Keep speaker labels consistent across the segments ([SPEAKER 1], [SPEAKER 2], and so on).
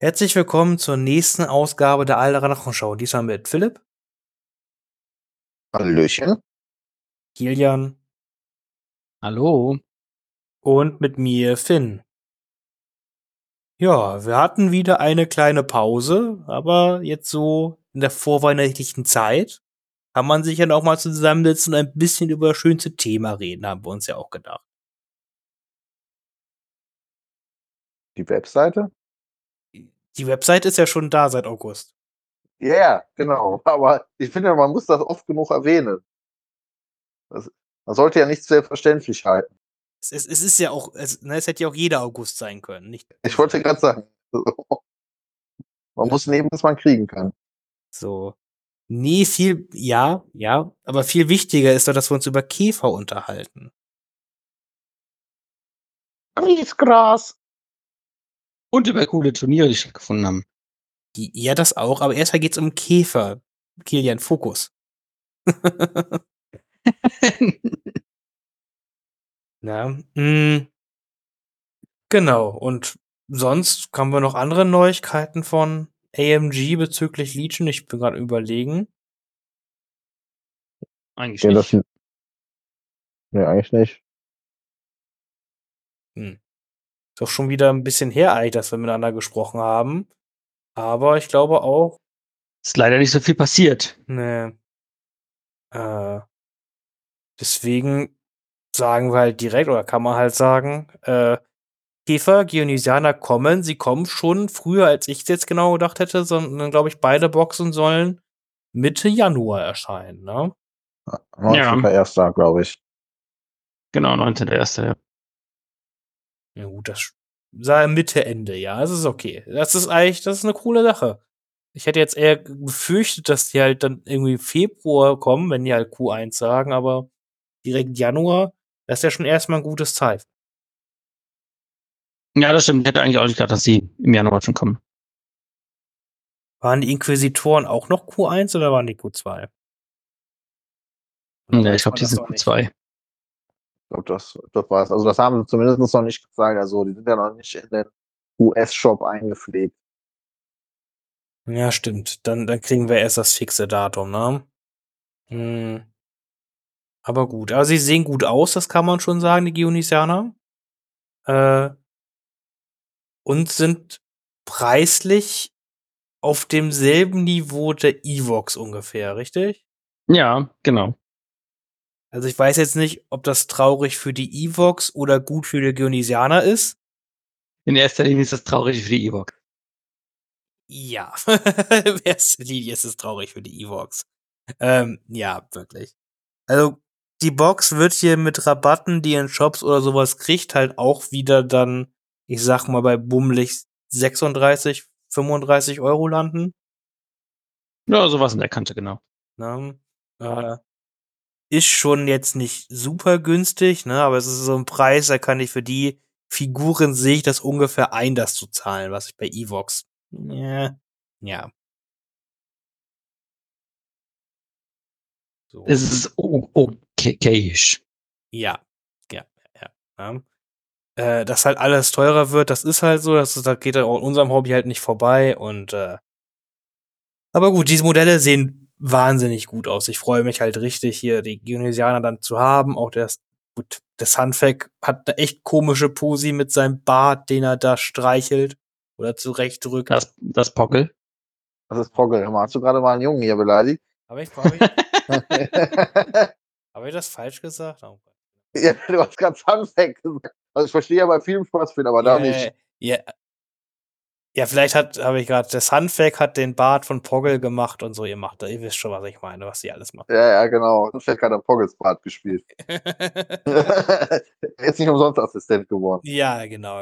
[SPEAKER 1] Herzlich willkommen zur nächsten Ausgabe der Allradanschau. Diesmal mit Philipp,
[SPEAKER 2] Hallöchen.
[SPEAKER 1] Kilian
[SPEAKER 3] Hallo.
[SPEAKER 1] und mit mir Finn. Ja, wir hatten wieder eine kleine Pause, aber jetzt so in der vorweihnachtlichen Zeit kann man sich ja noch mal zusammensetzen und ein bisschen über das schönste Thema reden, haben wir uns ja auch gedacht.
[SPEAKER 2] Die Webseite?
[SPEAKER 1] Die Website ist ja schon da seit August.
[SPEAKER 2] Ja, yeah, genau. Aber ich finde, man muss das oft genug erwähnen. Man sollte ja nichts selbstverständlich halten.
[SPEAKER 1] Es ist ja auch, es hätte ja auch jeder August sein können. Nicht
[SPEAKER 2] Ich wollte gerade sagen, man muss nehmen, was man kriegen kann.
[SPEAKER 1] so. Nee, ja, aber viel wichtiger ist doch, dass wir uns über Käfer unterhalten.
[SPEAKER 2] Griesgras.
[SPEAKER 3] Und über coole Turniere, die stattgefunden haben.
[SPEAKER 1] Ja, das auch, aber erstmal geht's um Käfer. Kilian, Fokus. Ja, genau. Und sonst haben wir noch andere Neuigkeiten von AMG bezüglich Legion. Ich bin gerade überlegen.
[SPEAKER 3] Eigentlich
[SPEAKER 2] Ja,
[SPEAKER 3] nicht.
[SPEAKER 2] Nee, eigentlich nicht.
[SPEAKER 1] Ist doch schon wieder ein bisschen her eigentlich, dass wir miteinander gesprochen haben. Aber ich glaube auch,
[SPEAKER 3] Ist leider nicht so viel passiert.
[SPEAKER 1] ne, deswegen sagen wir halt direkt, oder kann man halt sagen, Käfer, Geonisianer kommen. Sie kommen schon früher, als ich es jetzt genau gedacht hätte, sondern, glaube ich, beide Boxen sollen Mitte Januar erscheinen, ne?
[SPEAKER 2] 19.01., glaube ich.
[SPEAKER 3] Genau, 19.01. Ja.
[SPEAKER 1] Ja gut, das sei Mitte, Ende, ja, das ist okay. Das ist eine coole Sache. Ich hätte jetzt eher befürchtet, dass die halt dann irgendwie Februar kommen, wenn die halt Q1 sagen, aber direkt Januar, das ist ja schon erstmal ein gutes Zeichen.
[SPEAKER 3] Ja, das stimmt. Ich hätte eigentlich auch nicht gedacht, dass sie im Januar schon kommen.
[SPEAKER 1] Waren die Inquisitoren auch noch Q1 oder waren die Q2?
[SPEAKER 3] Ja, ich glaube, die sind Q2.
[SPEAKER 2] Ich glaube, das war es. Also das haben sie zumindest noch nicht gesagt. Also die sind ja noch nicht in den US-Shop eingepflegt.
[SPEAKER 1] Ja, stimmt. Dann kriegen wir erst das fixe Datum, ne? Aber gut. Aber sie sehen gut aus, das kann man schon sagen, die Geonisianer. Und sind preislich auf demselben Niveau der Evox ungefähr, richtig?
[SPEAKER 3] Ja, genau.
[SPEAKER 1] Also ich weiß jetzt nicht, ob das traurig für die Evox oder gut für die Geonisianer ist.
[SPEAKER 3] In erster Linie ist das traurig für die Evox.
[SPEAKER 1] Ja, in erster Linie ist es traurig für die Evox. Ja, wirklich. Also die Box wird hier mit Rabatten, die ihr in Shops oder sowas kriegt, halt auch wieder dann, ich sag mal, bei bummelig 36, 35 Euro landen.
[SPEAKER 3] Ja, sowas in der Kante, genau.
[SPEAKER 1] Ne? Ist schon jetzt nicht super günstig, ne? Aber es ist so ein Preis, da kann ich für die Figuren sehe ich das ungefähr ein, das zu zahlen, was ich bei Evox. Ja. So.
[SPEAKER 3] Es ist okayisch.
[SPEAKER 1] Ja. Dass halt alles teurer wird, das ist halt so, das geht auch in unserem Hobby halt nicht vorbei und aber gut, diese Modelle sehen wahnsinnig gut aus. Ich freue mich halt richtig, hier die Geonesianer dann zu haben. Auch der Sunfac hat eine echt komische Posi mit seinem Bart, den er da streichelt oder zurechtdrückt.
[SPEAKER 3] Das Poggle.
[SPEAKER 2] Das ist Poggle. Hast du gerade mal einen Jungen hier beleidigt?
[SPEAKER 1] Hab ich das falsch gesagt? Oh Gott.
[SPEAKER 2] Ja, du hast gerade Sunfac gesagt. Also ich verstehe ja bei vielen Sportfilmen, aber da nicht.
[SPEAKER 1] Ja, vielleicht habe ich gerade, der Sunfac hat den Bart von Poggle gemacht und so, ihr wisst schon, was ich meine, was sie alles machen.
[SPEAKER 2] Ja, genau. Sunfac hat am Poggles Part gespielt. Er ist nicht umsonst Assistent geworden.
[SPEAKER 1] Ja, genau.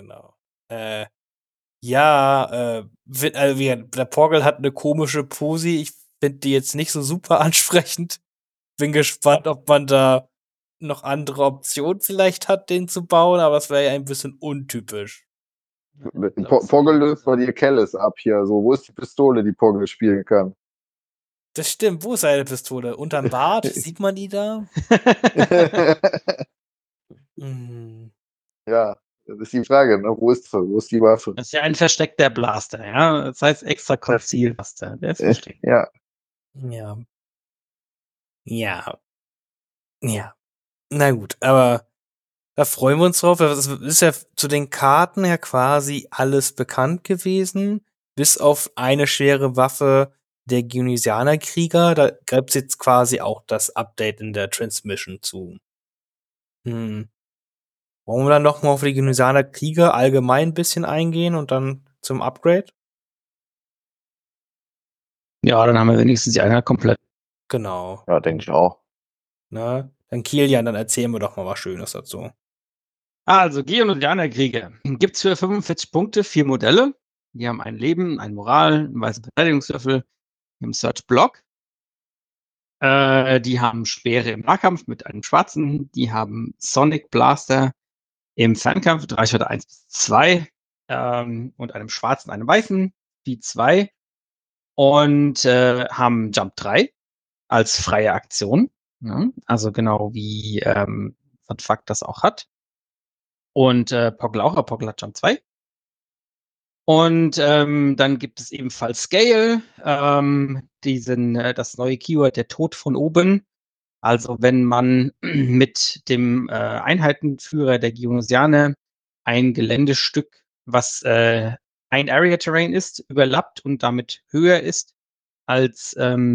[SPEAKER 1] Der Poggle hat eine komische Posi. Ich finde die jetzt nicht so super ansprechend. Bin gespannt, ob man da noch andere Optionen vielleicht hat, den zu bauen, aber es wäre ja ein bisschen untypisch.
[SPEAKER 2] Poggle löst bei dir Kellis ab hier. So, wo ist die Pistole, die Poggle spielen kann?
[SPEAKER 1] Das stimmt. Wo ist seine Pistole? Unterm Bart? Sieht man die da?
[SPEAKER 2] Ja, Das ist die Frage, ne? Wo ist die Waffe?
[SPEAKER 3] Das ist ja ein versteckter Blaster, ja. Das heißt extra Konzilblaster. Der ist versteckt.
[SPEAKER 2] Ja.
[SPEAKER 1] Ja. Ja. Ja. Na gut, aber da freuen wir uns drauf. Das ist ja zu den Karten ja quasi alles bekannt gewesen, bis auf eine schwere Waffe der Geonosianer-Krieger. Da gibt's jetzt quasi auch das Update in der Transmission zu. Wollen wir dann noch mal auf die Geonosianer-Krieger allgemein ein bisschen eingehen und dann zum Upgrade?
[SPEAKER 3] Ja, dann haben wir wenigstens die Einheit komplett.
[SPEAKER 1] Genau.
[SPEAKER 2] Ja, denke ich auch.
[SPEAKER 1] Na, dann Kilian, dann erzählen wir doch mal was Schönes dazu.
[SPEAKER 3] Also, Geonosianer-Kriege. Gibt's für 45 Punkte 4 Modelle. Die haben ein Leben, ein Moral, einen weißen Verteidigungswürfel, im Search Block. Die haben Speere im Nahkampf mit einem schwarzen. Die haben Sonic Blaster im Fernkampf, Reichweite 1 bis 2. Und einem schwarzen, einem weißen, Speed 2. Und haben Jump 3 als freie Aktion. Ja, also genau wie Van Fuck das auch hat. Und Poggle auch, aber Poggle hat Jump 2. Und dann gibt es ebenfalls Scale, das neue Keyword, der Tod von oben. Also wenn man mit dem Einheitenführer der Geonosianer ein Geländestück, was ein Area Terrain ist, überlappt und damit höher ist als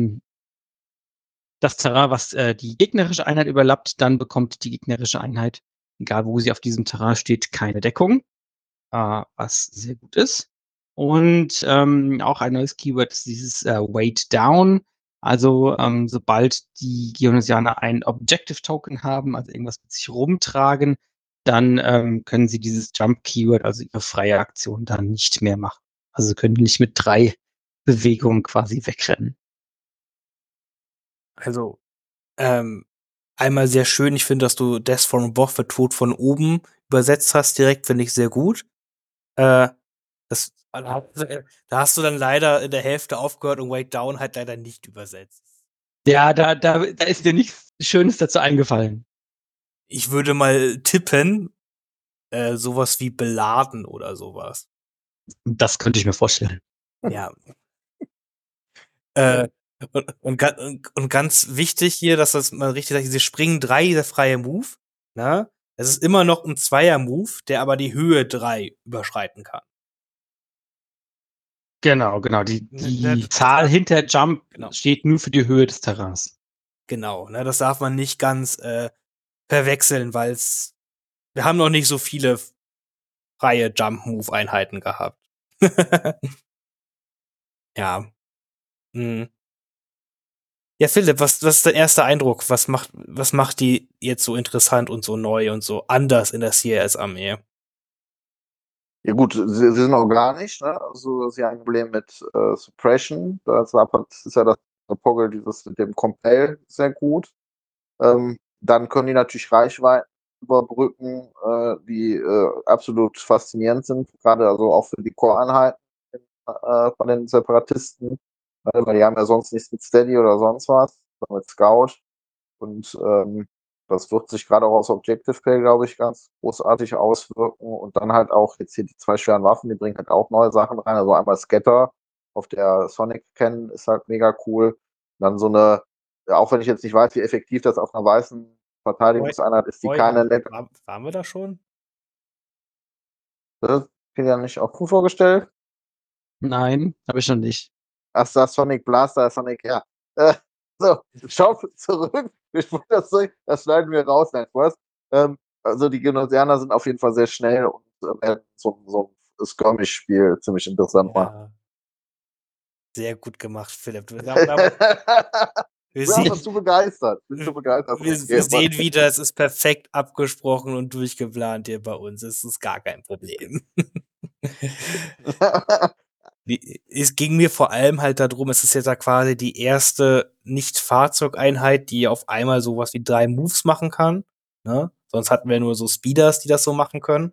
[SPEAKER 3] das Terrain, was die gegnerische Einheit überlappt, dann bekommt die gegnerische Einheit, egal wo sie auf diesem Terrain steht, keine Deckung, was sehr gut ist. Und auch ein neues Keyword ist dieses Weight Down. Also sobald die Geonosianer ein Objective Token haben, also irgendwas mit sich rumtragen, dann können sie dieses Jump Keyword, also ihre freie Aktion, dann nicht mehr machen. Also sie können nicht mit 3 Bewegungen quasi wegrennen.
[SPEAKER 1] Also, einmal sehr schön. Ich finde, dass du Death from Above für Tod von oben übersetzt hast direkt, finde ich sehr gut. Da hast du dann leider in der Hälfte aufgehört und Weight Down halt leider nicht übersetzt.
[SPEAKER 3] Ja, da ist dir nichts Schönes dazu eingefallen.
[SPEAKER 1] Ich würde mal tippen, sowas wie beladen oder sowas.
[SPEAKER 3] Das könnte ich mir vorstellen.
[SPEAKER 1] Ja. Und ganz wichtig hier, dass das mal richtig sagt, diese Springen 3, der freie Move, ne? Es ist immer noch ein Zweier-Move, der aber die Höhe 3 überschreiten kann.
[SPEAKER 3] Genau. Die Zahl hinter Jump steht nur für die Höhe des Terrains.
[SPEAKER 1] Genau, ne? Das darf man nicht ganz verwechseln, weil wir haben noch nicht so viele freie Jump-Move-Einheiten gehabt. Ja. Ja, Philipp, was ist dein erster Eindruck? Was macht die jetzt so interessant und so neu und so anders in der CRS-Armee?
[SPEAKER 2] Ja gut, sie sind organisch, ne? Also sie haben ein Problem mit Suppression. Das ist ja das Poggle, dieses mit dem Compel sehr gut. Dann können die natürlich Reichweiten überbrücken, die absolut faszinierend sind, gerade also auch für die Core-Einheiten von den Separatisten, weil die haben ja sonst nichts mit Steady oder sonst was, sondern mit Scout. Und das wird sich gerade auch aus Objective Play, glaube ich, ganz großartig auswirken. Und dann halt auch jetzt hier die 2 schweren Waffen, die bringen halt auch neue Sachen rein. Also einmal Scatter auf der Sonic kennen, ist halt mega cool. Und dann so eine, auch wenn ich jetzt nicht weiß, wie effektiv das auf einer weißen Verteidigungseinheit ist, die keine nette.
[SPEAKER 1] Waren wir da schon?
[SPEAKER 2] Das bin ja nicht auch vorgestellt.
[SPEAKER 3] Nein, habe ich noch nicht.
[SPEAKER 2] Ach, das Sonic Blaster, Sonic, ja. So, schau zurück. Das schneiden wir raus, nein, was? Also die Geonosianer sind auf jeden Fall sehr schnell und werden so ein Skirmish-Spiel ziemlich interessant machen.
[SPEAKER 1] Sehr gut gemacht, Philipp. Wir
[SPEAKER 2] bist du begeistert.
[SPEAKER 1] Wir sehen wieder, es ist perfekt abgesprochen und durchgeplant hier bei uns. Es ist gar kein Problem. Es ging mir vor allem halt darum, es ist jetzt ja quasi die erste Nicht-Fahrzeugeinheit, die auf einmal sowas wie 3 Moves machen kann. Ne? Sonst hatten wir nur so Speeders, die das so machen können.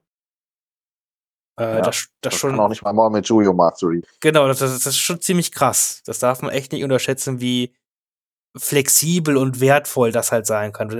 [SPEAKER 1] Das schon,
[SPEAKER 2] kann auch nicht mal mit Juyo Mastery.
[SPEAKER 1] Genau, das ist schon ziemlich krass. Das darf man echt nicht unterschätzen, wie flexibel und wertvoll das halt sein kann. Denn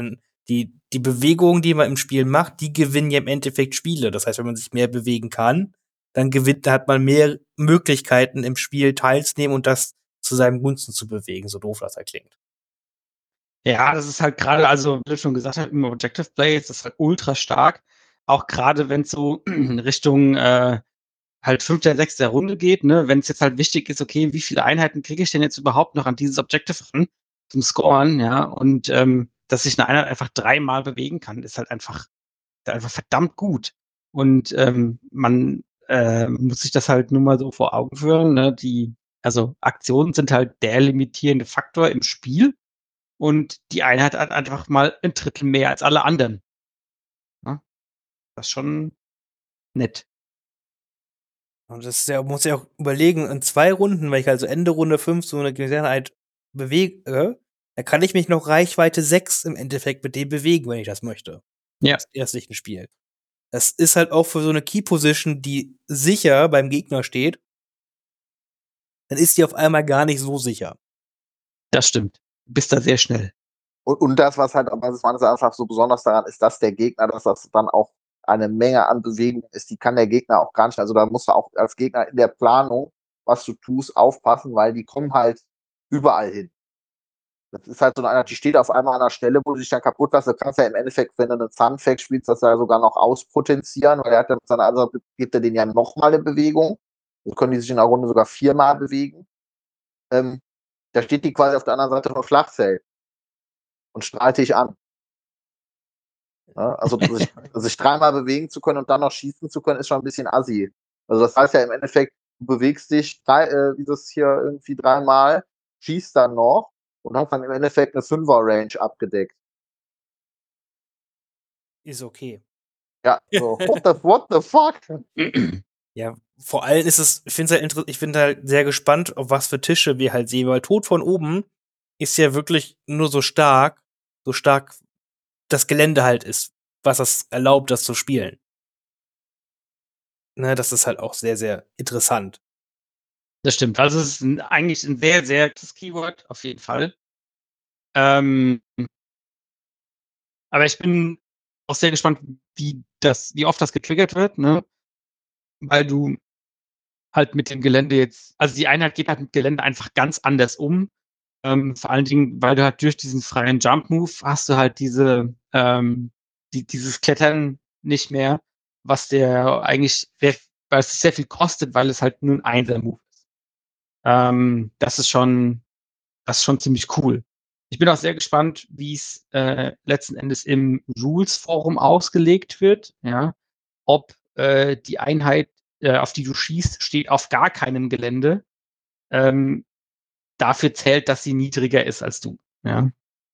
[SPEAKER 1] die Bewegungen, die man im Spiel macht, die gewinnen ja im Endeffekt Spiele. Das heißt, wenn man sich mehr bewegen kann, dann hat man mehr Möglichkeiten im Spiel teilzunehmen und das zu seinem Gunsten zu bewegen, so doof das halt klingt.
[SPEAKER 3] Ja, das ist halt gerade, also wie du schon gesagt hast, im Objective Play ist das halt ultra stark. Auch gerade wenn es so in Richtung halt 5., 6. Runde geht, ne, wenn es jetzt halt wichtig ist, okay, wie viele Einheiten kriege ich denn jetzt überhaupt noch an dieses Objective ran zum Scoren, ja, und dass sich eine Einheit einfach 3-mal bewegen kann, ist halt einfach verdammt gut. Und man muss sich das halt nur mal so vor Augen führen, ne, also Aktionen sind halt der limitierende Faktor im Spiel und die Einheit hat einfach mal 1/3 mehr als alle anderen. Ne? Das ist schon nett.
[SPEAKER 1] Und das ist ja, muss ja auch überlegen, in 2 Runden, wenn ich also Ende Runde 5 so eine gewisse Einheit bewege, dann kann ich mich noch Reichweite 6 im Endeffekt mit dem bewegen, wenn ich das möchte.
[SPEAKER 3] Ja.
[SPEAKER 1] Im erstlichen Spiel. Das ist halt auch für so eine Key Position, die sicher beim Gegner steht, dann ist die auf einmal gar nicht so sicher.
[SPEAKER 3] Das stimmt. Du bist da sehr schnell.
[SPEAKER 2] Und das, was meines Erachtens so besonders daran ist, dass der Gegner, dass das dann auch eine Menge an Bewegung ist, die kann der Gegner auch gar nicht. Also da musst du auch als Gegner in der Planung, was du tust, aufpassen, weil die kommen halt überall hin. Das ist halt so eine, die steht auf einmal an einer Stelle, wo du dich dann kaputt machst. Du kannst ja im Endeffekt, wenn du einen Sunfact spielst, das ja sogar noch auspotenzieren, weil er hat ja mit seiner Ansatz, gibt er den ja nochmal eine Bewegung. So können die sich in einer Runde sogar 4-mal bewegen. Da steht die quasi auf der anderen Seite vom Schlachtfeld und strahlt dich an. Ja, also sich 3-mal bewegen zu können und dann noch schießen zu können, ist schon ein bisschen assi. Also das heißt ja im Endeffekt, du bewegst dich wie das hier irgendwie 3-mal, schießt dann noch und hast dann im Endeffekt eine 5er-Range abgedeckt.
[SPEAKER 1] Ist okay.
[SPEAKER 2] Ja, so, what the fuck?
[SPEAKER 1] Ja, vor allem ist es, ich finde halt sehr gespannt, auf was für Tische wir halt sehen, weil Tod von oben ist ja wirklich nur so stark das Gelände halt ist, was das erlaubt, das zu spielen. Ne, das ist halt auch sehr, sehr interessant.
[SPEAKER 3] Das stimmt. Also es ist eigentlich ein sehr, sehr gutes Keyword, auf jeden Fall. Aber ich bin auch sehr gespannt, wie oft das getriggert wird, ne? Weil du halt mit dem Gelände jetzt, also die Einheit geht halt mit Gelände einfach ganz anders um. Vor allen Dingen, weil du halt durch diesen freien Jump-Move hast du halt dieses Klettern nicht mehr, was der eigentlich, weil es sehr viel kostet, weil es halt nur ein 1er-Move ist. Das ist schon ziemlich cool. Ich bin auch sehr gespannt, wie es letzten Endes im Rules-Forum ausgelegt wird, ja. Ob die Einheit, auf die du schießt, steht auf gar keinem Gelände. Dafür zählt, dass sie niedriger ist als du. Ja.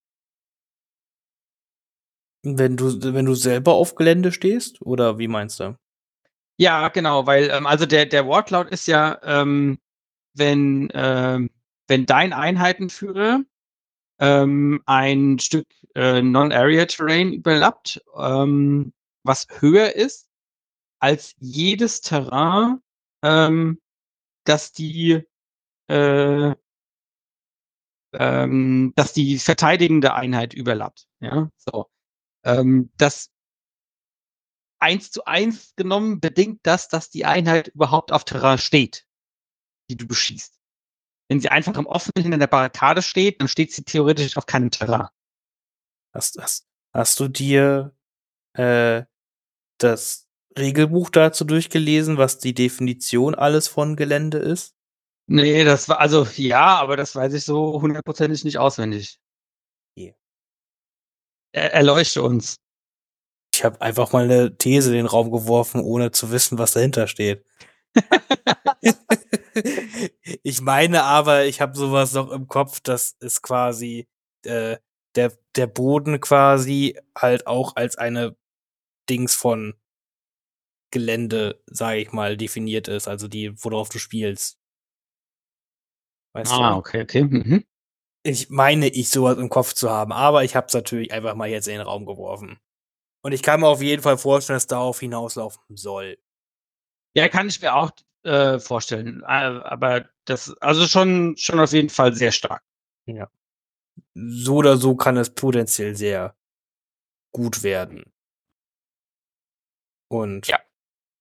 [SPEAKER 1] Wenn du selber auf Gelände stehst, oder wie meinst du?
[SPEAKER 3] Ja, genau, weil also der Wortlaut ist ja, wenn dein Einheitenführer ein Stück Non-Area-Terrain überlappt, was höher ist als jedes Terrain, das die verteidigende Einheit überlappt. Ja, so. Das 1:1 genommen bedingt das, dass die Einheit überhaupt auf Terrain steht, die du beschießt. Wenn sie einfach im Offenen hinter der Barrikade steht, dann steht sie theoretisch auf keinem Terrain.
[SPEAKER 1] Hast du dir das Regelbuch dazu durchgelesen, was die Definition alles von Gelände ist?
[SPEAKER 3] Nee, das war, also ja, aber das weiß ich so hundertprozentig nicht auswendig.
[SPEAKER 1] Okay.
[SPEAKER 3] Erleuchte uns.
[SPEAKER 1] Ich habe einfach mal eine These in den Raum geworfen, ohne zu wissen, was dahinter steht. Ich meine aber, ich habe sowas noch im Kopf, dass es quasi der Boden quasi halt auch als eine Dings von Gelände, sage ich mal, definiert ist, also worauf du spielst. Weißt du?
[SPEAKER 3] Okay. Mhm.
[SPEAKER 1] Ich meine, ich sowas im Kopf zu haben, aber ich habe es natürlich einfach mal jetzt in den Raum geworfen. Und ich kann mir auf jeden Fall vorstellen, dass darauf hinauslaufen soll.
[SPEAKER 3] Ja, kann ich mir auch vorstellen. Aber das, also schon auf jeden Fall sehr stark.
[SPEAKER 1] Ja. So oder so kann es potenziell sehr gut werden. Und
[SPEAKER 3] Ja.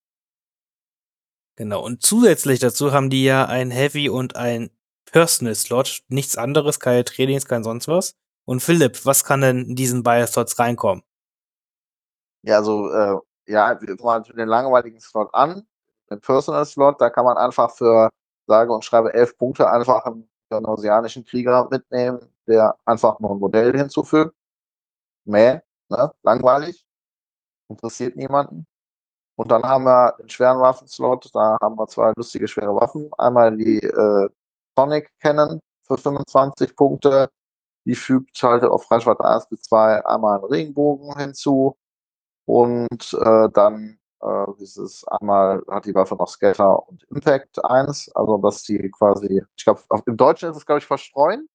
[SPEAKER 1] genau. Und zusätzlich dazu haben die ja ein Heavy und ein Personal Slot. Nichts anderes, keine Trainings, kein sonst was. Und Philipp, was kann denn in diesen beiden Slots reinkommen?
[SPEAKER 2] Ja, also, ja, wir fangen mit den langweiligen Slot an. Den Personal Slot, da kann man einfach für sage und schreibe 11 Punkte einfach einen gynosianischen Krieger mitnehmen, der einfach nur ein Modell hinzufügt. Ne? Langweilig. Interessiert niemanden. Und dann haben wir den schweren Waffenslot, da haben wir 2 lustige schwere Waffen. Einmal die Sonic Cannon für 25 Punkte. Die fügt halt auf Reichweite 1 bis 2 einmal einen Regenbogen hinzu. Und dann dieses einmal hat die Waffe noch Scatter und Impact 1. Also dass die quasi, ich glaube, im Deutschen ist es, glaube ich, verstreuen.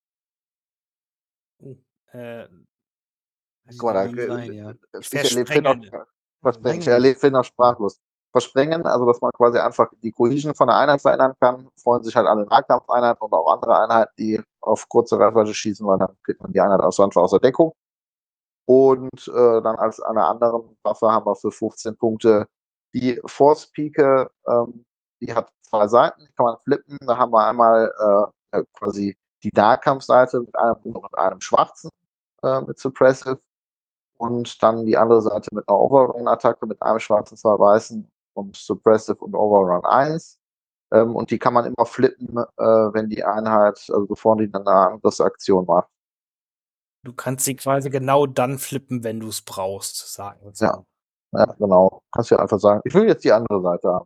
[SPEAKER 1] Äh,
[SPEAKER 2] Guck mal,
[SPEAKER 3] Kann sein, ja.
[SPEAKER 2] ich erlebe Finn noch,
[SPEAKER 1] Versprengen.
[SPEAKER 2] ich erlebe Finn noch sprachlos. Versprengen, also dass man quasi einfach die Cohesion von der Einheit verändern kann, freuen sich halt alle Nahkampfeinheiten und auch andere Einheiten, die auf kurze Reichweite schießen, weil dann kriegt man die Einheit einfach aus der Deckung. Und dann als eine andere Waffe haben wir für 15 Punkte die Force Pike, die hat 2 Seiten, die kann man flippen. Da haben wir einmal quasi die Nahkampfseite mit einem schwarzen mit Suppressive und dann die andere Seite mit einer Overrun-Attacke mit einem schwarzen, 2 weißen und Suppressive und Overrun 1. Und die kann man immer flippen, wenn die Einheit, also bevor die dann eine Angriffsaktion macht.
[SPEAKER 1] Du kannst sie quasi genau dann flippen, wenn du es brauchst, sagen wir so.
[SPEAKER 2] Ja, genau. Kannst du ja einfach sagen, ich will jetzt die andere Seite haben.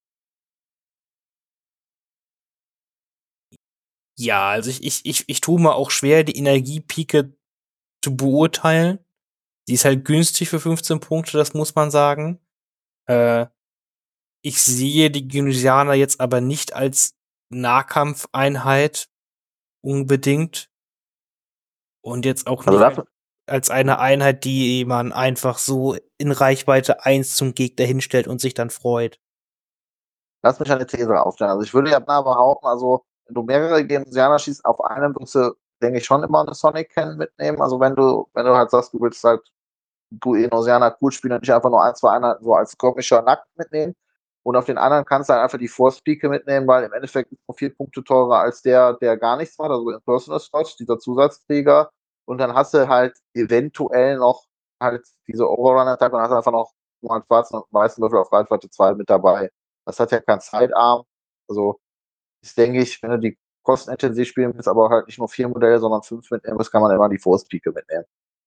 [SPEAKER 1] Ja, also ich tue mir auch schwer, die Energiepike zu beurteilen. Die ist halt günstig für 15 Punkte, das muss man sagen. Ich sehe die Genosianer jetzt aber nicht als Nahkampfeinheit unbedingt. Und jetzt auch
[SPEAKER 2] Also
[SPEAKER 1] nicht als eine Einheit, die man einfach so in Reichweite 1 zum Gegner hinstellt und sich dann freut.
[SPEAKER 2] lass mich eine These aufstellen. Also ich würde ja behaupten, also wenn du mehrere Genosianer schießt, auf einem wirst du, denke ich, schon immer eine Sonic Cannon mitnehmen. Also wenn du halt sagst, du willst halt Genosianer cool spielen und nicht einfach nur 1, 2 Einheiten so als komischer Nackt mitnehmen. Und auf den anderen kannst du halt einfach die Force Pike mitnehmen, weil im Endeffekt ist noch 4 Punkte teurer als der gar nichts macht, also in Personal Slot, dieser Zusatzträger. Und dann hast du halt eventuell noch halt diese Overrun-Attacke und hast einfach noch einen schwarzen und weißen Würfel auf Reichweite 2 mit dabei. Das hat ja keinen Sidearm. Also ist, denke ich, wenn du die kostenintensiv spielen willst, aber halt nicht nur 4 Modelle, sondern 5 mitnehmen musst, kann man immer die Force Pike mitnehmen.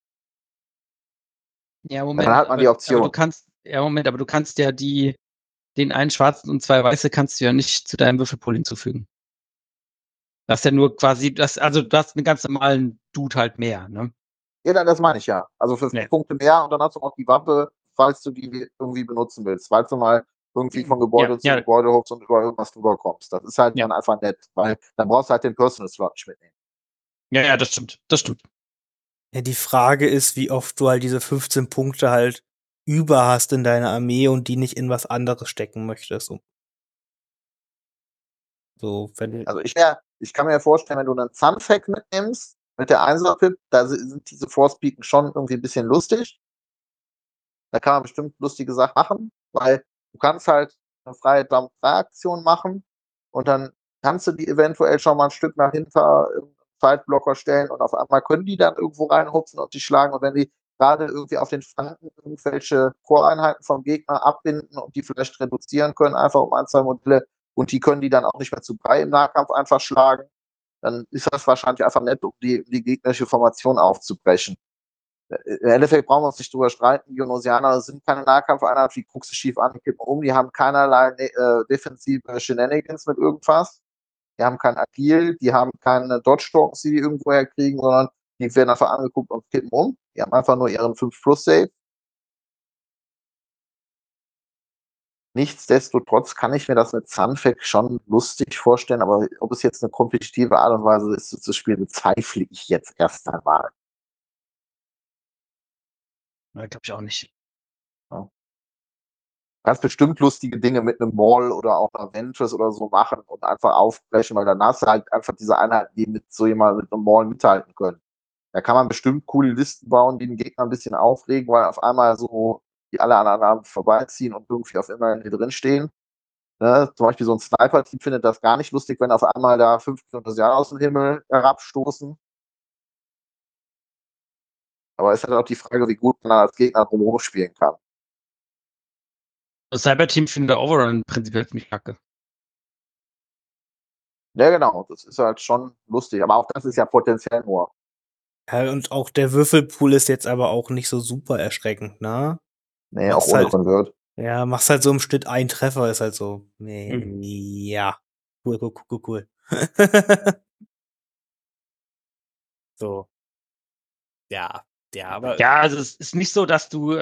[SPEAKER 3] Ja, Moment,
[SPEAKER 2] Dann hat man die Option.
[SPEAKER 3] aber du kannst ja den einen schwarzen und 2 weiße kannst du ja nicht zu deinem Würfelpool hinzufügen. Das ist ja nur quasi, du hast einen ganz normalen Dude halt mehr, ne?
[SPEAKER 2] Ja, das meine ich ja. Also für 5 Punkte mehr und dann hast du auch die Waffe, falls du die irgendwie benutzen willst, falls du mal irgendwie von Gebäude zu Gebäude hochst und über irgendwas drüber kommst. Das ist halt dann einfach nett, weil dann brauchst du halt den Personal Slot nicht mitnehmen.
[SPEAKER 3] Ja, das stimmt. Das stimmt.
[SPEAKER 1] Ja, die Frage ist, wie oft du halt diese 15 Punkte halt über hast in deiner Armee und die nicht in was anderes stecken möchtest. So,
[SPEAKER 2] also ich kann mir vorstellen, wenn du einen Sunfac mitnimmst, mit der 1er-Pip, da sind diese Force-Piken schon irgendwie ein bisschen lustig. Da kann man bestimmt lustige Sachen machen, weil du kannst halt eine freie Dump-3-Aktion machen und dann kannst du die eventuell schon mal ein Stück nach hinter im Zeitblocker stellen und auf einmal können die dann irgendwo reinhupfen und die schlagen und wenn die gerade irgendwie auf den Flanken irgendwelche Core-Einheiten vom Gegner abbinden und die vielleicht reduzieren können, einfach um 1, 2 Modelle und die können die dann auch nicht mehr zu 3 im Nahkampf einfach schlagen, dann ist das wahrscheinlich einfach nett, um die gegnerische Formation aufzubrechen. Im Endeffekt brauchen wir uns nicht drüber streiten. Die Genosianer sind keine Nahkampfeinheit, die guckst du schief an, die kippen um, die haben keinerlei defensive Shenanigans mit irgendwas. Die haben kein Agil, die haben keine Dodge-Tokens, die irgendwo herkriegen, sondern die werden einfach angeguckt und kippen um. Die haben einfach nur ihren 5-Plus-Save. Nichtsdestotrotz kann ich mir das mit Sunfac schon lustig vorstellen, aber ob es jetzt eine kompetitive Art und Weise ist, zu spielen, bezweifle ich jetzt erst einmal.
[SPEAKER 3] Ja, glaube ich auch nicht.
[SPEAKER 2] Ja. Kannst bestimmt lustige Dinge mit einem Maul oder auch einer Ventress oder so machen und einfach aufbrechen, weil dann hast du halt einfach diese Einheiten, die mit so jemand mit einem Maul mithalten können. Da kann man bestimmt coole Listen bauen, die den Gegner ein bisschen aufregen, weil auf einmal so die alle aneinander vorbeiziehen und irgendwie auf immer hier drin stehen. Ne? Zum Beispiel so ein Sniper-Team findet das gar nicht lustig, wenn auf einmal da 5 Indonesianer aus dem Himmel herabstoßen. Aber es ist halt auch die Frage, wie gut man als Gegner drumherum spielen kann.
[SPEAKER 3] Das Cyber-Team findet Overrun prinzipiell ziemlich kacke.
[SPEAKER 2] Ja, genau, das ist halt schon lustig. Aber auch das ist ja potenziell nur.
[SPEAKER 1] Ja, und auch der Würfelpool ist jetzt aber auch nicht so super erschreckend, ne?
[SPEAKER 2] Nee, auch
[SPEAKER 1] Machst
[SPEAKER 2] ohne
[SPEAKER 1] halt,
[SPEAKER 2] Convert.
[SPEAKER 1] ja, machst halt so im Schnitt einen Treffer, ist halt so,
[SPEAKER 3] Mhm.
[SPEAKER 1] ja, cool. So, ja, aber
[SPEAKER 3] Ja, also es ist nicht so, dass du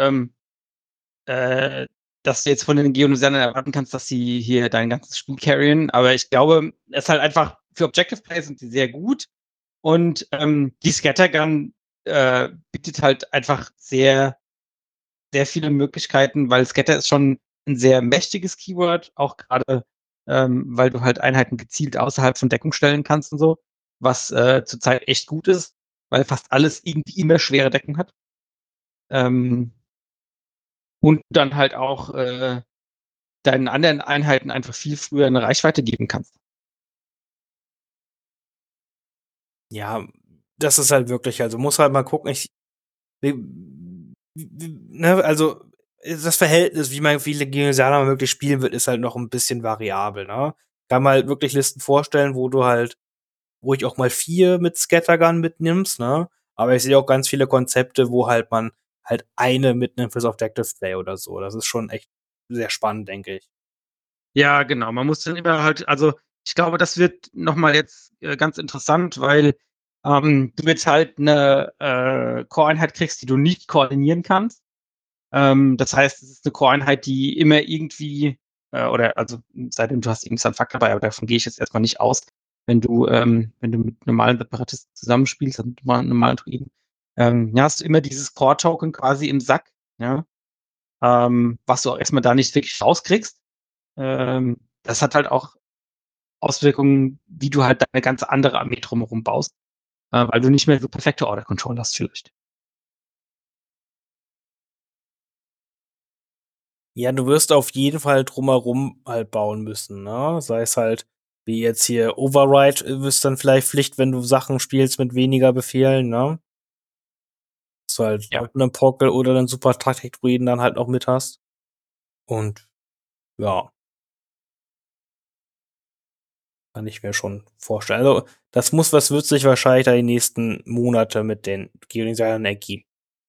[SPEAKER 3] jetzt von den Geonosianern erwarten kannst, dass sie hier dein ganzes Spiel carryen, aber ich glaube, es ist halt einfach, für Objective Play sind die sehr gut und die Scattergun bietet halt einfach sehr, sehr viele Möglichkeiten, weil Scatter ist schon ein sehr mächtiges Keyword, auch gerade, weil du halt Einheiten gezielt außerhalb von Deckung stellen kannst und so, was zurzeit echt gut ist, weil fast alles irgendwie immer schwere Deckung hat. Und dann halt auch deinen anderen Einheiten einfach viel früher eine Reichweite geben kannst.
[SPEAKER 1] ja, das ist halt wirklich, also muss halt mal gucken, ne, also das Verhältnis, viele Geonosianer man wirklich spielen wird, ist halt noch ein bisschen variabel, ne? Kann man halt wirklich Listen vorstellen, wo du halt ruhig auch mal 4 mit Scattergun mitnimmst, ne? Aber ich sehe auch ganz viele Konzepte, wo halt man halt eine mitnimmt fürs Objective Play oder so. Das ist schon echt sehr spannend, denke ich.
[SPEAKER 3] Ja, genau. Man muss dann immer halt, also ich glaube, das wird nochmal jetzt ganz interessant, weil du jetzt halt eine Core-Einheit kriegst, die du nicht koordinieren kannst. Das heißt, es ist eine Core-Einheit, die immer irgendwie, oder also seitdem du hast irgendeinen Fakt dabei, aber davon gehe ich jetzt erstmal nicht aus, wenn du mit normalen Separatisten zusammenspielst, also normalen Druiden, ja, hast du immer dieses Core-Token quasi im Sack, ja, was du auch erstmal da nicht wirklich rauskriegst. Das hat halt auch Auswirkungen, wie du halt deine ganz andere Armee drumherum baust, weil du nicht mehr so perfekte Order Control hast vielleicht.
[SPEAKER 1] Ja, du wirst auf jeden Fall drumherum halt bauen müssen, ne? Sei es halt, wie jetzt hier Override, ist dann vielleicht Pflicht, wenn du Sachen spielst mit weniger Befehlen, ne? Dass du halt
[SPEAKER 3] Ja.
[SPEAKER 1] einen Pockel oder einen Super Taktik-Druiden dann halt noch mit hast. Und ja, kann ich mir schon vorstellen. Also, das wird sich wahrscheinlich da die nächsten Monate mit den Geodesianern ergeben.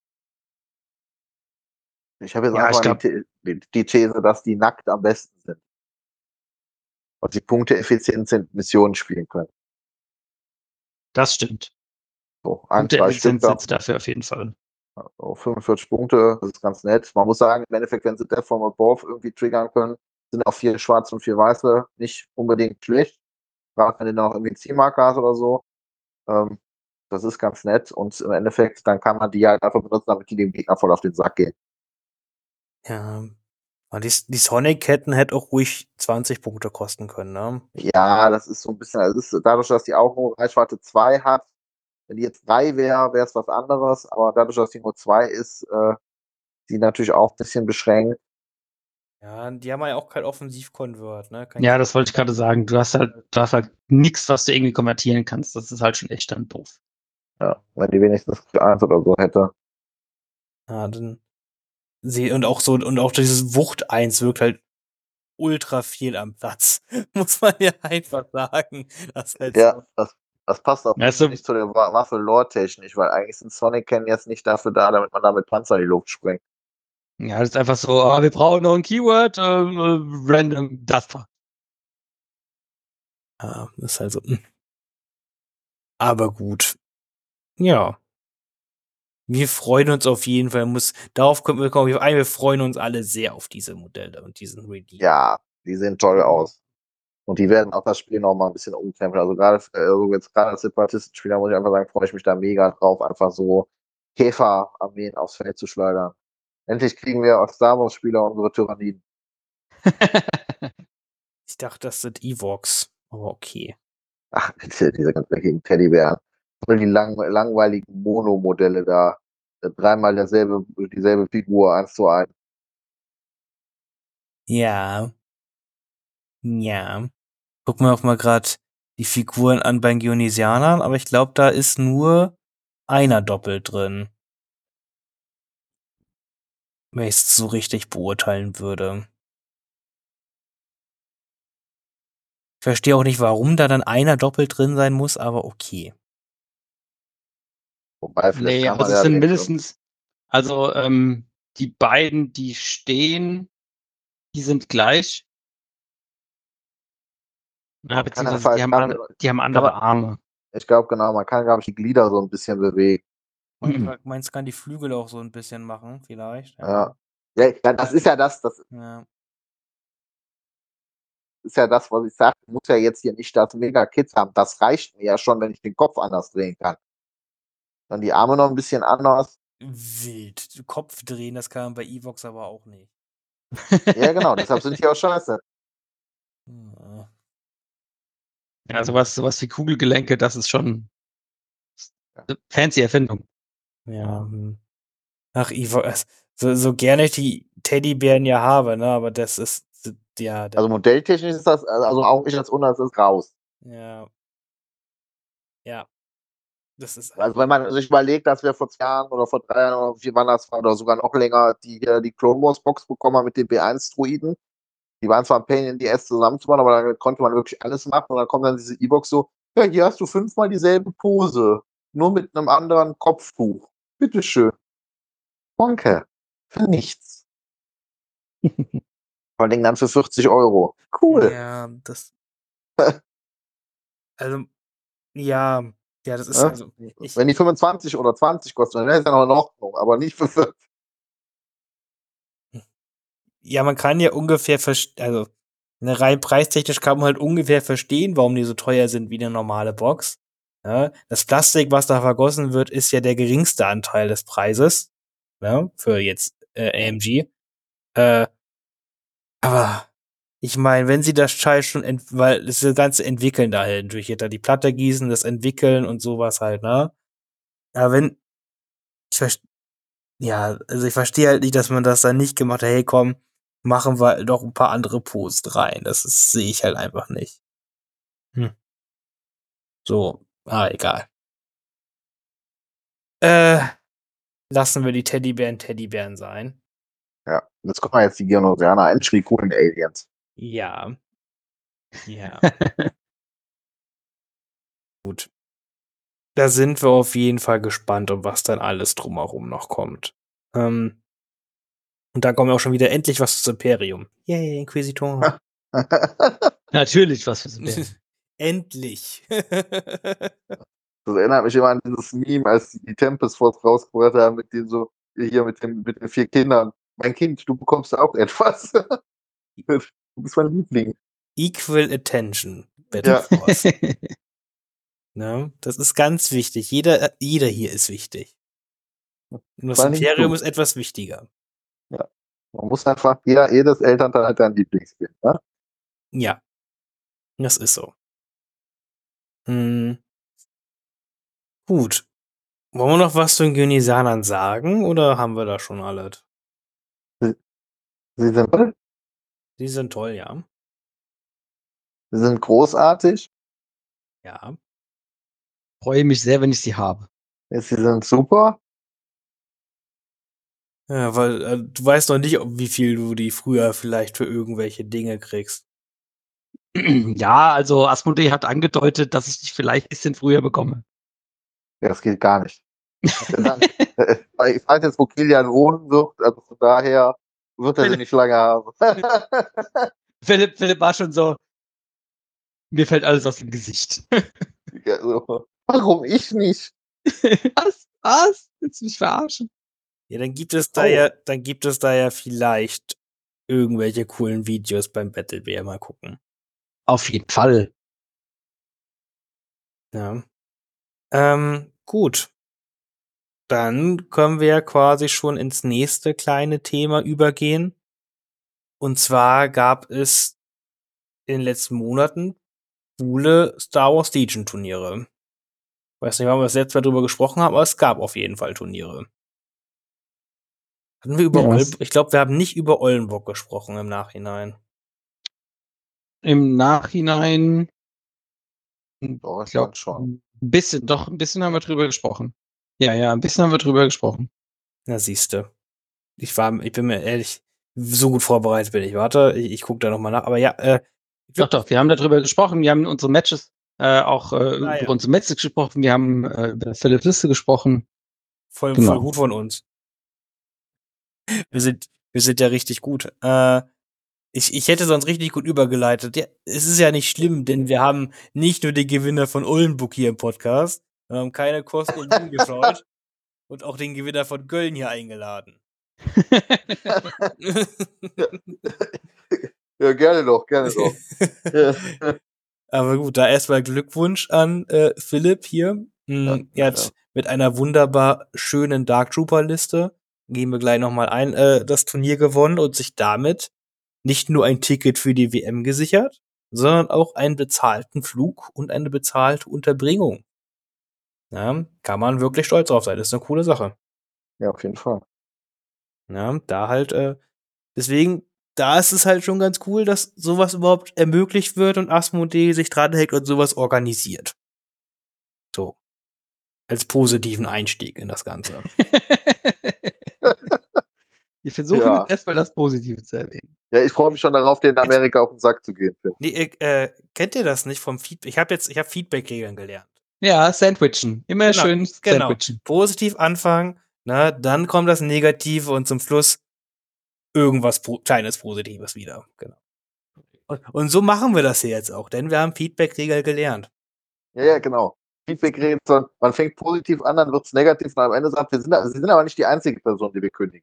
[SPEAKER 2] Ich habe jetzt
[SPEAKER 3] Ja, ich
[SPEAKER 2] einfach
[SPEAKER 3] glaube,
[SPEAKER 2] die These, dass die nackt am besten sind. Und die Punkte effizient sind, Missionen spielen können.
[SPEAKER 3] das stimmt.
[SPEAKER 2] So, ein,
[SPEAKER 3] Gute
[SPEAKER 2] zwei Stück
[SPEAKER 3] Effizienz
[SPEAKER 2] da,
[SPEAKER 3] sind dafür auf jeden Fall.
[SPEAKER 2] so 45 Punkte, das ist ganz nett. Man muss sagen, im Endeffekt, wenn sie Death from Above irgendwie triggern können, sind auch 4 schwarze und 4 weiße nicht unbedingt schlecht. Gerade wenn du noch irgendwie einen Zielmarker hast oder so. Ähm, das ist ganz nett. Und im Endeffekt, dann kann man die halt einfach benutzen, damit die dem Gegner voll auf den Sack gehen.
[SPEAKER 1] Ja. Aber die Sonic-Ketten hätte auch ruhig 20 Punkte kosten können, ne?
[SPEAKER 2] Ja, das ist so ein bisschen, also ist dadurch, dass die auch nur Reichweite 2 hat, wenn die jetzt 3 wäre, wäre es was anderes, aber dadurch, dass die nur 2 ist, die natürlich auch ein bisschen beschränkt.
[SPEAKER 1] Ja, die haben ja auch kein Offensiv-Convert, ne?
[SPEAKER 3] Ja, das wollte ich gerade sagen. Du hast halt nichts, was du irgendwie konvertieren kannst. Das ist halt schon echt dann doof.
[SPEAKER 2] Ja, wenn die wenigstens 1 oder so hätte.
[SPEAKER 1] Ja, dann und auch so, und auch dieses Wucht 1 wirkt halt ultra viel am Platz. Muss man ja einfach sagen. Das ist halt
[SPEAKER 2] Ja,
[SPEAKER 1] so.
[SPEAKER 2] das passt auch
[SPEAKER 3] Weißt du,
[SPEAKER 2] nicht zu der Waffe lore-technisch, weil eigentlich sind Sonic-Kennen jetzt nicht dafür da, damit man damit Panzer in die Luft sprengt.
[SPEAKER 3] ja, das ist einfach so, wir brauchen noch ein Keyword, random, das.
[SPEAKER 1] Ja, ist halt so. Aber gut. Ja. Wir freuen uns auf jeden Fall. Darauf kommen wir ein. Wir freuen uns alle sehr auf diese Modelle und diesen Release.
[SPEAKER 2] Ja, die sehen toll aus. Und die werden auch das Spiel noch mal ein bisschen umkrempeln. Also gerade jetzt gerade als Separatistenspieler muss ich einfach sagen, freue ich mich da mega drauf, einfach so Käferarmeen aufs Feld zu schleudern. Endlich kriegen wir als Star Wars-Spieler unsere Tyranniden.
[SPEAKER 1] Ich dachte, das sind Evox. Aber okay.
[SPEAKER 2] Ach, bitte, diese ganz dreckigen Teddybären. Voll die langweiligen Mono-Modelle da. Dreimal dieselbe Figur, 1:1.
[SPEAKER 1] Ja. Ja. Gucken wir auch mal gerade die Figuren an bei den Geonisianern, aber ich glaube, da ist nur einer doppelt drin. Wenn ich es so richtig beurteilen würde. Ich verstehe auch nicht, warum da dann einer doppelt drin sein muss, aber okay.
[SPEAKER 2] Wobei, vielleicht
[SPEAKER 3] Nee,
[SPEAKER 2] kann man
[SPEAKER 3] also es
[SPEAKER 2] ja
[SPEAKER 3] sind
[SPEAKER 2] den.
[SPEAKER 3] mindestens, also die beiden, die stehen, die sind gleich. Ja,
[SPEAKER 2] Kann er
[SPEAKER 3] beziehungsweise die haben,
[SPEAKER 2] kann,
[SPEAKER 3] die haben
[SPEAKER 2] kann
[SPEAKER 3] andere
[SPEAKER 2] man,
[SPEAKER 3] Arme.
[SPEAKER 2] ich glaube, genau, man kann, glaube ich, die Glieder so ein bisschen bewegen.
[SPEAKER 1] Meinst, kann die Flügel auch so ein bisschen machen, vielleicht?
[SPEAKER 2] Ja. Ja, das ist ja das
[SPEAKER 1] Ja.
[SPEAKER 2] ist ja das, was ich sage. Ich muss ja jetzt hier nicht das Mega-Kids haben. Das reicht mir ja schon, wenn ich den Kopf anders drehen kann. Dann die Arme noch ein bisschen anders.
[SPEAKER 1] Wild. Kopf drehen, das kann man bei Evox aber auch nicht.
[SPEAKER 2] Ja, genau, deshalb sind die auch scheiße.
[SPEAKER 1] Ja.
[SPEAKER 3] Ja, sowas wie Kugelgelenke, das ist schon eine fancy Erfindung.
[SPEAKER 1] Ja. Ach, Evox. So gerne ich die Teddybären ja habe, ne? Aber das ist ja,
[SPEAKER 2] Also modelltechnisch ist das, also auch ich als Unarzt ist raus.
[SPEAKER 1] ja. Ja. Das ist
[SPEAKER 2] Also wenn man sich überlegt, dass wir vor 2 Jahren oder vor 3 Jahren oder wie wann das war, oder sogar noch länger, die Clone Wars Box bekommen haben mit den B1-Droiden. Die waren zwar ein Pain in the Ass zusammenzubauen, aber da konnte man wirklich alles machen. Und dann kommt dann diese E-Box so, ja, hier hast du 5-mal dieselbe Pose, nur mit einem anderen Kopftuch. Bitteschön. Danke. Für nichts. Vor allem dann für 40 €. Cool.
[SPEAKER 1] Ja, das. Also, ja. Ja, das ist
[SPEAKER 2] Ne?
[SPEAKER 1] also.
[SPEAKER 2] Wenn die 25 oder 20 kosten, dann ist ja noch in Ordnung, aber nicht für 40.
[SPEAKER 1] Ja, man kann ja ungefähr also rein preistechnisch kann man halt ungefähr verstehen, warum die so teuer sind wie eine normale Box. Ja, das Plastik, was da vergossen wird, ist ja der geringste Anteil des Preises, ja, für jetzt AMG. Aber ich meine, wenn sie das Scheiß schon, weil das ganze Entwickeln da halt natürlich da die Platte gießen, das Entwickeln und sowas halt, ne? Aber wenn, ich ja, also ich verstehe halt nicht, dass man das dann nicht gemacht hat, hey komm, machen wir doch ein paar andere Posts rein. Sehe ich halt einfach nicht. Hm. So, egal. Äh, lassen wir die Teddybären Teddybären sein.
[SPEAKER 2] Ja, jetzt gucken wir jetzt die Geonosianer an, die coolen Aliens.
[SPEAKER 1] Ja. Ja. Gut. Da sind wir auf jeden Fall gespannt, um was dann alles drumherum noch kommt. Und da kommen wir auch schon wieder endlich was zu Imperium. Yay, Inquisitor.
[SPEAKER 3] Natürlich, was für Bären.
[SPEAKER 1] Endlich.
[SPEAKER 2] Das erinnert mich immer an dieses Meme, als die Tempest Force rausgebracht haben, mit den so, hier mit den 4 Kindern. Mein Kind, du bekommst auch etwas. Du bist mein Liebling.
[SPEAKER 1] Equal Attention, Battle
[SPEAKER 2] Ja.
[SPEAKER 1] Force. Ne? Das ist ganz wichtig. Jeder hier ist wichtig. Und das
[SPEAKER 2] Vor allem
[SPEAKER 1] Imperium
[SPEAKER 2] du.
[SPEAKER 1] ist etwas wichtiger.
[SPEAKER 2] Ja. Man muss einfach, jedes Elternteil hat ein Lieblingskind. Ne?
[SPEAKER 1] Ja, das ist so. Gut. Wollen wir noch was zu den Gynisanern sagen oder haben wir da schon alles?
[SPEAKER 2] Sie sind toll,
[SPEAKER 1] Die sind toll, ja.
[SPEAKER 2] sie sind großartig,
[SPEAKER 1] Ja.
[SPEAKER 3] Freue mich sehr, wenn ich sie habe.
[SPEAKER 2] sie sind super.
[SPEAKER 1] Ja, weil du weißt noch nicht, wie viel du die früher vielleicht für irgendwelche Dinge kriegst.
[SPEAKER 3] Ja, also Asmodee hat angedeutet, dass ich dich vielleicht ein bisschen früher bekomme.
[SPEAKER 2] Ja, das geht gar nicht. Ich weiß jetzt, wo Kilian wohnen wird, also von daher wird er sie nicht lange haben.
[SPEAKER 3] Philipp war schon so, mir fällt alles aus dem Gesicht.
[SPEAKER 2] Ja, so. Warum ich nicht?
[SPEAKER 3] Was? Willst du mich verarschen?
[SPEAKER 1] Ja, dann gibt es da ja vielleicht irgendwelche coolen Videos beim Battle Bear mal gucken.
[SPEAKER 3] Auf jeden Fall.
[SPEAKER 1] Ja. Gut. Dann können wir ja quasi schon ins nächste kleine Thema übergehen. Und zwar gab es in den letzten Monaten coole Star Wars Legion Turniere. Weiß nicht, wann wir das letzte Mal drüber gesprochen haben, aber es gab auf jeden Fall Turniere. Hatten wir über
[SPEAKER 3] Ja,
[SPEAKER 1] Ich glaube, wir haben nicht über Oldenburg gesprochen im Nachhinein.
[SPEAKER 3] im Nachhinein,
[SPEAKER 2] Doch,
[SPEAKER 3] ich
[SPEAKER 2] ich
[SPEAKER 3] glaube,
[SPEAKER 2] meine schon.
[SPEAKER 3] ein bisschen haben wir drüber gesprochen. Ja, ein bisschen haben wir drüber gesprochen.
[SPEAKER 1] Na, siehste. Ich bin mir ehrlich, so gut vorbereitet bin ich. Warte, ich gucke da nochmal nach. Aber ja,
[SPEAKER 3] Doch, wir haben darüber gesprochen. Wir haben unsere Matches auch
[SPEAKER 1] ja.
[SPEAKER 3] über unsere Matches gesprochen. Wir haben über Philipp Liste gesprochen.
[SPEAKER 1] voll
[SPEAKER 3] Genau.
[SPEAKER 1] gut von uns. Wir sind ja richtig gut. Ich hätte sonst richtig gut übergeleitet. Ja, es ist ja nicht schlimm, denn wir haben nicht nur den Gewinner von Oldenburg hier im Podcast, wir haben keine Kosten und Mühen geschaut und auch den Gewinner von Köln hier eingeladen.
[SPEAKER 2] Ja, gerne doch, gerne doch.
[SPEAKER 1] Aber gut, da erstmal Glückwunsch an Philipp hier. Er hat mit einer wunderbar schönen Dark Trooper Liste, gehen wir gleich nochmal ein, das Turnier gewonnen und sich damit nicht nur ein Ticket für die WM gesichert, sondern auch einen bezahlten Flug und eine bezahlte Unterbringung. Ja, kann man wirklich stolz drauf sein. Das ist eine coole Sache.
[SPEAKER 2] Ja, auf jeden Fall.
[SPEAKER 1] Ja, da halt, deswegen, da ist es halt schon ganz cool, dass sowas überhaupt ermöglicht wird und Asmodee sich dranhängt und sowas organisiert. So. Als positiven Einstieg in das Ganze.
[SPEAKER 3] Wir versuchen
[SPEAKER 2] Ja.
[SPEAKER 3] jetzt erstmal das Positive zu erwähnen.
[SPEAKER 2] Ja, ich freue mich schon darauf, dir in Amerika auf den Sack zu gehen.
[SPEAKER 1] Nee, kennt ihr das nicht vom Feedback? Ich habe Feedback-Regeln gelernt.
[SPEAKER 3] Ja, Sandwichen. Immer schön Sandwichen.
[SPEAKER 1] Positiv anfangen, ne, dann kommt das Negative und zum Schluss irgendwas kleines Positives wieder. Genau. Und so machen wir das hier jetzt auch, denn wir haben Feedback-Regeln gelernt.
[SPEAKER 2] Ja, genau. Feedback-Regeln, man fängt positiv an, dann wird es negativ und am Ende sagt, Sie sind aber nicht die einzige Person, die wir kündigen.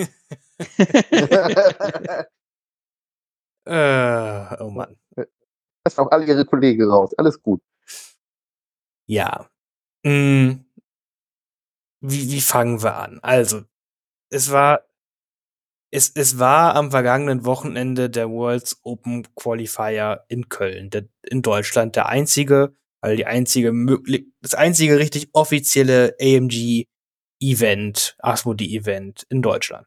[SPEAKER 1] Oh Mann.
[SPEAKER 2] Lassen auch alle ihre Kollegen raus. Alles gut.
[SPEAKER 1] Ja. Wie fangen wir an? Also, es war am vergangenen Wochenende der World's Open Qualifier in Köln, in Deutschland das einzige richtig offizielle AMG-Event, Asmodee-Event in Deutschland.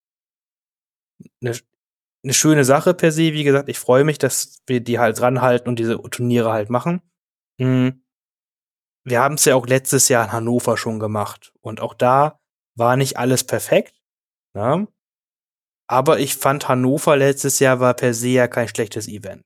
[SPEAKER 1] Eine schöne Sache per se, wie gesagt, ich freue mich, dass wir die halt ranhalten und diese Turniere halt machen. Wir haben es ja auch letztes Jahr in Hannover schon gemacht und auch da war nicht alles perfekt, ne? Aber ich fand Hannover letztes Jahr war per se ja kein schlechtes Event.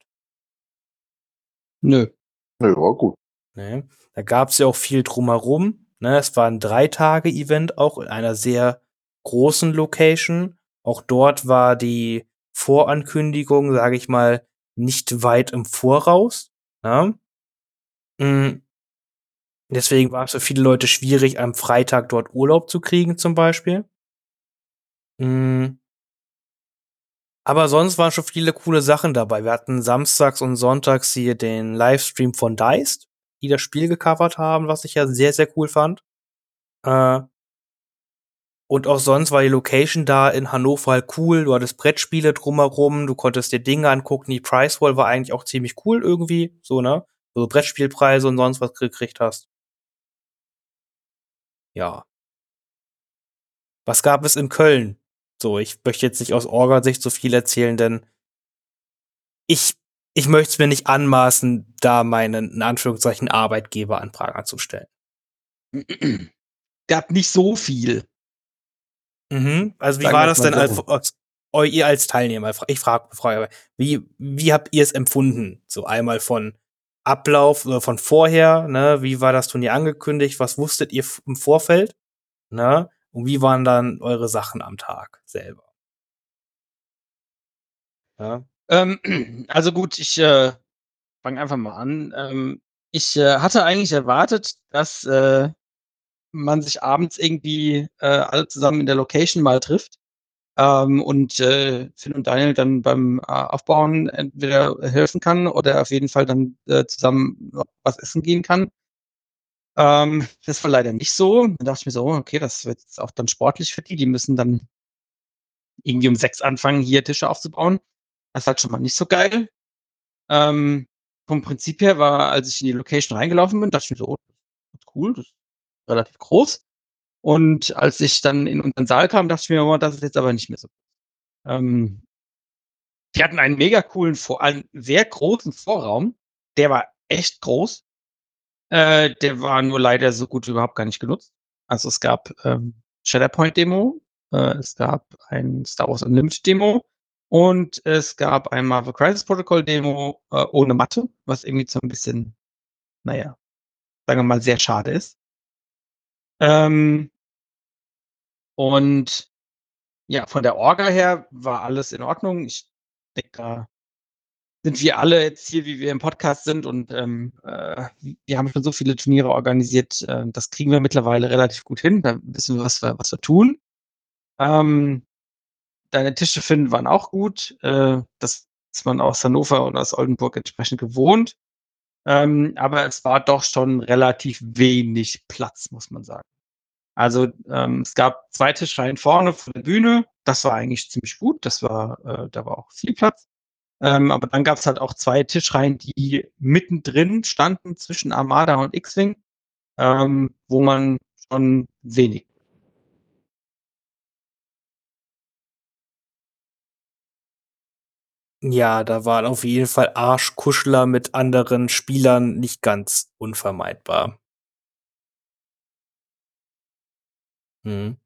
[SPEAKER 2] Nö, war gut.
[SPEAKER 1] Ne? Da gab's ja auch viel drumherum. Ne? Es war ein 3-Tage-Event auch in einer sehr großen Location. Auch dort war die Vorankündigung, sage ich mal, nicht weit im Voraus. Ne? Deswegen war es für viele Leute schwierig, am Freitag dort Urlaub zu kriegen, zum Beispiel. Aber sonst waren schon viele coole Sachen dabei. Wir hatten samstags und sonntags hier den Livestream von Deist, die das Spiel gecovert haben, was ich ja sehr, sehr cool fand. Und auch sonst war die Location da in Hannover halt cool. Du hattest Brettspiele drumherum, du konntest dir Dinge angucken. Die Price Wall war eigentlich auch ziemlich cool irgendwie, so, ne? So Brettspielpreise und sonst was gekriegt hast. Ja. Was gab es in Köln? So, ich möchte jetzt nicht aus Orga-Sicht so viel erzählen, denn ich möchte es mir nicht anmaßen, da meinen, in Anführungszeichen, Arbeitgeber an Prager zu stellen.
[SPEAKER 3] Gab nicht so viel.
[SPEAKER 1] Also wie
[SPEAKER 3] Sagen
[SPEAKER 1] war
[SPEAKER 3] wir
[SPEAKER 1] das
[SPEAKER 3] mal
[SPEAKER 1] denn
[SPEAKER 3] so.
[SPEAKER 1] ihr als Teilnehmer? Ich frage, wie habt ihr es empfunden? So einmal von Ablauf oder von vorher, ne? Wie war das Turnier angekündigt? Was wusstet ihr im Vorfeld? Ne? Und wie waren dann eure Sachen am Tag selber? Ja.
[SPEAKER 3] Also gut, ich fange einfach mal an. Ich hatte eigentlich erwartet, dass man sich abends irgendwie alle zusammen in der Location mal trifft und Finn und Daniel dann beim Aufbauen entweder helfen kann oder auf jeden Fall dann zusammen noch was essen gehen kann. Das war leider nicht so. Dann dachte ich mir so, okay, das wird jetzt auch dann sportlich für die. Die müssen dann irgendwie um 6 anfangen, hier Tische aufzubauen. Das ist halt schon mal nicht so geil. Vom Prinzip her war, als ich in die Location reingelaufen bin, dachte ich mir so, oh, cool, das ist relativ groß. Und als ich dann in unseren Saal kam, dachte ich mir, oh, das ist jetzt aber nicht mehr so. Die hatten einen mega coolen, einen sehr großen Vorraum. Der war echt groß. Der war nur leider so gut wie überhaupt gar nicht genutzt. Also es gab Shatterpoint-Demo, es gab ein Star Wars Unlimited-Demo und es gab ein Marvel Crisis Protocol-Demo ohne Matte, was irgendwie so ein bisschen, naja, sagen wir mal, sehr schade ist. Und ja, von der Orga her war alles in Ordnung. Ich denke, da sind wir alle jetzt hier, wie wir im Podcast sind und wir haben schon so viele Turniere organisiert, das kriegen wir mittlerweile relativ gut hin. Da wissen wir, was wir tun. Deine Tische finden waren auch gut. Das ist man aus Hannover und aus Oldenburg entsprechend gewohnt. Aber es war doch schon relativ wenig Platz, muss man sagen. Also es gab 2 Tischreihen vorne vor der Bühne. Das war eigentlich ziemlich gut. Da war auch viel Platz. Aber dann gab es halt auch 2 Tischreihen, die mittendrin standen zwischen Armada und X-Wing, wo man schon wenig.
[SPEAKER 1] Ja, da waren auf jeden Fall Arschkuschler mit anderen Spielern nicht ganz unvermeidbar. Mhm.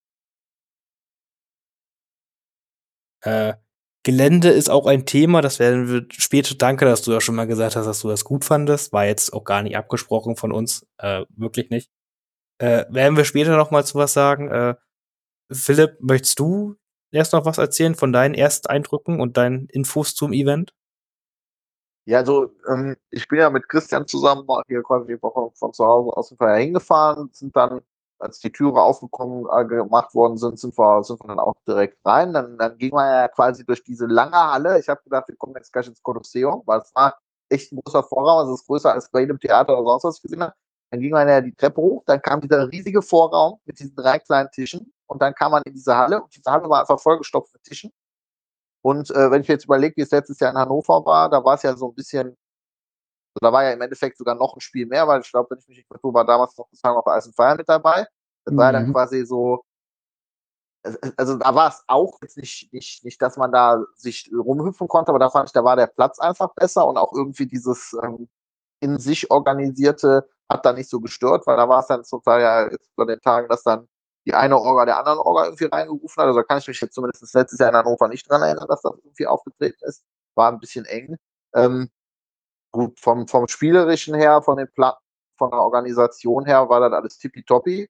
[SPEAKER 1] Gelände ist auch ein Thema, das werden wir später. Danke, dass du ja schon mal gesagt hast, dass du das gut fandest. War jetzt auch gar nicht abgesprochen von uns. Wirklich nicht. Werden wir später noch mal zu was sagen. Philipp, möchtest du erst noch was erzählen von deinen ersten Eindrücken und deinen Infos zum Event?
[SPEAKER 2] Ja, also ich bin ja mit Christian zusammen hier quasi von zu Hause aus dem Feuer hingefahren, sind dann, als die Türe aufgekommen gemacht worden sind wir dann auch direkt rein. Dann ging man ja quasi durch diese lange Halle. Ich habe gedacht, wir kommen jetzt gleich ins Kolosseum, weil es war echt ein großer Vorraum, also es ist größer als bei jedem Theater oder sonst was ich gesehen habe. Dann ging man ja die Treppe hoch, dann kam dieser riesige Vorraum mit diesen 3 kleinen Tischen und dann kam man in diese Halle und diese Halle war einfach vollgestopft mit Tischen. Und wenn ich mir jetzt überlege, wie es letztes Jahr in Hannover war, da war es ja so ein bisschen, da war ja im Endeffekt sogar noch ein Spiel mehr, weil ich glaube, wenn ich mich nicht vertue, war damals noch das Time of Ice and Fire mit dabei. Das war ja dann quasi so, also da war es auch jetzt nicht, dass man da sich rumhüpfen konnte, aber da fand ich, da war der Platz einfach besser und auch irgendwie dieses in sich organisierte hat da nicht so gestört, weil da war es dann zum Teil ja jetzt bei den Tagen, dass dann die eine Orga der anderen Orga irgendwie reingerufen hat. Also da kann ich mich jetzt zumindest letztes Jahr in Hannover nicht dran erinnern, dass das irgendwie aufgetreten ist. War ein bisschen eng. Gut, vom Spielerischen her, von den Platten, von der Organisation her war das alles tippitoppi.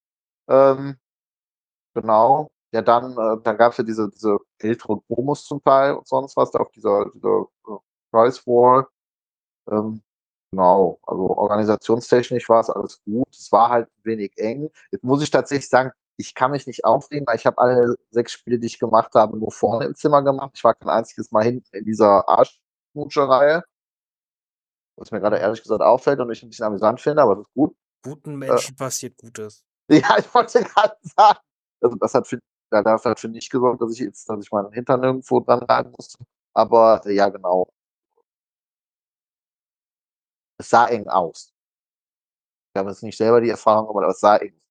[SPEAKER 2] Genau. Ja, dann gab es ja diese ältere Promos zum Teil und sonst was, da auf dieser Price Wall. Genau, also organisationstechnisch war es alles gut. Es war halt wenig eng. Jetzt muss ich tatsächlich sagen, ich kann mich nicht aufregen, weil ich habe alle 6 Spiele, die ich gemacht habe, nur vorne im Zimmer gemacht. Ich war kein einziges Mal hinten in dieser Arschmutscherei, was mir gerade ehrlich gesagt auffällt und ich ein bisschen amüsant finde, aber das ist gut.
[SPEAKER 1] Guten Menschen passiert Gutes.
[SPEAKER 2] Ja, ich wollte gerade sagen, also dafür hat für nicht gesorgt, dass ich meinen Hintern nirgendwo dran rein musste. Aber ja, genau. Es sah eng aus. Ich habe jetzt nicht selber die Erfahrung, aber es sah eng.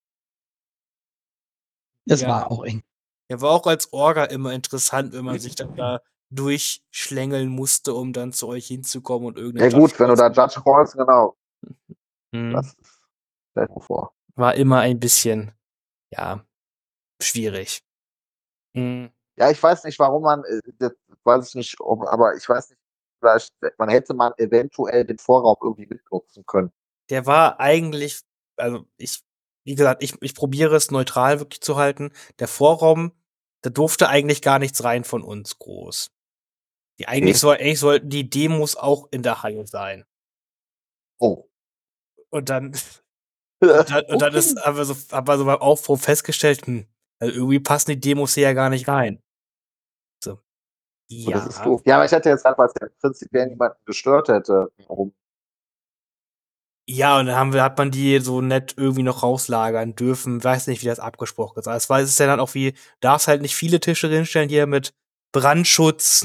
[SPEAKER 3] Das
[SPEAKER 1] Ja.
[SPEAKER 3] war auch eng.
[SPEAKER 1] Ja, war auch als Orga immer interessant, wenn man sich dann da durchschlängeln musste, um dann zu euch hinzukommen und
[SPEAKER 2] Ja
[SPEAKER 1] irgendeinen
[SPEAKER 2] gut, wenn du da Judge callst, genau.
[SPEAKER 1] Mhm.
[SPEAKER 2] Das stellt mir vor.
[SPEAKER 1] War immer ein bisschen, ja, schwierig. Mhm.
[SPEAKER 2] Ja, ich weiß nicht, warum man, das weiß ich nicht, aber ich weiß nicht, vielleicht, man eventuell den Vorraum irgendwie mitnutzen können.
[SPEAKER 1] Der war eigentlich, also wie gesagt, ich probiere es neutral wirklich zu halten. Der Vorraum, da durfte eigentlich gar nichts rein von uns groß. Eigentlich sollten die Demos auch in der Halle sein.
[SPEAKER 2] Oh.
[SPEAKER 1] Und dann,
[SPEAKER 2] Okay.
[SPEAKER 1] haben wir so beim Aufbau festgestellt, also irgendwie passen die Demos hier ja gar nicht rein. So.
[SPEAKER 2] Und das ist
[SPEAKER 1] Ja.
[SPEAKER 2] doof. Ja, aber ich hätte jetzt einfach, weil es prinzipiell niemanden gestört hätte. Warum?
[SPEAKER 1] Ja, und dann hat man die so nett irgendwie noch rauslagern dürfen. Weiß nicht, wie das abgesprochen ist. Also es ist ja dann auch darfst halt nicht viele Tische hinstellen hier mit Brandschutz,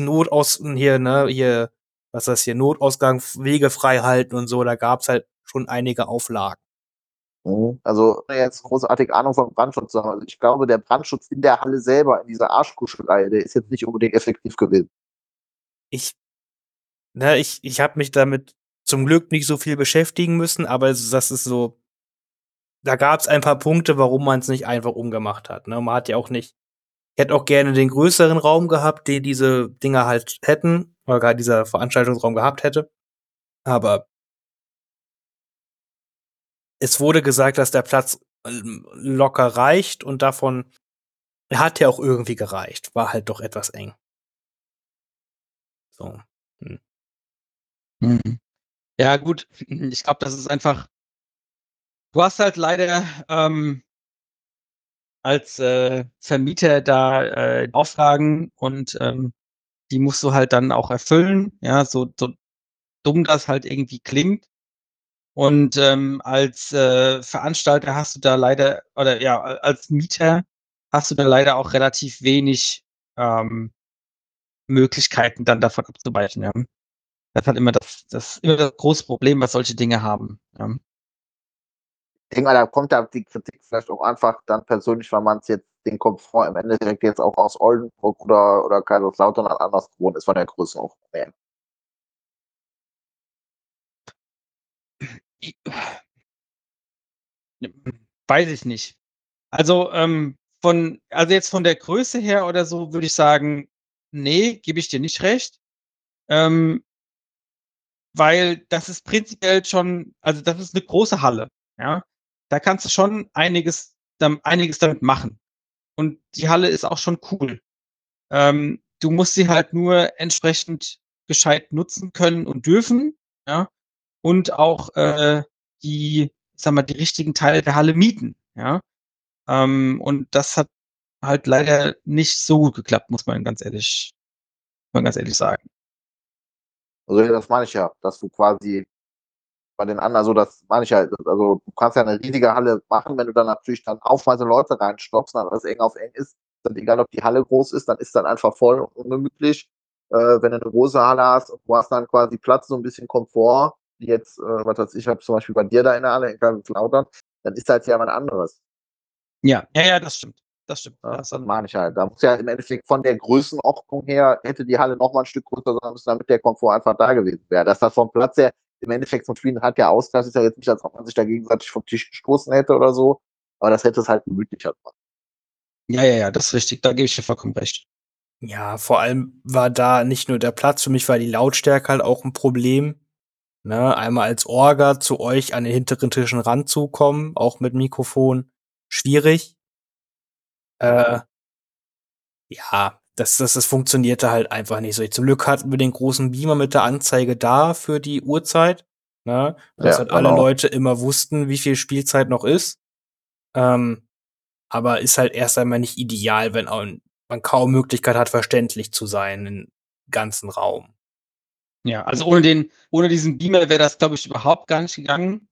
[SPEAKER 1] was ist das hier, Notausgang, Wege frei halten und so. Da gab's halt schon einige Auflagen.
[SPEAKER 2] Also, ohne jetzt großartig Ahnung vom Brandschutz zu haben. Also, ich glaube, der Brandschutz in der Halle selber, in dieser Arschkuschelei, der ist jetzt nicht unbedingt effektiv gewesen.
[SPEAKER 1] Ich ich habe mich damit zum Glück nicht so viel beschäftigen müssen, aber das ist so, da gab's ein paar Punkte, warum man's nicht einfach umgemacht hat, ne? Man hat ja auch nicht, ich hätte auch gerne den größeren Raum gehabt, den diese Dinger halt hätten, oder gar dieser Veranstaltungsraum gehabt hätte. Aber es wurde gesagt, dass der Platz locker reicht, und davon hat ja auch irgendwie gereicht. War halt doch etwas eng. So. Hm.
[SPEAKER 3] Mhm. Ja, gut. Ich glaube, das ist einfach, du hast halt leider, als, Vermieter da, Auflagen, und, die musst du halt dann auch erfüllen, ja, so dumm das halt irgendwie klingt. Und, als, Veranstalter hast du da leider, oder ja, als Mieter hast du da leider auch relativ wenig, ähm, Möglichkeiten, dann davon abzuweichen, ja. Das ist halt immer das große Problem, was solche Dinge haben, ja.
[SPEAKER 2] Ich denke mal, da kommt da die Kritik vielleicht auch einfach dann persönlich, weil man es jetzt den Komfort im Endeffekt jetzt auch aus Oldenburg oder Kaiserslautern anders gewohnt ist von der Größe auch mehr.
[SPEAKER 3] I Weiß ich nicht. Also, jetzt von der Größe her oder so würde ich sagen, ne, gebe ich dir nicht recht, ähm, weil das ist prinzipiell schon, also, das ist 'ne große Halle, ja? Da kannst du schon einiges damit machen. Und die Halle ist auch schon cool. Du musst sie halt nur entsprechend gescheit nutzen können und dürfen, ja? Und auch, die, sage mal, die richtigen Teile der Halle mieten, ja? Und das hat halt leider nicht so gut geklappt, muss man ganz ehrlich sagen.
[SPEAKER 2] Also, ja, das meine ich ja, dass du quasi bei den anderen, also das meine ich halt, also du kannst ja eine riesige Halle machen, wenn du dann natürlich dann haufenweise Leute reinstopfst, dann alles eng auf eng ist, dann egal, ob die Halle groß ist, dann ist dann einfach voll und ungemütlich. Wenn du eine große Halle hast und du hast dann quasi Platz, so ein bisschen Komfort, wie jetzt, was weiß ich, habe zum Beispiel bei dir da in der Halle in Kaiserslautern, dann ist halt ja was anderes.
[SPEAKER 3] Ja, ja, ja, das stimmt. Das stimmt. Da
[SPEAKER 2] Ne?
[SPEAKER 3] hast
[SPEAKER 2] Das
[SPEAKER 3] du
[SPEAKER 2] meine ich halt. Da muss ja im Endeffekt von der Größenordnung her, hätte die Halle noch mal ein Stück größer sein müssen, damit der Komfort einfach da gewesen wäre. Dass das vom Platz her im Endeffekt vom Spielen hat ja Ausgleich, ist ja jetzt nicht, als ob man sich da gegenseitig vom Tisch gestoßen hätte oder so, aber das hätte es halt gemütlicher gemacht.
[SPEAKER 3] Ja, ja, ja, das ist richtig. Da gebe ich dir vollkommen recht.
[SPEAKER 1] Ja, vor allem war da nicht nur der Platz, für mich war die Lautstärke halt auch 'n Problem, ne? Einmal als Orga zu euch an den hinteren Tischen ranzukommen, auch mit Mikrofon, schwierig. Äh, ja, das funktionierte halt einfach nicht so. Zum Glück hatten wir den großen Beamer mit der Anzeige da für die Uhrzeit, ne, dass
[SPEAKER 2] Ja,
[SPEAKER 1] halt alle
[SPEAKER 2] genau.
[SPEAKER 1] Leute immer wussten, wie viel Spielzeit noch ist. Ähm, aber ist halt erst einmal nicht ideal, wenn man kaum Möglichkeit hat, verständlich zu sein im ganzen Raum.
[SPEAKER 3] Ja, also ohne diesen Beamer wäre das, glaube ich, überhaupt gar nicht gegangen.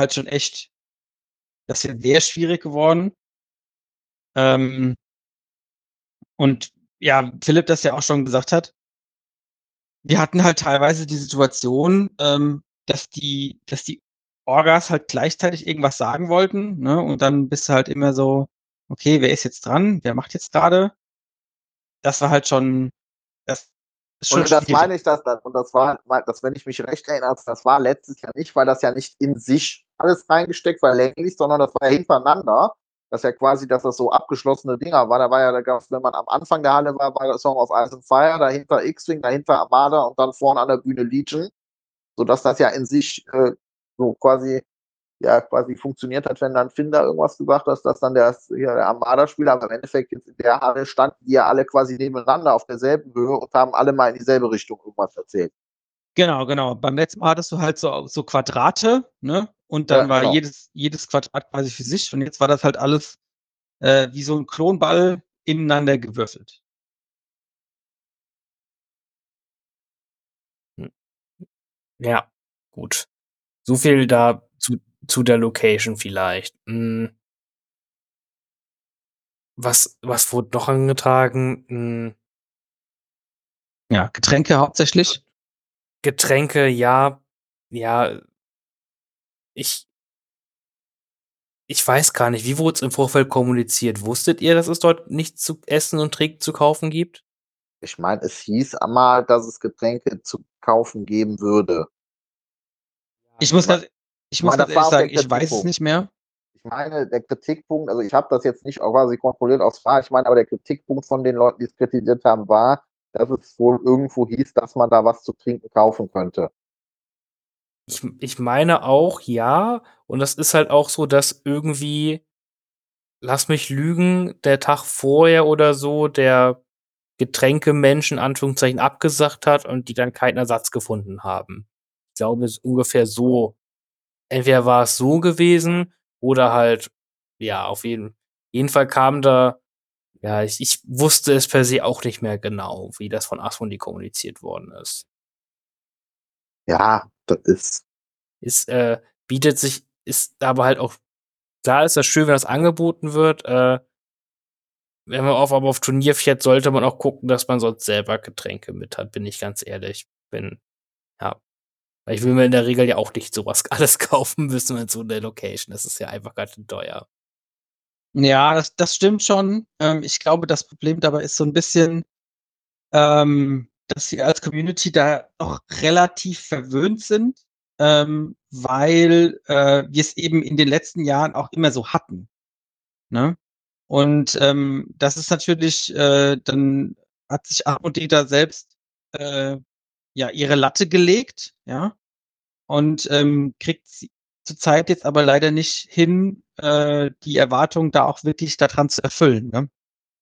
[SPEAKER 3] Das wäre sehr schwierig geworden. Ähm, und ja, Philipp das ja auch schon gesagt hat, wir hatten halt teilweise die Situation, dass die Orgas halt gleichzeitig irgendwas sagen wollten, ne? Und dann bist du halt immer so: „Okay, wer ist jetzt dran? Wer macht jetzt grade?“ Das war halt schon, das ist schon
[SPEAKER 2] Und das
[SPEAKER 3] schwierig.
[SPEAKER 2] meine ich, und das war, das, wenn ich mich recht erinnere, das war letztes Jahr nicht, weil das ja nicht in sich alles reingesteckt war, länglich, sondern das war ja hintereinander. Das ja quasi, dass das so abgeschlossene Dinger war. Da war ja, da gab es, wenn man am Anfang der Halle war der Song of Ice and Fire, dahinter X-Wing, dahinter Armada und dann vorne an der Bühne Legion, sodass das ja in sich so quasi, ja, quasi funktioniert hat, wenn dann Finn da irgendwas gesagt hat, dass dann der Armada-Spieler, aber im Endeffekt jetzt in der Halle standen die ja alle quasi nebeneinander auf derselben Höhe und haben alle mal in dieselbe Richtung irgendwas erzählt.
[SPEAKER 3] Genau, genau. Beim letzten Mal hattest du halt so Quadrate, ne? Und
[SPEAKER 2] Ja,
[SPEAKER 3] dann war
[SPEAKER 2] genau.
[SPEAKER 3] jedes Quadrat quasi für sich, und jetzt war das halt alles, wie so 'n Klonball ineinander gewürfelt.
[SPEAKER 1] Hm, ja, gut. So viel da zu der Location vielleicht. Was wurde noch angetragen?
[SPEAKER 3] Ja, Getränke hauptsächlich.
[SPEAKER 1] Getränke, ja. Ja, ich ich weiß gar nicht, wie wurde es im Vorfeld kommuniziert? Wusstet ihr, dass es dort nichts zu essen und trinken zu kaufen gibt?
[SPEAKER 2] Ich meine, es hieß einmal, dass es Getränke zu kaufen geben würde.
[SPEAKER 3] Ich
[SPEAKER 2] Ich
[SPEAKER 3] muss
[SPEAKER 2] meine,
[SPEAKER 3] ganz ich muss ganz
[SPEAKER 2] das war
[SPEAKER 3] ehrlich
[SPEAKER 2] auch der
[SPEAKER 3] sagen, ich weiß es
[SPEAKER 2] Kritikpunkt.
[SPEAKER 3] nicht mehr.
[SPEAKER 2] Ich meine, der Kritikpunkt, also ich habe das jetzt nicht auch quasi kontrolliert aufs Fahr, ich meine, aber der Kritikpunkt von den Leuten, die es kritisiert haben, war, dass es wohl irgendwo hieß, dass man da was zu trinken kaufen könnte.
[SPEAKER 1] Ich meine auch, ja. Und das ist halt auch so, dass irgendwie, lass mich lügen, der Tag vorher oder so der Getränkemensch in Anführungszeichen abgesagt hat und die dann keinen Ersatz gefunden haben. Ich glaube, es ist ungefähr so. Entweder war es so gewesen oder halt, ja, auf jeden Fall kam da, ja, ich wusste es per se auch nicht mehr genau, wie das von Asmodee kommuniziert worden ist.
[SPEAKER 2] Ja, das ist,
[SPEAKER 1] Ist, bietet sich ist aber halt auch, klar ist das schön, wenn das angeboten wird, wenn man aber auf Turnier fährt, sollte man auch gucken, dass man sonst selber Getränke mit hat, bin ich ganz ehrlich. Bin Ja, weil ich will mir in der Regel ja auch nicht so was alles kaufen müssen in so 'ner Location. Das ist ja einfach ganz schön teuer.
[SPEAKER 3] Ja, das stimmt schon. Ich glaube, das Problem dabei ist so 'n bisschen, dass wir als Community da noch relativ verwöhnt sind, weil, wir's eben in den letzten Jahren auch immer so hatten, ne? Und, das ist natürlich, dann hat sich Asmodee da selbst, äh, ja, ihre Latte gelegt, ja, und, kriegt sie zurzeit jetzt aber leider nicht hin, die Erwartungen da auch wirklich da dran zu erfüllen, ne?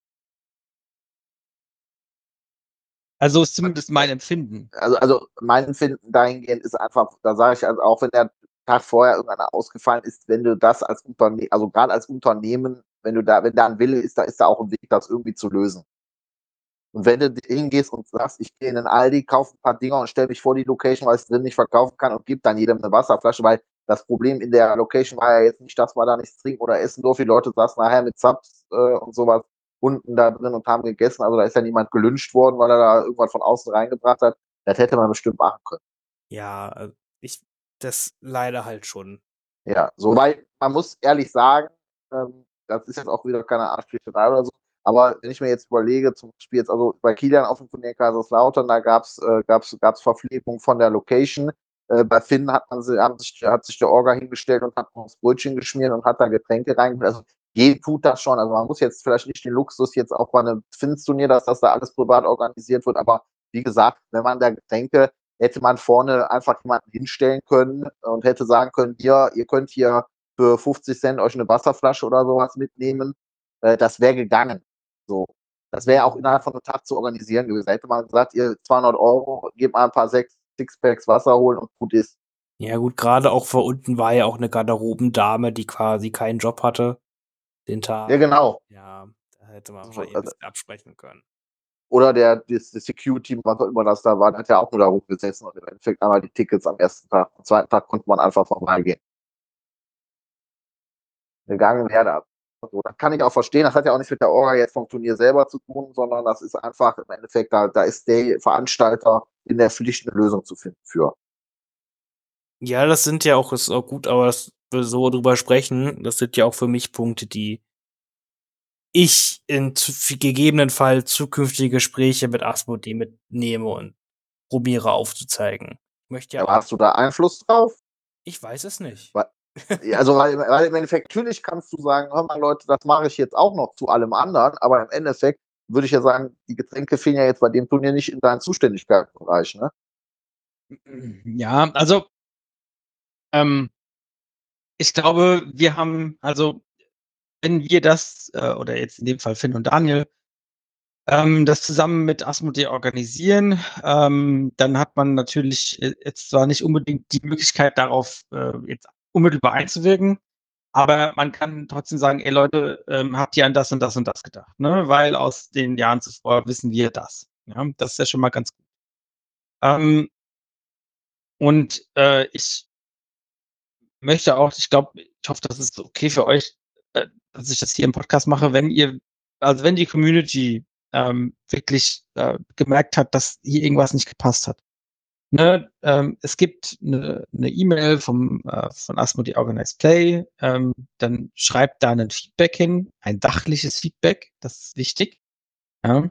[SPEAKER 3] Also, ist zumindest mein Empfinden.
[SPEAKER 2] also mein Empfinden dahingehend ist einfach, da sage ich also auch, wenn der Tag vorher irgendeiner ausgefallen ist, wenn du das als Unternehmen, also gerade als Unternehmen, wenn da ein Wille ist, da ist da auch ein Weg, das irgendwie zu lösen. Und wenn du hingehst und sagst, ich gehe in den Aldi, kaufe ein paar Dinger und stelle mich vor die Location, weil ich es drin nicht verkaufen kann und gebe dann jedem eine Wasserflasche, weil das Problem in der Location war ja jetzt nicht, dass man da nichts trinken oder essen durfte. Die Leute saßen nachher mit Subs und sowas unten da drin und haben gegessen. Also da ist ja niemand gelünscht worden, weil er da irgendwas von außen reingebracht hat. Das hätte man bestimmt machen können.
[SPEAKER 1] Ja, ich das leider halt schon.
[SPEAKER 2] Ja, so, weil man muss ehrlich sagen, das ist jetzt auch wieder keine Arschkriecherei oder so, aber wenn ich mir jetzt überlege, zum Beispiel jetzt, also bei Kilian auf dem Turnier Kaiserslautern, da gab's Verpflegung von der Location. Bei Finn hat sich der Orga hingestellt und hat noch das Brötchen geschmiert und hat da Getränke reingemacht. Also jedem tut das schon. Also man muss jetzt vielleicht nicht den Luxus jetzt auch bei einem Finns-Turnier, dass das da alles privat organisiert wird, aber wie gesagt, wenn man da Getränke, hätte man vorne einfach jemanden hinstellen können und hätte sagen können, hier, ihr könnt hier für 50 Cent euch eine Wasserflasche oder sowas mitnehmen. Das wäre gegangen. So. Das wäre auch innerhalb von einem Tag zu organisieren gewesen. Da hätte man gesagt, ihr 200 €, gebt mal ein paar Sixpacks Wasser holen und gut ist.
[SPEAKER 1] Ja gut, grade auch vor unten war ja auch 'ne Garderobendame, die quasi keinen Job hatte den Tag.
[SPEAKER 2] Ja, genau.
[SPEAKER 1] Ja, da hätte man
[SPEAKER 2] So,
[SPEAKER 1] wahrscheinlich 'n bisschen absprechen können.
[SPEAKER 2] oder das Security, was auch immer das da war, hat ja auch nur da rumgesessen und im Endeffekt einmal die Tickets am ersten Tag. Am zweiten Tag konnte man einfach vorbeigehen. Gegangen wäre da. So, das kann ich auch verstehen. Das hat ja auch nichts mit der Orga jetzt vom Turnier selber zu tun, sondern das ist einfach im Endeffekt, da ist der Veranstalter in der Pflicht, eine Lösung zu finden für.
[SPEAKER 1] Ja, das sind ja auch ist auch gut, aber dass wir so drüber sprechen, das sind ja auch für mich Punkte, die ich in gegebenenfalls zukünftige Gespräche mit Asmodee mitnehme und probiere aufzuzeigen. Ich möchte ja
[SPEAKER 2] Aber
[SPEAKER 1] auch
[SPEAKER 2] hast du da Einfluss drauf?
[SPEAKER 1] Ich weiß es nicht.
[SPEAKER 2] Weil, ja, also, weil im Endeffekt, natürlich kannst du sagen, hör mal Leute, das mache ich jetzt auch noch zu allem anderen, aber im Endeffekt würde ich ja sagen, die Getränke fehlen ja jetzt bei dem Turnier nicht in deinen Zuständigkeitsbereich, ne?
[SPEAKER 3] Ja, also, ähm, ich glaube, wir haben also, wenn wir das, oder jetzt in dem Fall Finn und Daniel, das zusammen mit Asmodee organisieren, dann hat man natürlich, jetzt zwar nicht unbedingt die Möglichkeit darauf, jetzt unmittelbar einzuwirken, aber man kann trotzdem sagen: „Ey Leute, habt ihr an das und das und das gedacht?", ne? Weil aus den Jahren zuvor wissen wir das, ja? Das ist ja schon mal ganz gut. Ähm, und, ich glaube, ich hoffe, das ist okay für euch, dass ich das hier im Podcast mache, wenn die Community, wirklich, gemerkt hat, dass hier irgendwas nicht gepasst hat, Ne, es gibt eine E-Mail von Asmodee Organized Play, dann schreibt da ein Feedback hin, ein sachliches Feedback, das ist wichtig. Ja.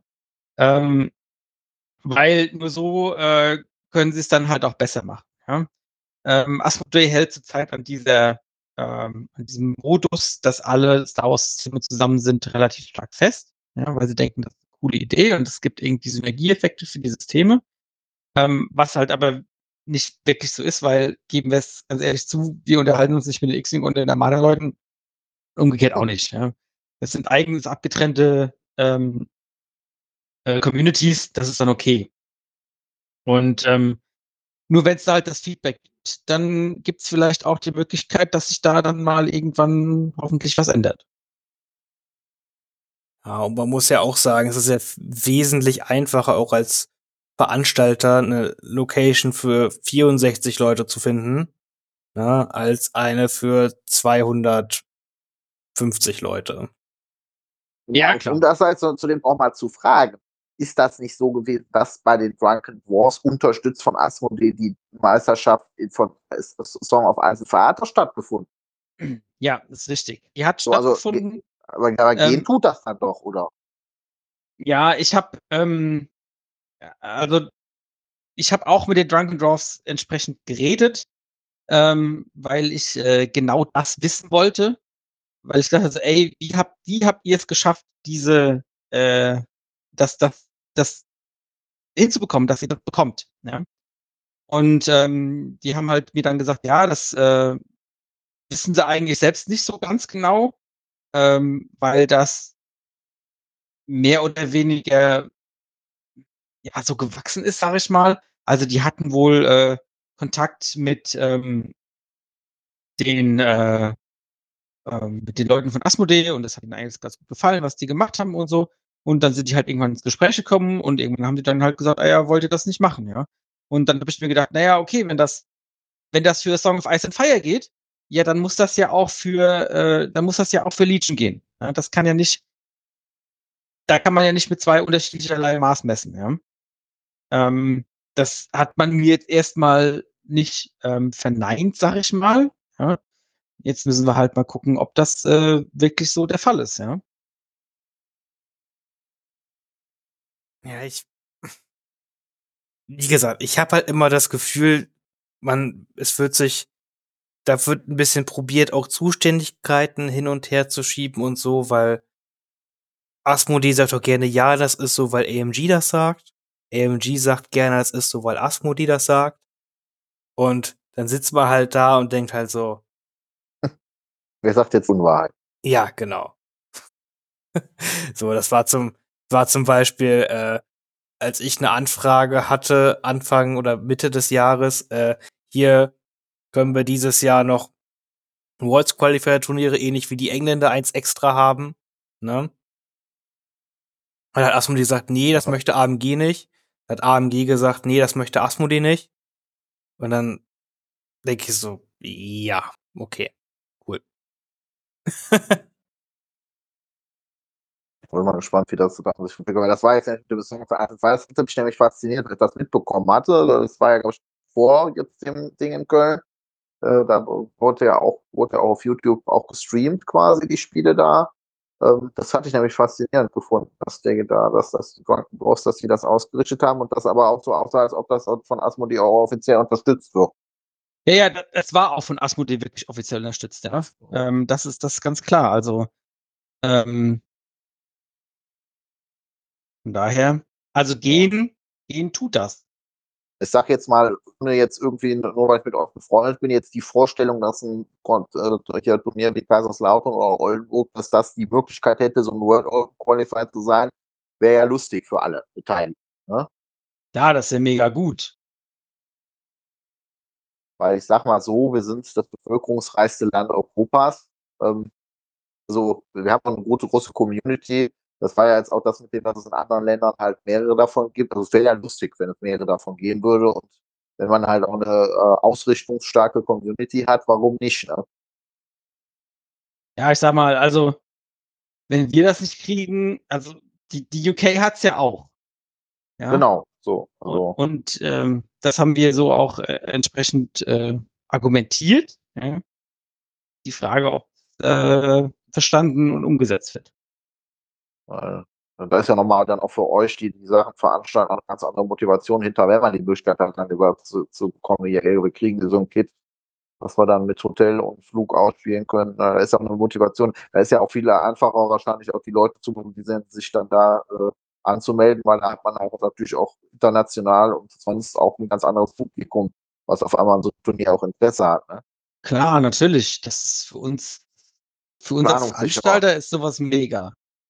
[SPEAKER 3] Weil nur so können sie es dann halt auch besser machen. Ja. Asmodee hält zurzeit an diesem Modus, dass alle Star Wars-Systeme zusammen sind, relativ stark fest, ja, weil sie denken, das ist eine coole Idee und es gibt irgendwie Synergieeffekte für die Systeme. Was halt aber nicht wirklich so ist, weil, geben wir es ganz ehrlich zu, wir unterhalten uns nicht mit den X-Wing und den Armada-Leuten, umgekehrt auch nicht. Ja. Das sind eigens abgetrennte Communities, das ist dann okay. Und nur wenn es da halt das Feedback gibt, dann gibt es vielleicht auch die Möglichkeit, dass sich da dann mal irgendwann hoffentlich was ändert.
[SPEAKER 1] Ja, und man muss ja auch sagen, es ist ja wesentlich einfacher, auch als Veranstalter eine Location für 64 Leute zu finden, ne, als eine für 250 Leute.
[SPEAKER 3] Ja,
[SPEAKER 2] Und
[SPEAKER 3] klar.
[SPEAKER 2] um das halt zudem auch mal zu fragen, ist das nicht so gewesen, dass bei den Drunken Wars unterstützt von Asmodee die Meisterschaft von Song of Ice and Fire stattgefunden?
[SPEAKER 3] Ja, das ist richtig. Die hat
[SPEAKER 2] So, also,
[SPEAKER 3] stattgefunden.
[SPEAKER 2] aber gehen tut das dann doch, oder?
[SPEAKER 3] Ja, also ich habe auch mit den Drunken Dwarfs entsprechend geredet, weil ich genau das wissen wollte. Weil ich dachte so, ey, wie habt ihr es geschafft, das hinzubekommen, dass ihr das bekommt? Ja? Und die haben halt mir dann gesagt, ja, das wissen sie eigentlich selbst nicht so ganz genau, weil das mehr oder weniger ja so gewachsen ist, sage ich mal. Also die hatten wohl Kontakt den mit den Leuten von Asmodee und das hat ihnen eigentlich ganz gut gefallen, was die gemacht haben und so. Und dann sind die halt irgendwann ins Gespräch gekommen und irgendwann haben die dann halt gesagt, ah ja, wollt ihr das nicht machen, ja? Und dann habe ich mir gedacht, naja, okay, wenn das für Song of Ice and Fire geht, ja, dann muss das ja auch für Legion gehen. Ja, da kann man ja nicht mit zwei unterschiedlicherlei Maß messen, ja. Das hat man mir jetzt erstmal nicht verneint, sag ich mal. Ja. Jetzt müssen wir halt mal gucken, ob das wirklich so der Fall ist, ja.
[SPEAKER 1] Ja, wie gesagt, ich habe halt immer das Gefühl, da wird ein bisschen probiert, auch Zuständigkeiten hin und her zu schieben und so, weil Asmodee sagt doch gerne, ja, das ist so, weil AMG das sagt. AMG sagt gerne, das ist so, weil Asmodee das sagt. Und dann sitzt man halt da und denkt halt so,
[SPEAKER 2] Wer sagt jetzt Unwahrheit?
[SPEAKER 1] ja, genau. So, das war zum Beispiel, als ich eine Anfrage hatte, Anfang oder Mitte des Jahres, hier können wir dieses Jahr noch Worlds Qualifier Turniere ähnlich wie die Engländer eins extra haben, ne? Und dann hat Asmodee gesagt, nee, das möchte AMG nicht. Dann hat AMG gesagt, nee, das möchte Asmodee nicht. Und dann denke ich so, ja, okay, cool.
[SPEAKER 2] Ich bin mal gespannt, wie das so sich entwickelt. Weil das war jetzt nicht das hat mich nämlich fasziniert, als ich das mitbekommen hatte. Das war ja, glaube ich, vor jetzt dem Ding in Köln. Da wurde ja auch auf YouTube auch gestreamt, quasi die Spiele da. Das hatte ich nämlich faszinierend gefunden, dass das die Drunken Bros, dass die das ausgerichtet haben und das aber auch so aussah, als ob das von Asmodee auch offiziell unterstützt wird.
[SPEAKER 3] Ja, ja, das war auch von Asmodee wirklich offiziell unterstützt, ja. Das ist ganz klar. Also, von daher, also gehen tut das.
[SPEAKER 2] Ich sag jetzt mal, ohne jetzt irgendwie, nur weil ich mit euch befreundet bin, jetzt die Vorstellung, dass ein solcher Turnier wie Kaiserslautern oder Oldenburg, dass das die Möglichkeit hätte, so ein World Qualifier zu sein, wäre ja lustig für alle Beteiligten. Ne?
[SPEAKER 3] Ja, das ist ja mega gut.
[SPEAKER 2] Weil ich sag mal so, wir sind das bevölkerungsreichste Land Europas. Also wir haben eine große Community. Das war ja jetzt auch das mit dem, dass es in anderen Ländern halt mehrere davon gibt. Also es wäre ja lustig, wenn es mehrere davon geben würde. Und wenn man halt auch eine ausrichtungsstarke Community hat, warum nicht? Ne?
[SPEAKER 3] Ja, ich sag mal, also, wenn wir das nicht kriegen, also die UK hat's ja auch. Ja.
[SPEAKER 2] Genau. So, also.
[SPEAKER 3] Und das haben wir so auch entsprechend argumentiert. Ja? Die Frage, ob verstanden und umgesetzt wird.
[SPEAKER 2] Weil da ist ja nochmal dann auch für euch, die Sachen veranstalten, auch eine ganz andere Motivation hinter, wenn man die Möglichkeit hat, dann überhaupt zu bekommen, hier, hey, wir kriegen so ein Kit, was wir dann mit Hotel und Flug ausspielen können. Da ist auch eine Motivation. Da ist ja auch viel einfacher, wahrscheinlich auch die Leute zu mobilisieren, sich dann da anzumelden, weil da hat man auch natürlich auch international und sonst auch ein ganz anderes Publikum, was auf einmal an so einem Turnier auch Interesse hat. Ne?
[SPEAKER 3] Klar, natürlich. Das ist für uns als
[SPEAKER 2] Planungssicherer.
[SPEAKER 3] Veranstalter ist sowas mega.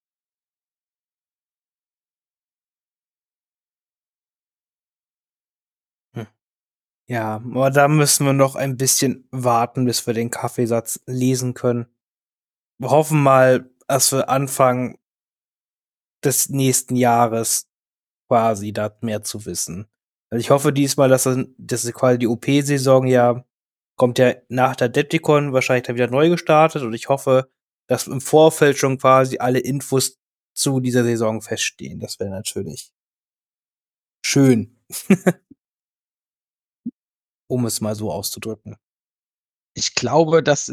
[SPEAKER 1] Ja, aber da müssen wir noch ein bisschen warten, bis wir den Kaffeesatz lesen können. Wir hoffen mal, dass wir Anfang des nächsten Jahres quasi da mehr zu wissen. Also ich hoffe diesmal, dass das quasi die OP-Saison ja kommt ja nach der Adepticon wahrscheinlich dann wieder neu gestartet und ich hoffe, dass im Vorfeld schon quasi alle Infos zu dieser Saison feststehen. Das wäre natürlich schön. Um es mal so auszudrücken.
[SPEAKER 3] Ich glaube, das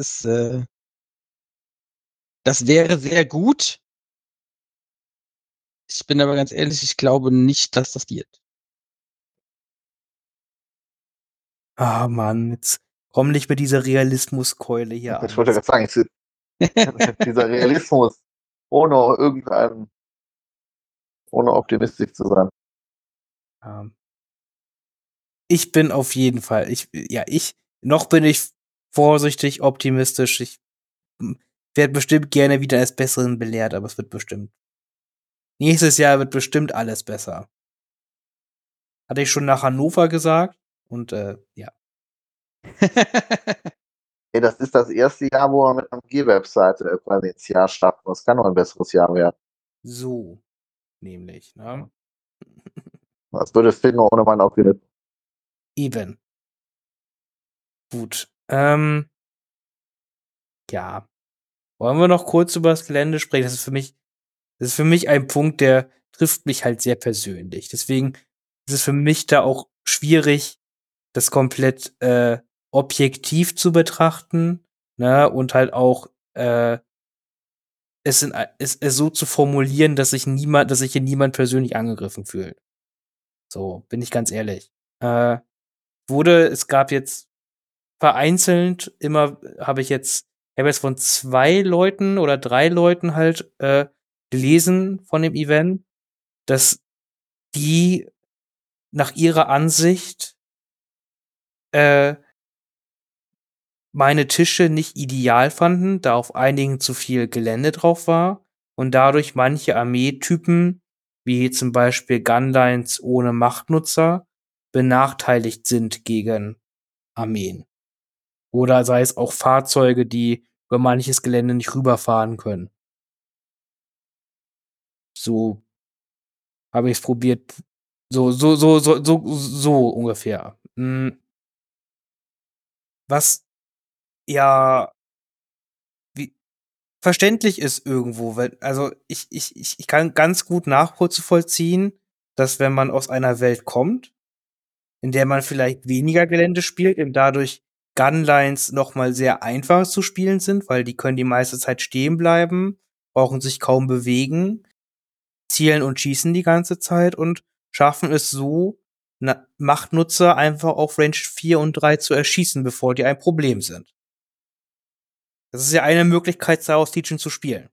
[SPEAKER 3] wäre sehr gut. Ich bin aber ganz ehrlich, ich glaube nicht, dass das wird.
[SPEAKER 1] Ah, Mann, jetzt komm nicht mit dieser Realismuskeule hier
[SPEAKER 2] Ich
[SPEAKER 1] an.
[SPEAKER 2] wollte gerade sagen, dieser Realismus, ohne optimistisch zu sein.
[SPEAKER 1] Ich bin auf jeden Fall, noch bin ich vorsichtig optimistisch. Ich werde bestimmt gerne wieder eines Besseren belehrt, aber es wird bestimmt. Nächstes Jahr wird bestimmt alles besser. Hatte ich schon nach Hannover gesagt und ja.
[SPEAKER 2] Ey, das ist das erste Jahr, wo wir mit einer G-Webseite quasi ins Jahr starten. Das kann nur ein besseres Jahr werden.
[SPEAKER 1] So, nämlich, ne?
[SPEAKER 2] Das würde Finn nur ohne meinen Algorithmen.
[SPEAKER 1] Eben. Gut. Ja. Wollen wir noch kurz über das Gelände sprechen? Das ist für mich ein Punkt, der trifft mich halt sehr persönlich. Deswegen ist es für mich da auch schwierig, das komplett objektiv zu betrachten, ne? Und halt auch es so zu formulieren, dass sich hier niemand persönlich angegriffen fühlt. So, bin ich ganz ehrlich. Es gab jetzt vereinzelt immer ich habe jetzt von 2 Leuten oder 3 Leuten halt gelesen von dem Event, dass die nach ihrer Ansicht meine Tische nicht ideal fanden, da auf einigen zu viel Gelände drauf war und dadurch manche Armeetypen, wie zum Beispiel Gunlines ohne Machtnutzer, benachteiligt sind gegen Armeen. Oder sei es auch Fahrzeuge, die über manches Gelände nicht rüberfahren können. So habe ich es probiert. So ungefähr. Was ja wie verständlich ist irgendwo, weil, also ich kann ganz gut nachvollziehen, dass wenn man aus einer Welt kommt, in der man vielleicht weniger Gelände spielt, eben dadurch Gunlines noch mal sehr einfach zu spielen sind, weil die können die meiste Zeit stehen bleiben, brauchen sich kaum bewegen, zielen und schießen die ganze Zeit und schaffen es so, Machtnutzer einfach auf Range 4 und 3 zu erschießen, bevor die ein Problem sind. Das ist ja eine Möglichkeit, daraus Legion zu spielen.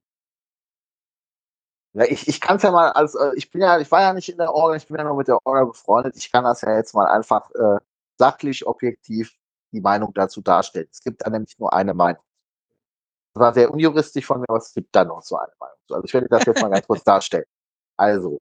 [SPEAKER 2] Ja, ich kann es ja mal ich war ja nicht in der Orga, ich bin ja nur mit der Orga befreundet. Ich kann das ja jetzt mal einfach sachlich, objektiv die Meinung dazu darstellen. Es gibt da nämlich nur eine Meinung. Das war sehr unjuristisch von mir, aber es gibt da noch so eine Meinung. Also ich werde das jetzt mal ganz kurz darstellen. Also,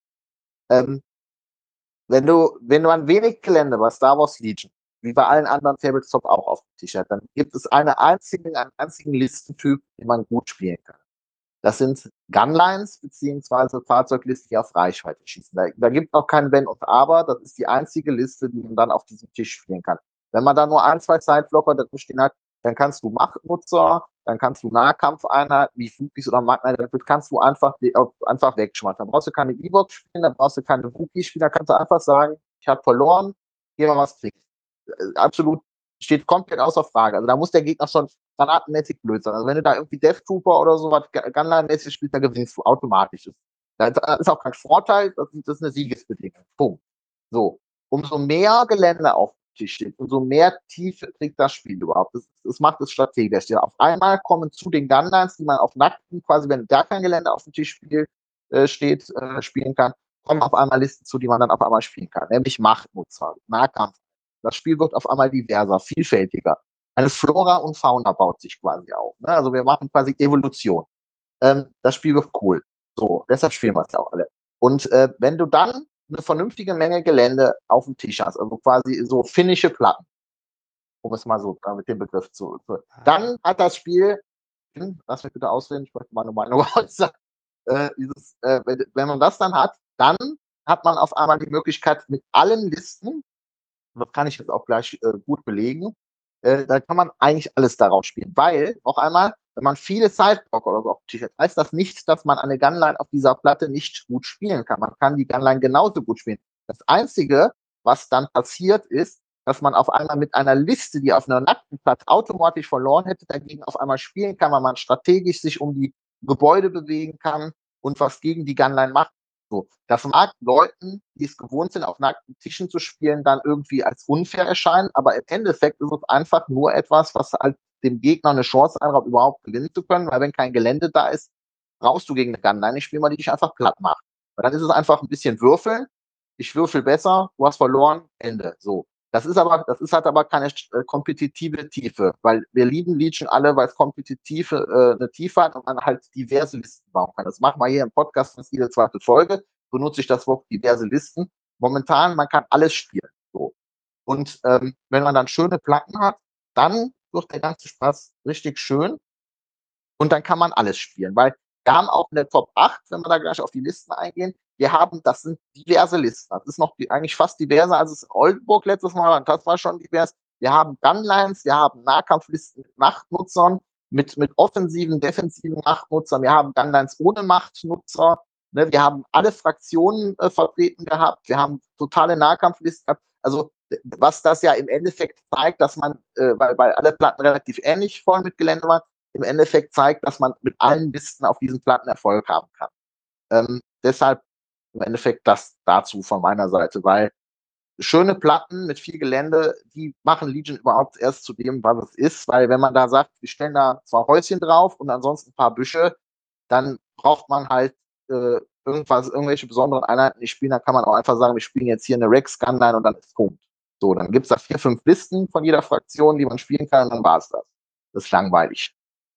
[SPEAKER 2] wenn du ein wenig Gelände bei Star Wars Legion, wie bei allen anderen Tabletop auch auf dem T-Shirt, dann gibt es einen einzigen Listentyp, den man gut spielen kann. Das sind Gunlines beziehungsweise Fahrzeuglisten, die auf Reichweite schießen. Da gibt es auch kein Wenn und Aber. Das ist die einzige Liste, die man dann auf diesem Tisch spielen kann. Wenn man da nur 1, 2 Sideblocker drin stehen hat, dann kannst du Machtnutzer, dann kannst du Nahkampfeinheiten wie Wookies oder Magneiten, das kannst du einfach wegschmeißen. Da brauchst du keine E-Box spielen, da brauchst du keine Wookies spielen, da kannst du einfach sagen, ich habe verloren, geh mal was trinken. Absolut, steht komplett außer Frage. Also da muss der Gegner schon granatenmäßig blöd sein. Also wenn du da irgendwie Death Trooper oder sowas Gunline-mäßig spielst, da gewinnst du automatisch. Da ist auch kein Vorteil, das ist eine Siegesbedingung. Punkt. So. Umso mehr Gelände auf dem Tisch steht, umso mehr Tiefe kriegt das Spiel überhaupt. Das macht es strategisch. Ja, auf einmal kommen zu den Gunlines, die man auf nackten, quasi wenn gar kein Gelände auf dem Tisch spielen kann, kommen auf einmal Listen zu, die man dann auf einmal spielen kann. Nämlich Machtnutzer, Nahkampf. Das Spiel wird auf einmal diverser, vielfältiger. Eine Flora und Fauna baut sich quasi auf. Ne? Also wir machen quasi Evolution. Das Spiel wird cool. So, deshalb spielen wir es ja auch alle. Und wenn du dann eine vernünftige Menge Gelände auf dem Tisch hast, also quasi so finnische Platten, um es mal so mit dem Begriff dann hat das Spiel, lass mich bitte ausreden, ich möchte meine Meinung äußern, wenn man das dann hat man auf einmal die Möglichkeit mit allen Listen, das kann ich jetzt auch gleich gut belegen, da kann man eigentlich alles daraus spielen, weil, noch einmal, wenn man viele Sideblocker oder so auf dem Tisch hat, heißt das nicht, dass man eine Gunline auf dieser Platte nicht gut spielen kann. Man kann die Gunline genauso gut spielen. Das Einzige, was dann passiert ist, dass man auf einmal mit einer Liste, die auf einer nackten Platte automatisch verloren hätte, dagegen auf einmal spielen kann, weil man strategisch sich um die Gebäude bewegen kann und was gegen die Gunline macht. So, das mag Leuten, die es gewohnt sind, auf nackten Tischen zu spielen, dann irgendwie als unfair erscheinen, aber im Endeffekt ist es einfach nur etwas, was halt dem Gegner eine Chance einraubt, überhaupt gewinnen zu können, weil wenn kein Gelände da ist, brauchst du gegen eine Gunline nicht spielen, weil die dich einfach platt macht. Weil dann ist es einfach ein bisschen würfeln, ich würfel besser, du hast verloren, Ende. So. Das hat aber keine kompetitive Tiefe, weil wir lieben Legion alle, weil es kompetitive eine Tiefe hat und man halt diverse Listen bauen kann. Das machen wir hier im Podcast fast jede zweite Folge, benutze ich das Wort diverse Listen. Momentan, man kann alles spielen. So. Und wenn man dann schöne Platten hat, dann wird der ganze Spaß richtig schön und dann kann man alles spielen, weil wir haben auch eine Top 8, wenn wir da gleich auf die Listen eingehen. Das sind diverse Listen. Das ist noch eigentlich fast diverser als es Oldenburg letztes Mal war. Das war schon divers. Wir haben Gunlines, wir haben Nahkampflisten mit Machtnutzern, mit offensiven, defensiven Machtnutzern. Wir haben Gunlines ohne Machtnutzer. Ne? Wir haben alle Fraktionen vertreten gehabt. Wir haben totale Nahkampflisten gehabt. Also was das ja im Endeffekt zeigt, dass man, weil alle Platten relativ ähnlich voll mit Gelände waren, im Endeffekt zeigt, dass man mit allen Listen auf diesen Platten Erfolg haben kann. Deshalb im Endeffekt das dazu von meiner Seite, weil schöne Platten mit viel Gelände, die machen Legion überhaupt erst zu dem, was es ist, weil wenn man da sagt, wir stellen da 2 Häuschen drauf und ansonsten ein paar Büsche, dann braucht man halt irgendwelche besonderen Einheiten nicht spielen, dann kann man auch einfach sagen, wir spielen jetzt hier eine Rex Gunline und dann ist Punkt. So, dann gibt's da 4, 5 Listen von jeder Fraktion, die man spielen kann und dann war's das. Das ist langweilig.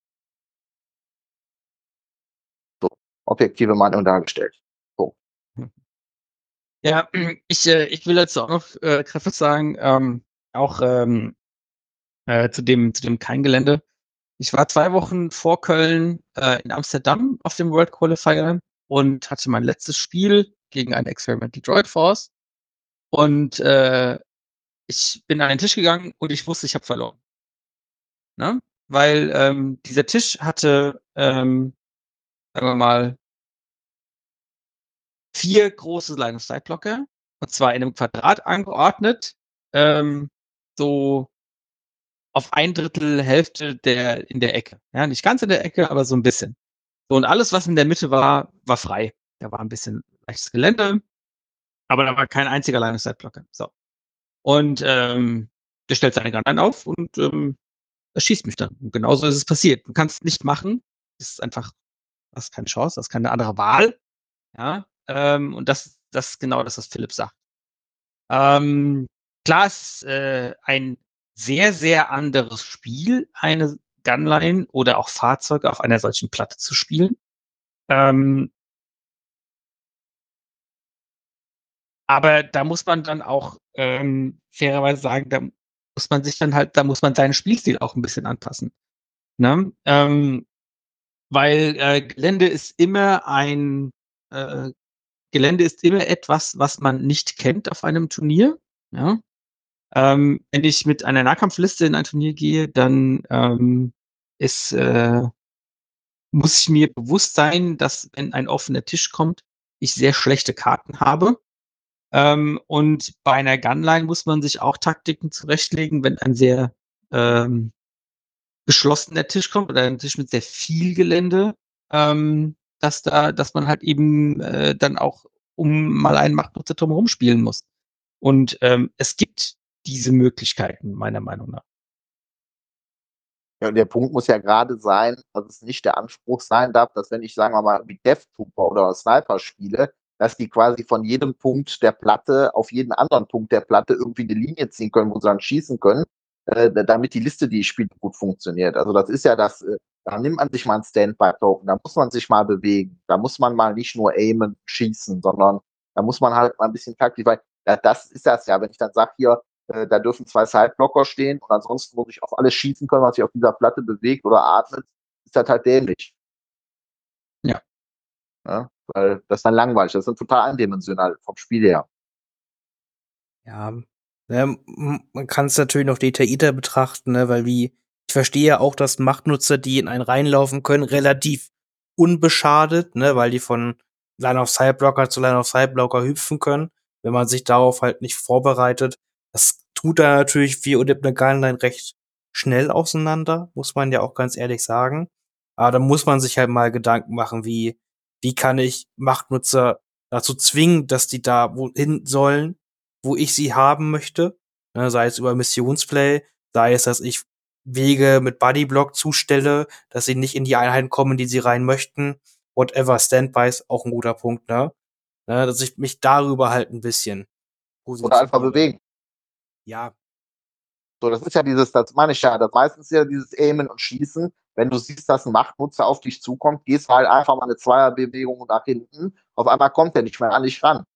[SPEAKER 2] Objektive Meinung dargestellt. So.
[SPEAKER 3] Ja, ich will dazu auch noch kräftig sagen, auch zu dem kein Gelände. Ich war 2 Wochen vor Köln in Amsterdam auf dem World Qualifier und hatte mein letztes Spiel gegen eine Experimental Droid Force. Und ich bin an den Tisch gegangen und ich wusste, ich habe verloren. Ne? Weil dieser Tisch hatte, sagen wir mal, 4 große Line-of-Sight-Blocker, und zwar in einem Quadrat angeordnet, so auf 1/3 Hälfte in der Ecke. Ja, nicht ganz in der Ecke, aber so ein bisschen. So, und alles, was in der Mitte war frei. Da war ein bisschen leichtes Gelände, aber da war kein einziger Line-of-Sight-Blocker. So. Und der stellt seine Gunline auf und er schießt mich dann. Und genauso ist es passiert. Du kannst es nicht machen. Das ist einfach, du hast keine Chance, du hast keine andere Wahl. Ja, und das ist genau das, was Philipp sagt. Klar ist ein sehr, sehr anderes Spiel, eine Gunline oder auch Fahrzeuge auf einer solchen Platte zu spielen. Aber da muss man dann auch fairerweise sagen, da muss man seinen Spielstil auch ein bisschen anpassen. Ne? Weil Gelände ist immer etwas, was man nicht kennt auf einem Turnier. Ja? Wenn ich mit einer Nahkampfliste in ein Turnier gehe, dann ist, muss ich mir bewusst sein, dass wenn ein offener Tisch kommt, ich sehr schlechte Karten habe. Und bei einer Gunline muss man sich auch Taktiken zurechtlegen, wenn ein sehr geschlossener Tisch kommt oder ein Tisch mit sehr viel Gelände, dass man halt eben dann auch um mal einen Machtnutzerturm rumspielen muss. Und es gibt diese Möglichkeiten, meiner Meinung nach.
[SPEAKER 2] Ja, und der Punkt muss ja gerade sein, dass es nicht der Anspruch sein darf, dass wenn ich, sagen wir mal, wie Death Trooper oder Sniper spiele, dass die quasi von jedem Punkt der Platte auf jeden anderen Punkt der Platte irgendwie eine Linie ziehen können, wo sie dann schießen können, damit die Liste, die ich spiele, gut funktioniert. Also das ist ja das, da nimmt man sich mal einen Standby-Token, da muss man sich mal bewegen, da muss man mal nicht nur aimen, schießen, sondern da muss man halt mal ein bisschen taktisch, weil das ist das ja, wenn ich dann sage, hier, da dürfen 2 Sideblocker stehen und ansonsten muss ich auf alles schießen können, was sich auf dieser Platte bewegt oder atmet, ist das halt dämlich.
[SPEAKER 3] Ja.
[SPEAKER 2] Ja? Weil das ist dann langweilig, das ist total eindimensional vom Spiel her.
[SPEAKER 1] Ja, man kann es natürlich noch detaillierter betrachten, ne, weil ich verstehe ja auch, dass Machtnutzer, die in einen reinlaufen können, relativ unbeschadet, ne, weil die von Line of Sideblocker zu Line of Sideblocker hüpfen können, wenn man sich darauf halt nicht vorbereitet. Das tut da natürlich wie Udip eine Gunline recht schnell auseinander, muss man ja auch ganz ehrlich sagen. Aber da muss man sich halt mal Gedanken machen, wie kann ich Machtnutzer dazu zwingen, dass die da wohin sollen, wo ich sie haben möchte, ne, sei es über Missionsplay, sei es, dass ich Wege mit Bodyblock zustelle, dass sie nicht in die Einheiten kommen, die sie rein möchten. Whatever, Standby ist auch ein guter Punkt, ne? Dass ich mich darüber halt ein bisschen
[SPEAKER 2] Oder einfach
[SPEAKER 1] positioniere.
[SPEAKER 2] bewegen.
[SPEAKER 1] Ja,
[SPEAKER 2] So, das ist ja dieses, das meine ich ja, das meistens ja dieses Aimen und Schießen. Wenn du siehst, dass ein Machtnutzer auf dich zukommt, gehst du halt einfach mal eine Zweierbewegung nach hinten. Auf einmal kommt er nicht mehr an dich ran.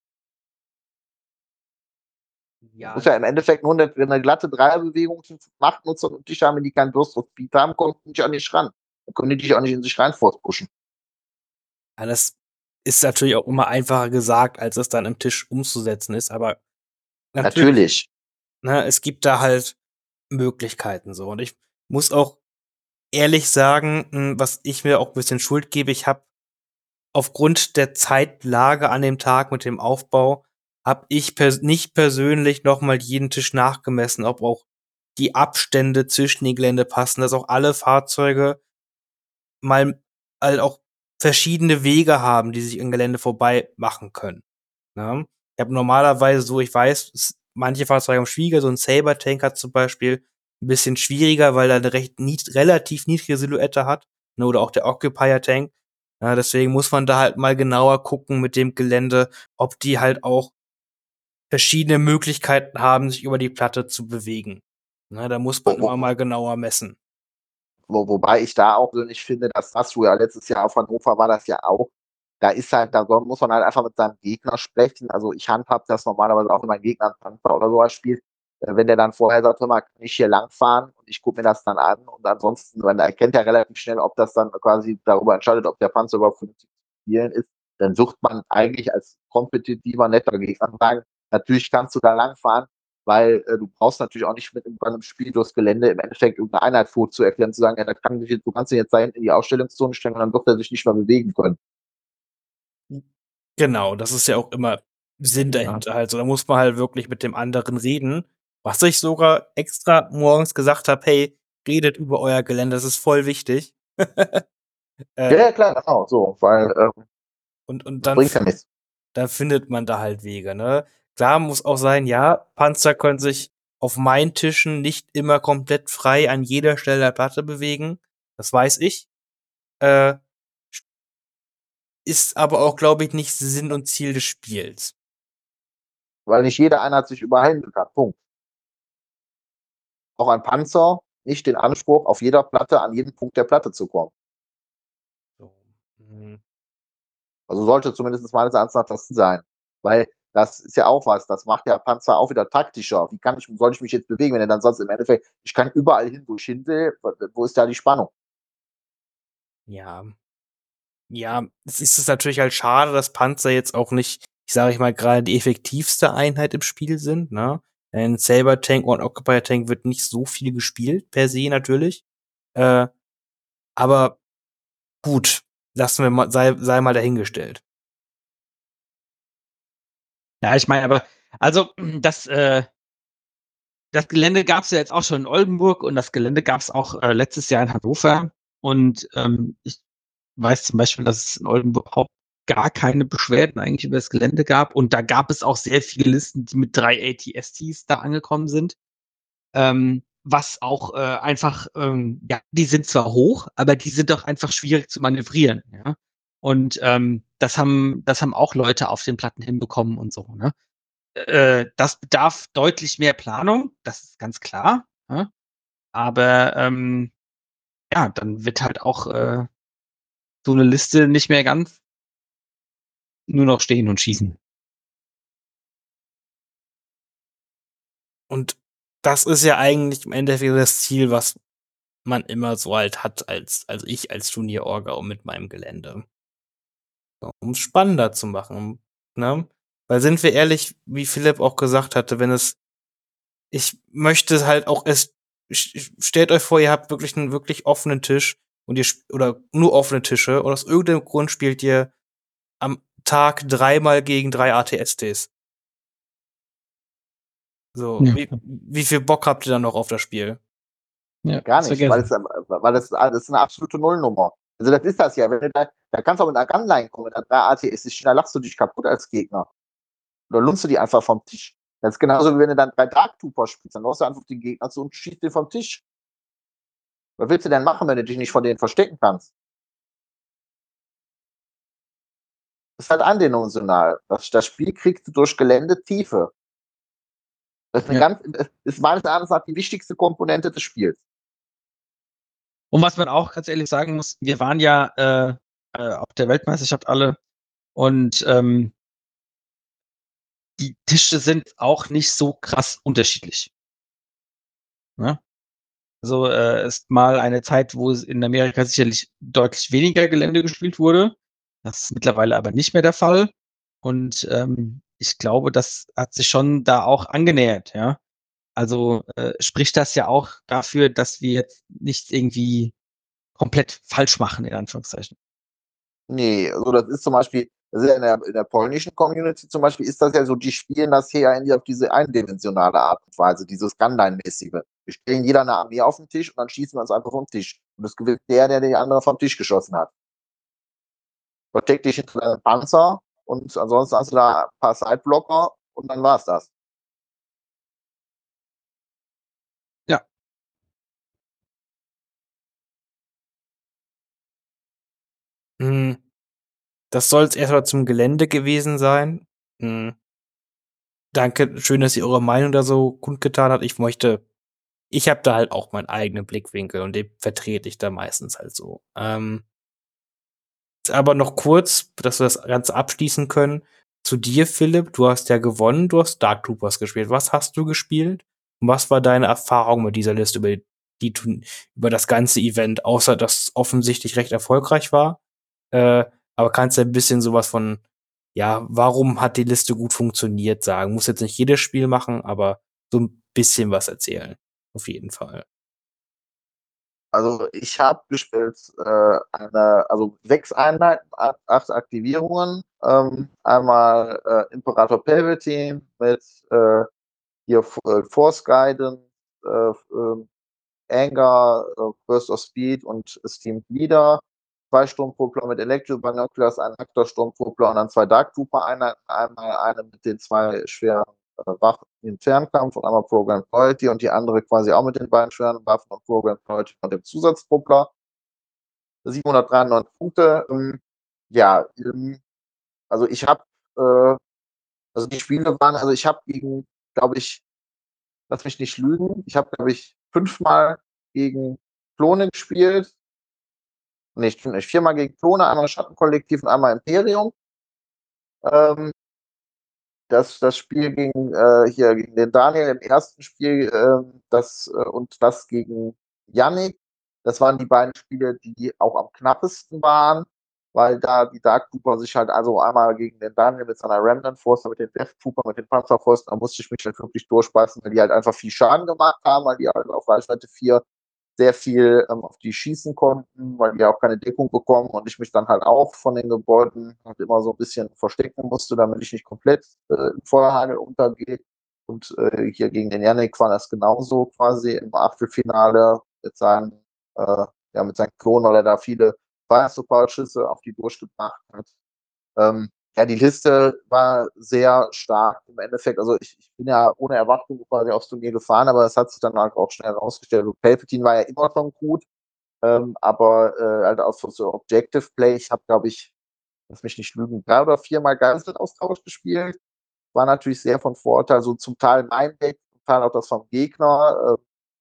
[SPEAKER 2] Das
[SPEAKER 1] ja,
[SPEAKER 2] muss ja im Endeffekt nur eine glatte Dreierbewegung zum Machtnutzer und dich haben, die keinen Burst of Speed haben, kommt nicht an dich ran. Dann können die dich auch nicht in sich rein fortpushen.
[SPEAKER 1] das ist natürlich auch immer einfacher gesagt, als es dann im Tisch umzusetzen ist, aber natürlich,
[SPEAKER 2] Natürlich.
[SPEAKER 1] ne, es gibt da halt Möglichkeiten so. Und ich muss auch ehrlich sagen, was ich mir auch ein bisschen Schuld gebe, ich habe aufgrund der Zeitlage an dem Tag mit dem Aufbau, habe ich nicht persönlich noch mal jeden Tisch nachgemessen, ob auch die Abstände zwischen den Gelände passen, dass auch alle Fahrzeuge mal halt auch verschiedene Wege haben, die sich im Gelände vorbei machen können. Ne? Ich habe normalerweise so, ich weiß, manche Fahrzeuge haben schwieriger, so ein Saber-Tank hat zum Beispiel ein bisschen schwieriger, weil er eine relativ niedrige Silhouette hat, ne, oder auch der Occupier-Tank. Ja, deswegen muss man da halt mal genauer gucken mit dem Gelände, ob die halt auch verschiedene Möglichkeiten haben, sich über die Platte zu bewegen. Ne, da muss man immer mal genauer messen.
[SPEAKER 2] Wobei ich da auch nicht finde, dass das du ja letztes Jahr auf Hannover war das ja auch. Da ist halt, muss man halt einfach mit seinem Gegner sprechen. Also ich handhab das normalerweise auch, wenn mein Gegner einen Panzer oder sowas spielt. Wenn der dann vorher sagt, hör mal, kann ich hier langfahren und ich gucke mir das dann an und ansonsten, man erkennt ja relativ schnell, ob das dann quasi darüber entscheidet, ob der Panzer überhaupt vernünftig zu spielen ist, dann wird man eigentlich als kompetitiver, netter Gegner sagen, natürlich kannst du da langfahren, weil du brauchst natürlich auch nicht mit einem Spiel durchs Gelände im Endeffekt irgendeine Einheit vorzuerklären, zu sagen, ja, du kannst ihn jetzt da hinten in die Ausstellungszone stellen und dann wird er sich nicht mehr bewegen können.
[SPEAKER 1] Genau, das ist ja auch immer Sinn
[SPEAKER 3] Ja.
[SPEAKER 1] dahinter halt. So, da muss man halt wirklich mit dem anderen reden. Was ich sogar extra morgens gesagt habe, hey, redet über euer Gelände, das ist voll wichtig.
[SPEAKER 2] Ja,
[SPEAKER 1] äh,
[SPEAKER 2] ja, klar, genau, so, weil
[SPEAKER 1] und
[SPEAKER 2] das bringt ja nichts.
[SPEAKER 1] dann findet man da halt Wege, ne? Klar muss auch sein, ja, Panzer können sich auf meinen Tischen nicht immer komplett frei an jeder Stelle der Platte bewegen. Das weiß ich. Äh, ist aber auch, glaube ich, nicht Sinn und Ziel des Spiels.
[SPEAKER 2] Weil nicht jede Einheit sich überhandeln kann. Punkt. Auch ein Panzer nicht den Anspruch, auf jeder Platte an jeden Punkt der Platte zu kommen.
[SPEAKER 1] So. Mhm.
[SPEAKER 2] Also sollte zumindest meines Erachtens nach das sein. Weil das ist ja auch was, das macht ja Panzer auch wieder taktischer. Soll ich mich jetzt bewegen, wenn er dann sonst im Endeffekt, ich kann überall hin, wo ich hin will, wo ist da die Spannung?
[SPEAKER 1] Ja. Ja, es ist natürlich halt schade, dass Panzer jetzt auch nicht, ich sage ich mal, gerade die effektivste Einheit im Spiel sind, ne? Ein Saber Tank und Occupier Tank wird nicht so viel gespielt, per se natürlich. Aber gut, lassen wir mal, sei mal dahingestellt.
[SPEAKER 3] Ja, ich meine, aber, also, das Gelände gab es ja jetzt auch schon in Oldenburg und das Gelände gab es auch letztes Jahr in Hannover. Und ich weiß zum Beispiel, dass es in Oldenburg überhaupt gar keine Beschwerden eigentlich über das Gelände gab. Und da gab es auch sehr viele Listen, die mit 3 ATSTs da angekommen sind. Was auch einfach, ja, die sind zwar hoch, aber die sind doch einfach schwierig zu manövrieren. Ja? Und das haben auch Leute auf den Platten hinbekommen und so. Ne? Das bedarf deutlich mehr Planung, das ist ganz klar. Ja? Aber ja, dann wird halt auch so eine Liste nicht mehr ganz nur noch stehen und schießen.
[SPEAKER 1] Und das ist ja eigentlich im Endeffekt das Ziel, was man immer so halt hat, also ich als Turnierorga und mit meinem Gelände. So, um es spannender zu machen, ne? Weil sind wir ehrlich, wie Philipp auch gesagt hatte, ich möchte halt auch stellt euch vor, ihr habt wirklich einen wirklich offenen Tisch und oder nur offene Tische und aus irgendeinem Grund spielt ihr am Tag 3-mal gegen 3 ATSTs. So,
[SPEAKER 3] Ja,
[SPEAKER 1] wie viel Bock habt ihr dann noch auf das Spiel?
[SPEAKER 3] ja,
[SPEAKER 2] Gar
[SPEAKER 3] das
[SPEAKER 2] nicht, weil
[SPEAKER 3] vergessen.
[SPEAKER 2] das ist eine absolute Nullnummer. Also das ist das ja. Wenn du da kannst du auch mit einer Gunline kommen, mit einer 3 ATS, da lachst du dich kaputt als Gegner. Oder lunst du die einfach vom Tisch. Das ist genauso wie wenn du dann 3 Dark Trooper spielst, dann läufst du einfach den Gegner zu und schießt den vom Tisch. Was willst du denn machen, wenn du dich nicht von denen verstecken kannst? Das ist halt eindimensional. Das Spiel kriegst du durch Geländetiefe. Das ist,
[SPEAKER 3] Ja.
[SPEAKER 2] das ist meines Erachtens nach die wichtigste Komponente des Spiels.
[SPEAKER 3] Und was man auch ganz ehrlich sagen muss, wir waren ja auf der Weltmeisterschaft alle und die Tische sind auch nicht so krass unterschiedlich. Ne? Also ist mal eine Zeit, wo es in Amerika sicherlich deutlich weniger Gelände gespielt wurde. Das ist mittlerweile aber nicht mehr der Fall. Und ich glaube, das hat sich schon da auch angenähert, ja. Also spricht das ja auch dafür, dass wir jetzt nicht irgendwie komplett falsch machen, in Anführungszeichen.
[SPEAKER 2] Nee, also das ist zum Beispiel, das ist ja in der polnischen Community zum Beispiel, ist das ja so, die spielen das hier ja auf diese eindimensionale Art und Weise, dieses Gunline-mäßige. Wir stellen jeder eine Armee auf den Tisch und dann schießen wir uns einfach vom Tisch. Und das gewinnt der die andere vom Tisch geschossen hat. Versteck dich hinter deinem Panzer und ansonsten hast du da ein paar Sideblocker und dann war's das.
[SPEAKER 3] Ja.
[SPEAKER 1] Das soll es erstmal zum Gelände gewesen sein. Danke, schön, dass ihr eure Meinung da so kundgetan habt. Ich habe da halt auch meinen eigenen Blickwinkel und den vertrete ich da meistens halt so. Aber noch kurz, dass wir das Ganze abschließen können. Zu dir, Philipp, du hast ja gewonnen, du hast Dark Troopers gespielt. Was hast du gespielt? Und was war deine Erfahrung mit dieser Liste über das ganze Event, außer dass es offensichtlich recht erfolgreich war? Aber kannst du ein bisschen sowas von, ja, warum hat die Liste gut funktioniert sagen? Muss jetzt nicht jedes Spiel machen, aber so ein bisschen was erzählen. Auf jeden Fall.
[SPEAKER 2] Also ich habe gespielt also 6 Einheiten, 8 Aktivierungen. Einmal Imperator Palpatine mit hier Force Guidance, Anger, Burst of Speed und Steamed Leader. 2 Sturmtruppler mit Electro Binoculars, ein Aktor Sturmtruppler und dann 2 Dark Trooper Einheiten. Einmal eine mit den 2 schweren Waffen im Fernkampf und einmal Program Loyalty und die andere quasi auch mit den beiden schweren Waffen und Program Loyalty und dem Zusatztruppler. 793 Punkte. Ja, also ich habe, also die Spiele waren, also ich habe gegen, glaube ich, lass mich nicht lügen, ich habe, glaube ich, 5-mal gegen Klone gespielt. Nicht, 4-mal gegen Klone, einmal Schattenkollektiv und einmal Imperium. Ähm, das Spiel gegen hier gegen den Daniel im ersten Spiel, und das gegen Yannick, das waren die beiden Spiele, die auch am knappesten waren. weil da die Dark Trooper sich halt also einmal gegen den Daniel mit seiner Remnant Force, mit den Death Trooper, mit den Panzerfäusten, da musste ich mich halt wirklich durchbeißen, weil die halt einfach viel Schaden gemacht haben, weil die halt auf Reichweite 4 sehr viel auf die schießen konnten, weil die auch keine Deckung bekommen und ich mich dann halt auch von den Gebäuden halt immer so ein bisschen verstecken musste, damit ich nicht komplett im Feuerhagel untergehe. Und hier gegen den Yannick war das genauso quasi im Achtelfinale mit seinen, mit seinen Klonen, weil er da viele Fire Support Schüsse auf die durchgebracht hat. Die Liste war sehr stark im Endeffekt. Also ich bin ja ohne Erwartung quasi aufs Turnier gefahren, aber es hat sich dann halt auch schnell herausgestellt. Also Palpatine war ja immer schon gut, aber halt auch so Objective Play. Ich habe, glaube ich, lass mich nicht lügen, 3 oder 4 Mal Geiselaustausch gespielt. War natürlich sehr von Vorteil. So zum Teil mein Deck, zum Teil auch das vom Gegner.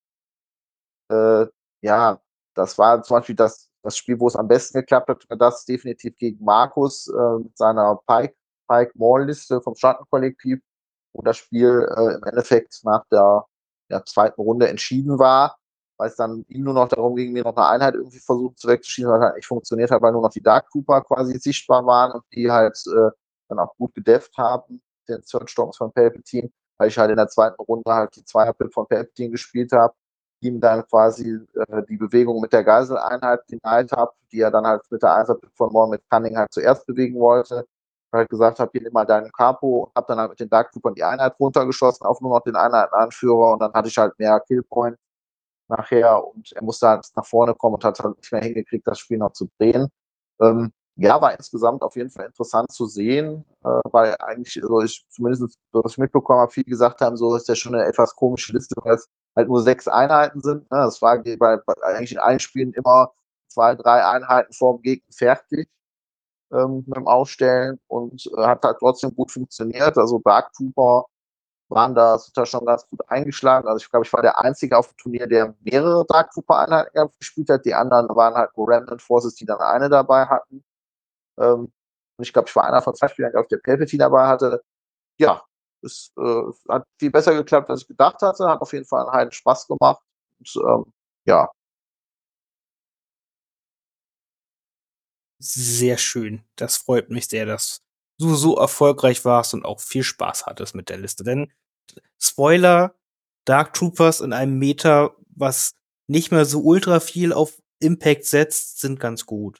[SPEAKER 2] Ja, das war zum Beispiel das Spiel, wo es am besten geklappt hat, das definitiv gegen Markus mit seiner Pike-Maul-Liste vom Schattenkollektiv, wo das Spiel im Endeffekt nach der zweiten Runde entschieden war, weil es dann ihm nur noch darum ging, mir noch eine Einheit irgendwie versucht wegzuschießen, weil halt nicht funktioniert hat, weil nur noch die Dark Trooper quasi sichtbar waren und die halt dann auch gut gedefft haben, den Search Storms von Palpatine, weil ich halt in der zweiten Runde halt die Zweierpip von Palpatine gespielt habe, ihm dann quasi die Bewegung mit der Geiseleinheit denied habe, die er dann halt mit der Einser-Pip von Maul mit Cunning halt zuerst bewegen wollte. Halt gesagt habe, hier nimm mal deinen Capo, habe dann halt mit den Dark Troopern die Einheit runtergeschossen, auf nur noch den Einheitenanführer und dann hatte ich halt mehr Killpoint nachher und er musste halt nach vorne kommen und hat halt nicht mehr hingekriegt, das Spiel noch zu drehen. War insgesamt auf jeden Fall interessant zu sehen, weil eigentlich, also ich zumindest, was ich mitbekommen habe, viele gesagt haben, so ist ja schon eine etwas komische Liste, weil es halt nur 6 Einheiten sind. Ne? Das war eigentlich in allen Spielen immer 2, 3 Einheiten vor dem Gegner fertig mit dem Aufstellen und hat halt trotzdem gut funktioniert. Also Dark Trooper waren da schon ganz gut eingeschlagen. Also ich glaube, ich war der Einzige auf dem Turnier, der mehrere Dark Trooper Einheiten gespielt hat. Die anderen waren halt nur Remnant Forces, die dann eine dabei hatten. Und ich glaube, ich war einer von 2 Spielern, der auf der Palpatine dabei hatte. Ja, es hat viel besser geklappt, als ich gedacht hatte. Hat auf jeden Fall einen heiden Spaß gemacht. Und, ja.
[SPEAKER 1] Sehr schön. Das freut mich sehr, dass du so erfolgreich warst und auch viel Spaß hattest mit der Liste. Denn Spoiler, Dark Troopers in einem Meta, was nicht mehr so ultra viel auf Impact setzt, sind ganz gut.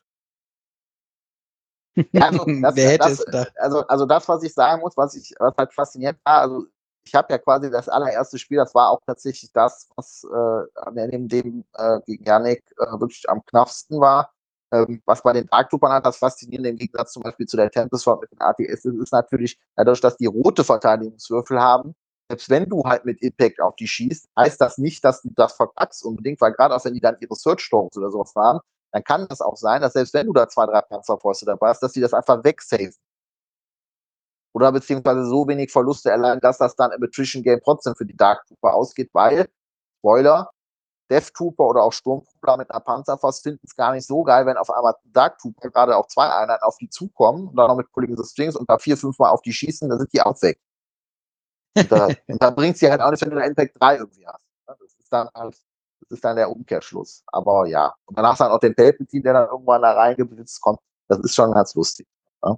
[SPEAKER 2] Ja, also das, was ich sagen muss, was halt faszinierend war, also ich habe ja quasi das allererste Spiel, das war auch tatsächlich das, was neben dem gegen Yannick wirklich am knappsten war. Was bei den Dark Troopern halt das Faszinierende im Gegensatz zum Beispiel zu der Tempest mit den ATS ist natürlich, dadurch, dass die rote Verteidigungswürfel haben, selbst wenn du halt mit Impact auf die schießt, heißt das nicht, dass du das verkackst unbedingt, weil gerade auch wenn die dann ihre Search Storms oder sowas haben, dann kann das auch sein, dass selbst wenn du da 2, 3 Panzerfäuste dabei hast, dass die das einfach wegsaven. Oder beziehungsweise so wenig Verluste erleiden, dass das dann im Attrition Game trotzdem für die Dark Trooper ausgeht, weil, Spoiler, Death Trooper oder auch Sturmtruppler mit einer Panzerfaust finden es gar nicht so geil, wenn auf einmal Dark Trooper gerade auf 2 Einheiten auf die zukommen und dann noch mit Pulling the Strings und da 4, 5 Mal auf die schießen, dann sind die auch weg. Und da bringt sie halt auch nicht, wenn du da Impact 3 irgendwie hast. Das ist dann der Umkehrschluss. Aber ja. Und danach dann auch den Palpatine, der dann irgendwann da reingeblitzt kommt. Das ist schon ganz lustig. Ja?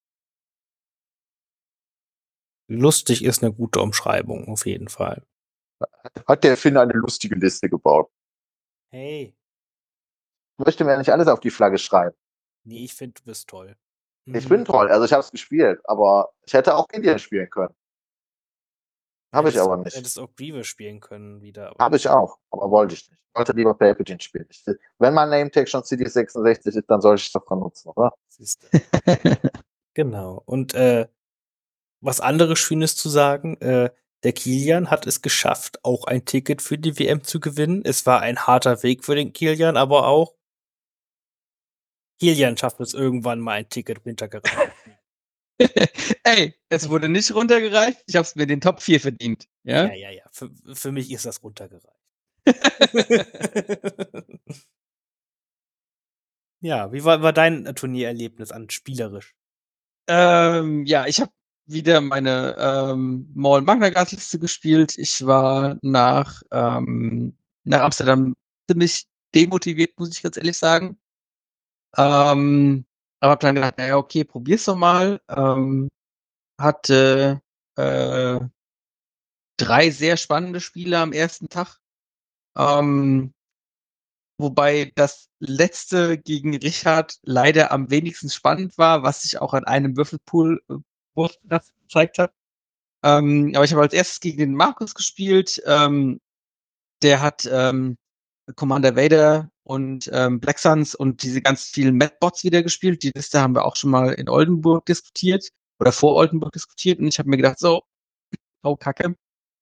[SPEAKER 1] Lustig ist eine gute Umschreibung, auf jeden Fall.
[SPEAKER 2] Hat der Finn eine lustige Liste gebaut?
[SPEAKER 1] Hey.
[SPEAKER 2] Ich möchte mir ja nicht alles auf die Flagge schreiben.
[SPEAKER 1] Nee, ich finde, du bist toll.
[SPEAKER 2] Ich bin toll, also ich habe es gespielt, aber ich hätte auch Indian spielen können. Habe ich aber nicht.
[SPEAKER 1] Hättest auch Grievous spielen können wieder.
[SPEAKER 2] Habe ich auch, aber wollte ich nicht. Ich wollte lieber Palpatine spielen. Wenn mein Nametag schon CD66 ist, dann sollte ich es doch nutzen, oder?
[SPEAKER 1] Siehste. Genau. Und was anderes Schönes zu sagen, der Kilian hat es geschafft, auch ein Ticket für die WM zu gewinnen. Es war ein harter Weg für den Kilian, aber auch Kilian schafft es irgendwann mal ein Ticket runtergereicht.
[SPEAKER 3] Ey, es wurde nicht runtergereicht. Ich habe es mir den Top 4 verdient. Ja.
[SPEAKER 1] Für mich ist das runtergereicht. Ja, wie war dein Turniererlebnis an spielerisch?
[SPEAKER 3] Ich habe wieder meine Maul Magna Guard Liste gespielt. Ich war nach Amsterdam ziemlich demotiviert, muss ich ganz ehrlich sagen. Aber hab dann gedacht, naja, okay, probier's doch mal. Hatte 3 sehr spannende Spiele am ersten Tag. Wobei das letzte gegen Richard leider am wenigsten spannend war, was sich auch an einem Würfelpool das gezeigt hat. Aber ich habe als erstes gegen den Markus gespielt. Der hat Commander Vader und Black Suns und diese ganz vielen Mad-Bots wieder gespielt. Die Liste haben wir auch schon mal in Oldenburg diskutiert oder vor Oldenburg diskutiert. Und ich habe mir gedacht, so, oh Kacke.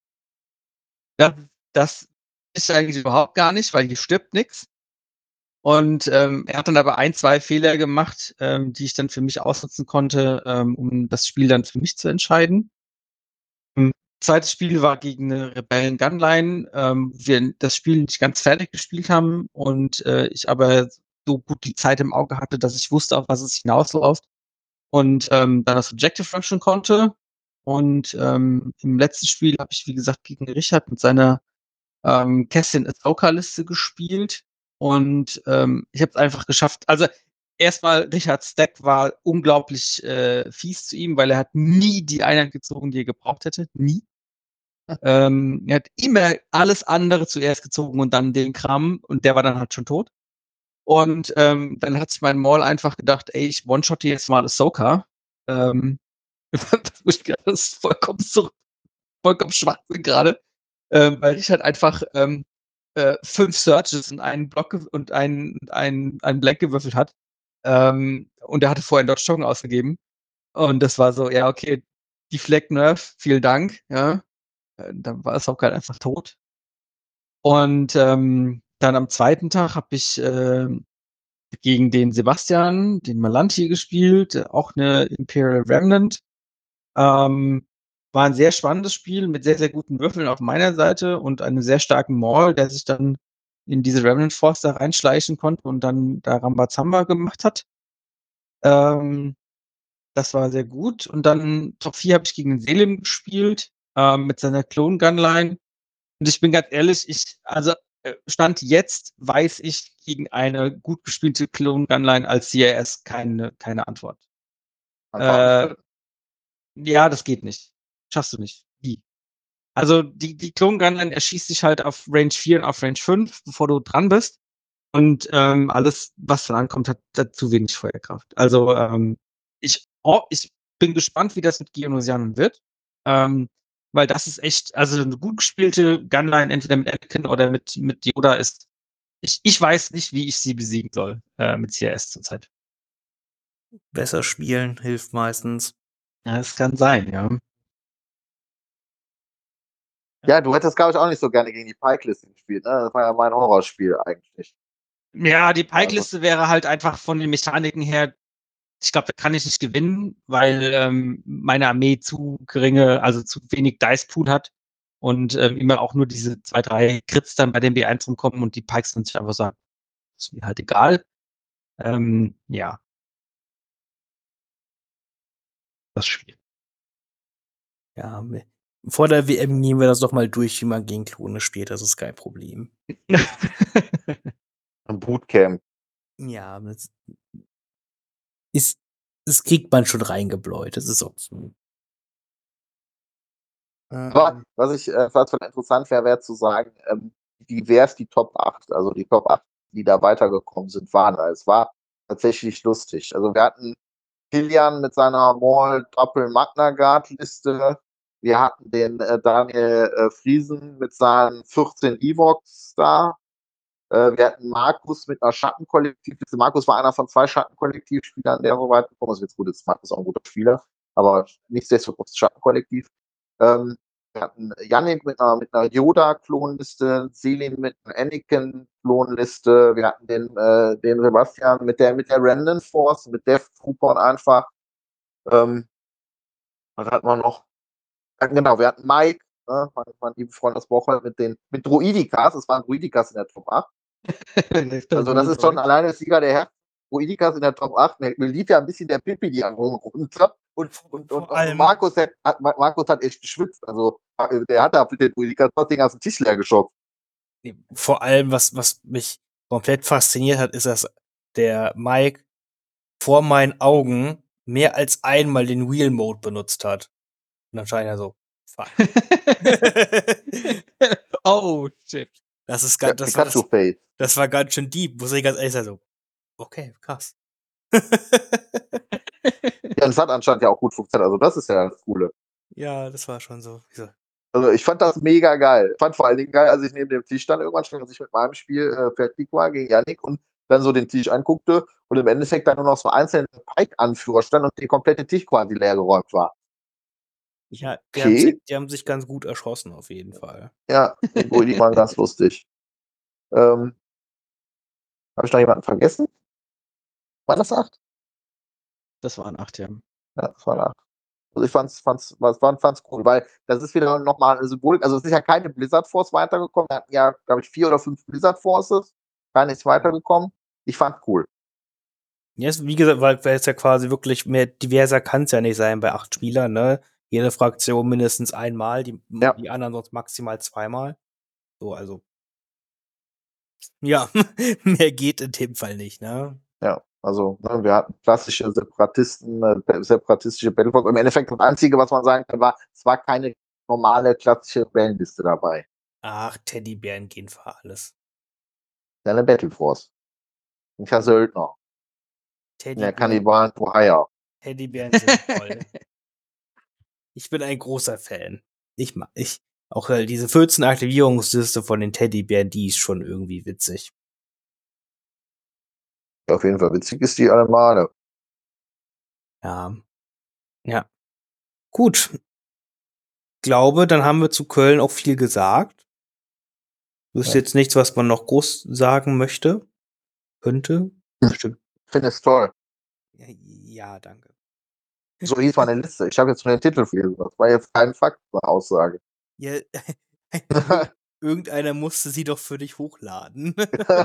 [SPEAKER 3] Das ist eigentlich überhaupt gar nicht, weil hier stirbt nichts. Und er hat dann aber 1, 2 Fehler gemacht, die ich dann für mich ausnutzen konnte, um das Spiel dann für mich zu entscheiden. Zweites Spiel war gegen eine Rebellen Gunline, wir das Spiel nicht ganz fertig gespielt haben und ich aber so gut die Zeit im Auge hatte, dass ich wusste, auf was es hinausläuft und dann das Objective Function konnte. Und im letzten Spiel habe ich, wie gesagt, gegen Richard mit seiner Cassian Ahsoka-Liste gespielt und ich habe es einfach geschafft. Also erstmal, Richards Stack war unglaublich fies zu ihm, weil er hat nie die Einheit gezogen, die er gebraucht hätte. Nie. Er hat immer alles andere zuerst gezogen und dann den Kram und der war dann halt schon tot. Und dann hat sich mein Maul einfach gedacht, ey, ich one-shotte jetzt mal Ahsoka. Das ist vollkommen Schwachsinn gerade. Weil Richard einfach 5 Searches und einen Block und einen Blank gewürfelt hat. Und er hatte vorher einen Dodge Token ausgegeben. Und das war so, ja, okay, Deflect Nerf, vielen Dank, ja. Dann war es auch gerade einfach tot. Und dann am zweiten Tag habe ich gegen den Sebastian, den Malanti gespielt, auch eine Imperial Remnant. War ein sehr spannendes Spiel mit sehr, sehr guten Würfeln auf meiner Seite und einem sehr starken Maul, der sich dann in diese Remnant Force da reinschleichen konnte und dann da Rambazamba gemacht hat. Das war sehr gut. Und dann Top 4 habe ich gegen den Selim gespielt, mit seiner Clone Gunline. Und ich bin ganz ehrlich, Stand jetzt weiß ich gegen eine gut gespielte Clone Gunline als CRS keine Antwort.
[SPEAKER 2] Einfach
[SPEAKER 3] Ja, das geht nicht. Schaffst du nicht. Wie? Also die Clone Gunline erschießt dich halt auf Range 4 und auf Range 5, bevor du dran bist. Und alles, was dann ankommt, hat zu wenig Feuerkraft. Also ich bin gespannt, wie das mit Geonosianern wird. Weil das ist echt, also eine gut gespielte Gunline, entweder mit Anakin oder mit Yoda ist. Ich weiß nicht, wie ich sie besiegen soll mit CRS zurzeit.
[SPEAKER 1] Besser spielen hilft meistens.
[SPEAKER 3] Ja, es kann sein, ja.
[SPEAKER 2] Ja, du hättest, glaube ich, auch nicht so gerne gegen die Pike-Liste gespielt. Ne? Das war ja mein Horrorspiel eigentlich.
[SPEAKER 3] Ja, die Pike-Liste wäre halt einfach von den Mechaniken her, ich glaube, da kann ich nicht gewinnen, weil meine Armee zu wenig Dice-Pool hat und immer auch nur diese 2, 3 Crits dann bei dem B1 rumkommen und die Pikes dann sich einfach sagen, ist mir halt egal. Ja. Das Spiel.
[SPEAKER 1] Ja, vor der WM gehen wir das doch mal durch, wie man gegen Klone spielt. Das ist kein Problem.
[SPEAKER 2] Ein Bootcamp.
[SPEAKER 1] Ja, das kriegt man schon reingebläut. Das ist auch so.
[SPEAKER 2] Aber was interessant wäre zu sagen, wie divers die Top 8, also die Top 8, die da weitergekommen sind, waren. Es war tatsächlich lustig. Also wir hatten Kilian mit seiner Maul Doppel Magna Guard Liste. Wir hatten den Daniel Friesen mit seinen 14 Evox da. Wir hatten Markus mit einer Schattenkollektivliste. Markus war einer von 2 Schattenkollektivspielern, der so weit gekommen ist. Jetzt gut, ist Markus auch ein guter Spieler, aber nichtsdestotrotz Schattenkollektiv. Wir hatten Yannick mit einer Yoda-Klonliste, Selim mit einer Anakin-Klonliste, wir hatten den Sebastian mit der Remnant Force, mit Death Trooper einfach. Was hatten wir noch? Genau, wir hatten Mike, ne, mein lieber Freund aus Bocholt, mit Druidikas, es waren Druidikas in der Top 8. Also das ist schon alleine der Sieger der Herren. Druidikas in der Top 8, mir lief ja ein bisschen der Pipi die Augen runter. Und Markus hat echt geschwitzt. Also der hat da mit den Druidikas den ganzen Tisch leer geschockt.
[SPEAKER 1] Vor allem, was mich komplett fasziniert hat, ist, dass der Mike vor meinen Augen mehr als einmal den Wheel-Mode benutzt hat. Und dann stand er so, fuck.
[SPEAKER 3] Oh, shit.
[SPEAKER 1] Das ist
[SPEAKER 2] Ja,
[SPEAKER 1] ganz,
[SPEAKER 2] Pikachu-Face.
[SPEAKER 1] das war ganz schön deep, muss ich ganz ehrlich sagen. So, okay, krass.
[SPEAKER 2] Ja, und es hat anscheinend ja auch gut funktioniert. Also das ist ja das Coole.
[SPEAKER 1] Ja, das war schon so.
[SPEAKER 2] Also ich fand das mega geil. Ich fand vor allen Dingen geil, als ich neben dem Tisch stand, irgendwann schon, als ich mit meinem Spiel fertig war gegen Yannick und dann so den Tisch anguckte und im Endeffekt dann nur noch so einzelne Pike-Anführer standen und der komplette Tisch quasi leer geräumt war.
[SPEAKER 1] Ja,
[SPEAKER 2] Okay.
[SPEAKER 1] die haben sich ganz gut erschossen, auf jeden Fall.
[SPEAKER 2] Ja, die waren ganz lustig. Habe ich noch jemanden vergessen? War das 8?
[SPEAKER 3] Das waren 8, ja.
[SPEAKER 2] Ja, das waren 8. Also ich fand's cool, weil das ist wieder nochmal eine Symbolik. Also es ist ja keine Blizzard Force weitergekommen. Wir hatten ja, glaube ich, 4 oder 5 Blizzard Forces. Keine ist weitergekommen. Ich fand cool.
[SPEAKER 1] Ja, wie gesagt, weil es ja quasi wirklich mehr diverser kann es ja nicht sein bei 8 Spielern, ne? Jede Fraktion mindestens einmal, die anderen sonst maximal zweimal. So, also. Ja, mehr geht in dem Fall nicht, ne?
[SPEAKER 2] Ja, also wir hatten klassische separatistische Battleforce. Im Endeffekt das Einzige, was man sagen kann, war, es war keine normale klassische Rebellenliste dabei.
[SPEAKER 1] Ach, Teddybären gehen für alles.
[SPEAKER 2] Eine Battleforce. Ein Söldner. Der Kannibalen for Hire.
[SPEAKER 1] Teddybären sind toll. Ich bin ein großer Fan. Auch diese 14 Aktivierungsliste von den Teddybären, die ist schon irgendwie witzig.
[SPEAKER 2] Ja, auf jeden Fall witzig ist die Male.
[SPEAKER 1] Ja. Ja. Gut. Glaube, dann haben wir zu Köln auch viel gesagt. Ist jetzt nichts, was man noch groß sagen möchte. Könnte. Bestimmt.
[SPEAKER 2] Ich finde es toll.
[SPEAKER 1] Ja, danke.
[SPEAKER 2] So hieß meine Liste. Ich habe jetzt nur den Titel vergessen. Das war jetzt kein Fakt, eine Aussage.
[SPEAKER 1] Ja, irgendeiner musste sie doch für dich hochladen.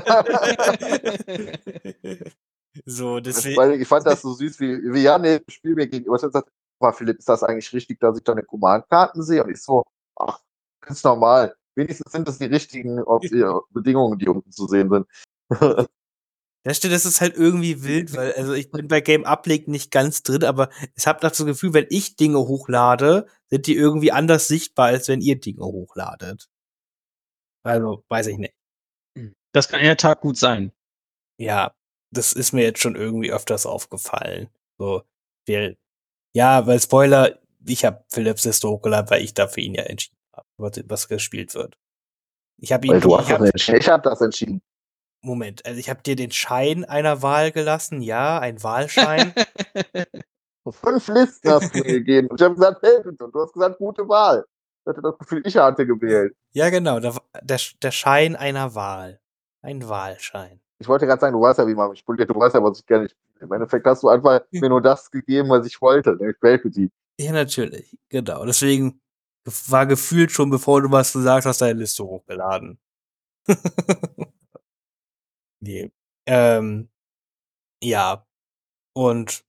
[SPEAKER 1] So, deswegen.
[SPEAKER 2] Ich fand das so süß, wie Jan im Spiel mir gegenüber sagt, Philipp, ist das eigentlich richtig, dass ich deine Command-Karten sehe? Und ich so, ach, ganz normal. Wenigstens sind das die richtigen Bedingungen, die unten zu sehen sind.
[SPEAKER 1] Das ist halt irgendwie wild, weil, also ich bin bei Game Uplink nicht ganz drin, aber ich habe das Gefühl, wenn ich Dinge hochlade, sind die irgendwie anders sichtbar, als wenn ihr Dinge hochladet. Also, weiß ich nicht.
[SPEAKER 3] Das kann in der Tat gut sein.
[SPEAKER 1] Ja, das ist mir jetzt schon irgendwie öfters aufgefallen. So, weil Spoiler, ich habe Philips Liste hochgeladen, weil ich da für ihn ja entschieden habe, was gespielt wird. Ich habe
[SPEAKER 2] das entschieden.
[SPEAKER 1] Moment, also ich habe dir den Schein einer Wahl gelassen, ja, ein Wahlschein.
[SPEAKER 2] 5 Listen hast du mir gegeben. Und ich habe gesagt, Hamilton. Du hast gesagt, gute Wahl. Ich hatte das Gefühl, ich hatte gewählt.
[SPEAKER 1] Ja, genau, der Schein einer Wahl. Ein Wahlschein.
[SPEAKER 2] Ich wollte gerade sagen, du weißt ja, wie man mich spielt. Du weißt ja, was ich gerne spiele. Im Endeffekt hast du einfach mir nur das gegeben, was ich wollte. Ich wählte die.
[SPEAKER 1] Ja, natürlich, genau. Deswegen war gefühlt schon, bevor du was gesagt hast, deine Liste hochgeladen. Nee. Ja. Und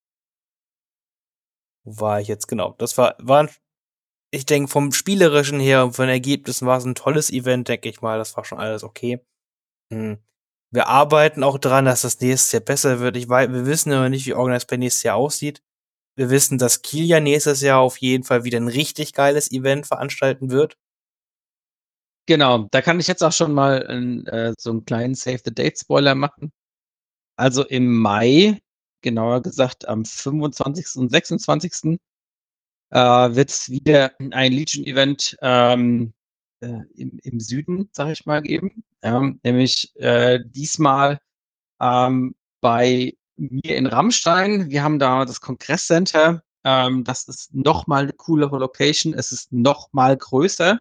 [SPEAKER 1] wo war ich jetzt genau? Das war ich denke, vom Spielerischen her und von den Ergebnissen war es ein tolles Event, denke ich mal. Das war schon alles okay. Wir arbeiten auch dran, dass das nächstes Jahr besser wird. Wir wissen aber nicht, wie Organized Play nächstes Jahr aussieht. Wir wissen, dass Kiel ja nächstes Jahr auf jeden Fall wieder ein richtig geiles Event veranstalten wird.
[SPEAKER 3] Genau, da kann ich jetzt auch schon mal so einen kleinen Save-the-Date-Spoiler machen. Also im Mai, genauer gesagt am 25. und 26. Wird es wieder ein Legion-Event im Süden, sag ich mal, geben. Nämlich diesmal bei mir in Rammstein. Wir haben da das Kongresscenter. Das ist noch mal eine coolere Location. Es ist noch mal größer.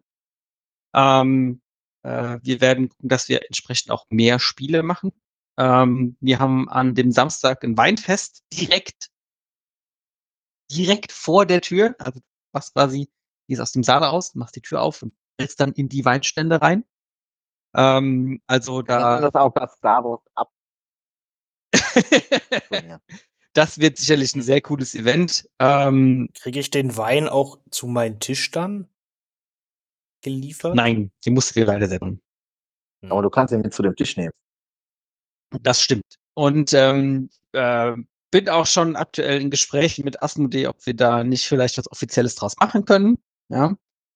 [SPEAKER 3] Wir werden gucken, dass wir entsprechend auch mehr Spiele machen. Wir haben an dem Samstag ein Weinfest direkt vor der Tür. Also du machst quasi, gehst aus dem Saal raus, machst die Tür auf und fällst dann in die Weinstände rein. Also da.
[SPEAKER 2] Das auch das Star Wars ab.
[SPEAKER 3] Das wird sicherlich ein sehr cooles Event.
[SPEAKER 1] Kriege ich den Wein auch zu meinem Tisch dann geliefert?
[SPEAKER 3] Nein, den musst du dir weitersetzen.
[SPEAKER 2] Aber du kannst ihn mit zu dem Tisch nehmen.
[SPEAKER 3] Das stimmt. Und bin auch schon aktuell in Gesprächen mit Asmodee, ob wir da nicht vielleicht was Offizielles draus machen können. Ja.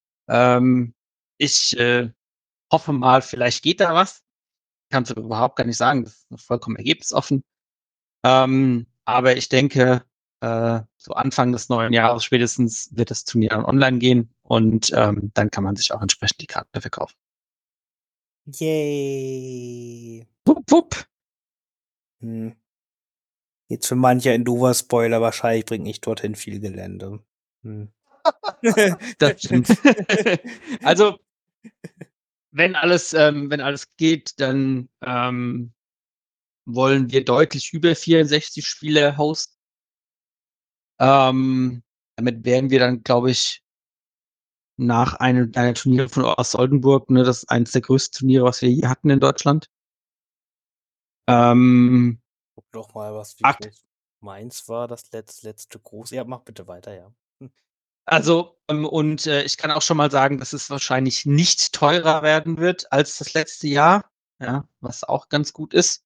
[SPEAKER 3] Ich hoffe mal, vielleicht geht da was. Kann es überhaupt gar nicht sagen, das ist noch vollkommen ergebnisoffen. Aber ich denke, so Anfang des neuen Jahres spätestens wird das Turnier dann online gehen und dann kann man sich auch entsprechend die Karten dafür kaufen.
[SPEAKER 1] Yay.
[SPEAKER 3] Wupp, wupp.
[SPEAKER 1] Jetzt für manche ein doofer Spoiler, wahrscheinlich bringt nicht dorthin viel Gelände.
[SPEAKER 3] Das stimmt. Also, wenn alles geht, dann wollen wir deutlich über 64 Spiele hosten. Damit wären wir dann, glaube ich, nach einer Turnier von aus Oldenburg, ne, das ist eines der größten Turniere, was wir je hatten in Deutschland.
[SPEAKER 1] Guck doch mal, was wie
[SPEAKER 3] Akt-
[SPEAKER 1] groß meins war, das letzte groß. Ja, mach bitte weiter, ja.
[SPEAKER 3] Also, und ich kann auch schon mal sagen, dass es wahrscheinlich nicht teurer werden wird als das letzte Jahr, ja, was auch ganz gut ist.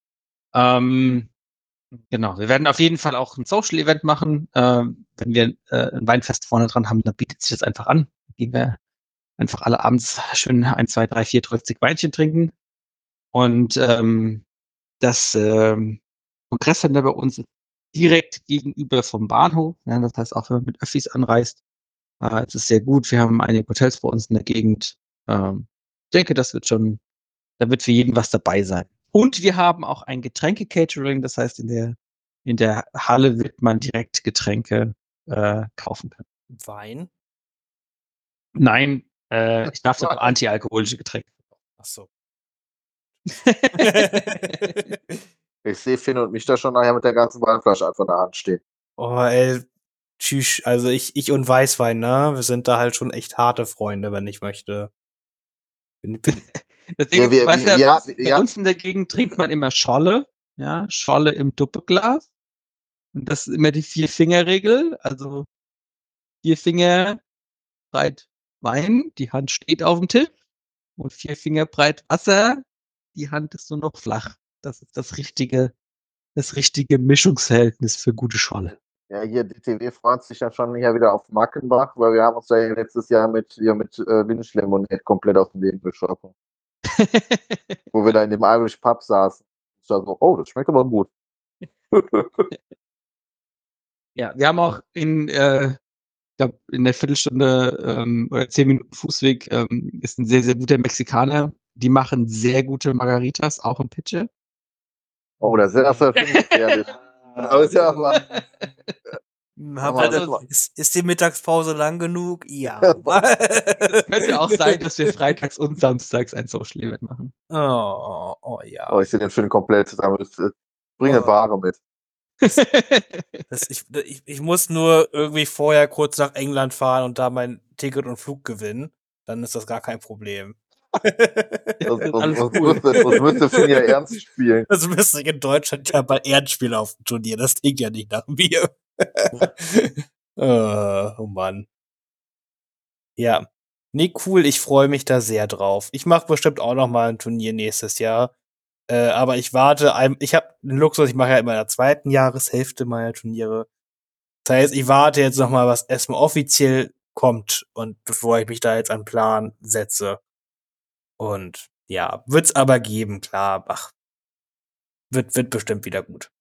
[SPEAKER 3] Genau, wir werden auf jeden Fall auch ein Social-Event machen. Wenn wir ein Weinfest vorne dran haben, dann bietet sich das einfach an. Gehen wir einfach alle abends schön 1, 2, 3, 4 30 Weinchen trinken. Und das Kongresscenter bei uns ist direkt gegenüber vom Bahnhof. Ja, das heißt, auch wenn man mit Öffis anreist, es ist sehr gut. Wir haben einige Hotels bei uns in der Gegend. Ich denke, da wird für jeden was dabei sein. Und wir haben auch ein Getränke-Catering, das heißt, in der Halle wird man direkt Getränke kaufen können.
[SPEAKER 1] Wein?
[SPEAKER 3] Nein, ich darf doch antialkoholische Getränke.
[SPEAKER 1] Ach so.
[SPEAKER 2] Ich sehe Finn und mich da schon nachher mit der ganzen Weinflasche einfach in der Hand stehen.
[SPEAKER 1] Oh, ey, tschüss. Also ich und Weißwein, ne? Wir sind da halt schon echt harte Freunde, wenn ich möchte.
[SPEAKER 3] Deswegen,
[SPEAKER 2] Ja,
[SPEAKER 3] bei uns in der Gegend trinkt man immer Scholle, ja, Scholle im Doppelglas. Und das ist immer die 4-Finger-Regel. Also 4 Finger breit Wein, die Hand steht auf dem Tisch. Und 4 Finger breit Wasser, die Hand ist nur noch flach. Das ist das richtige Mischungsverhältnis für gute Scholle.
[SPEAKER 2] Ja, hier DTW freut sich ja schon hier wieder auf Mackenbach, weil wir haben uns ja letztes Jahr mit Lynch-Lemonade komplett aus dem Leben geschossen. Wo wir da in dem Irish Pub saßen. Ich dachte so, oh, das schmeckt aber gut.
[SPEAKER 3] Ja, wir haben auch in der Viertelstunde oder 10 Minuten Fußweg ist ein sehr, sehr guter Mexikaner. Die machen sehr gute Margaritas, auch im Pitcher.
[SPEAKER 2] Oh, das ist ja gefährlich. Aber ist ja aber,
[SPEAKER 1] Ist die Mittagspause lang genug? Ja.
[SPEAKER 3] Es könnte auch sein, dass wir freitags und samstags ein Social Event machen.
[SPEAKER 1] Oh ja.
[SPEAKER 2] oh, ich sehe den Film komplett. Bring eine Ware mit.
[SPEAKER 1] Ich muss nur irgendwie vorher kurz nach England fahren und da mein Ticket und Flug gewinnen. Dann ist das gar kein Problem.
[SPEAKER 2] Das müsste Finn ja ernst spielen.
[SPEAKER 1] Das müsste ich in Deutschland ja bei ernst spielen auf dem Turnier. Das klingt ja nicht nach mir. Oh Mann. Ja. Nee, cool. Ich freue mich da sehr drauf. Ich mache bestimmt auch noch mal ein Turnier nächstes Jahr. Aber ich warte. Ich habe den Luxus, ich mache ja immer in der zweiten Jahreshälfte meine Turniere. Das heißt, ich warte jetzt noch mal, was erstmal offiziell kommt und bevor ich mich da jetzt an Plan setze. Und ja, wird's aber geben, klar. Ach, wird bestimmt wieder gut.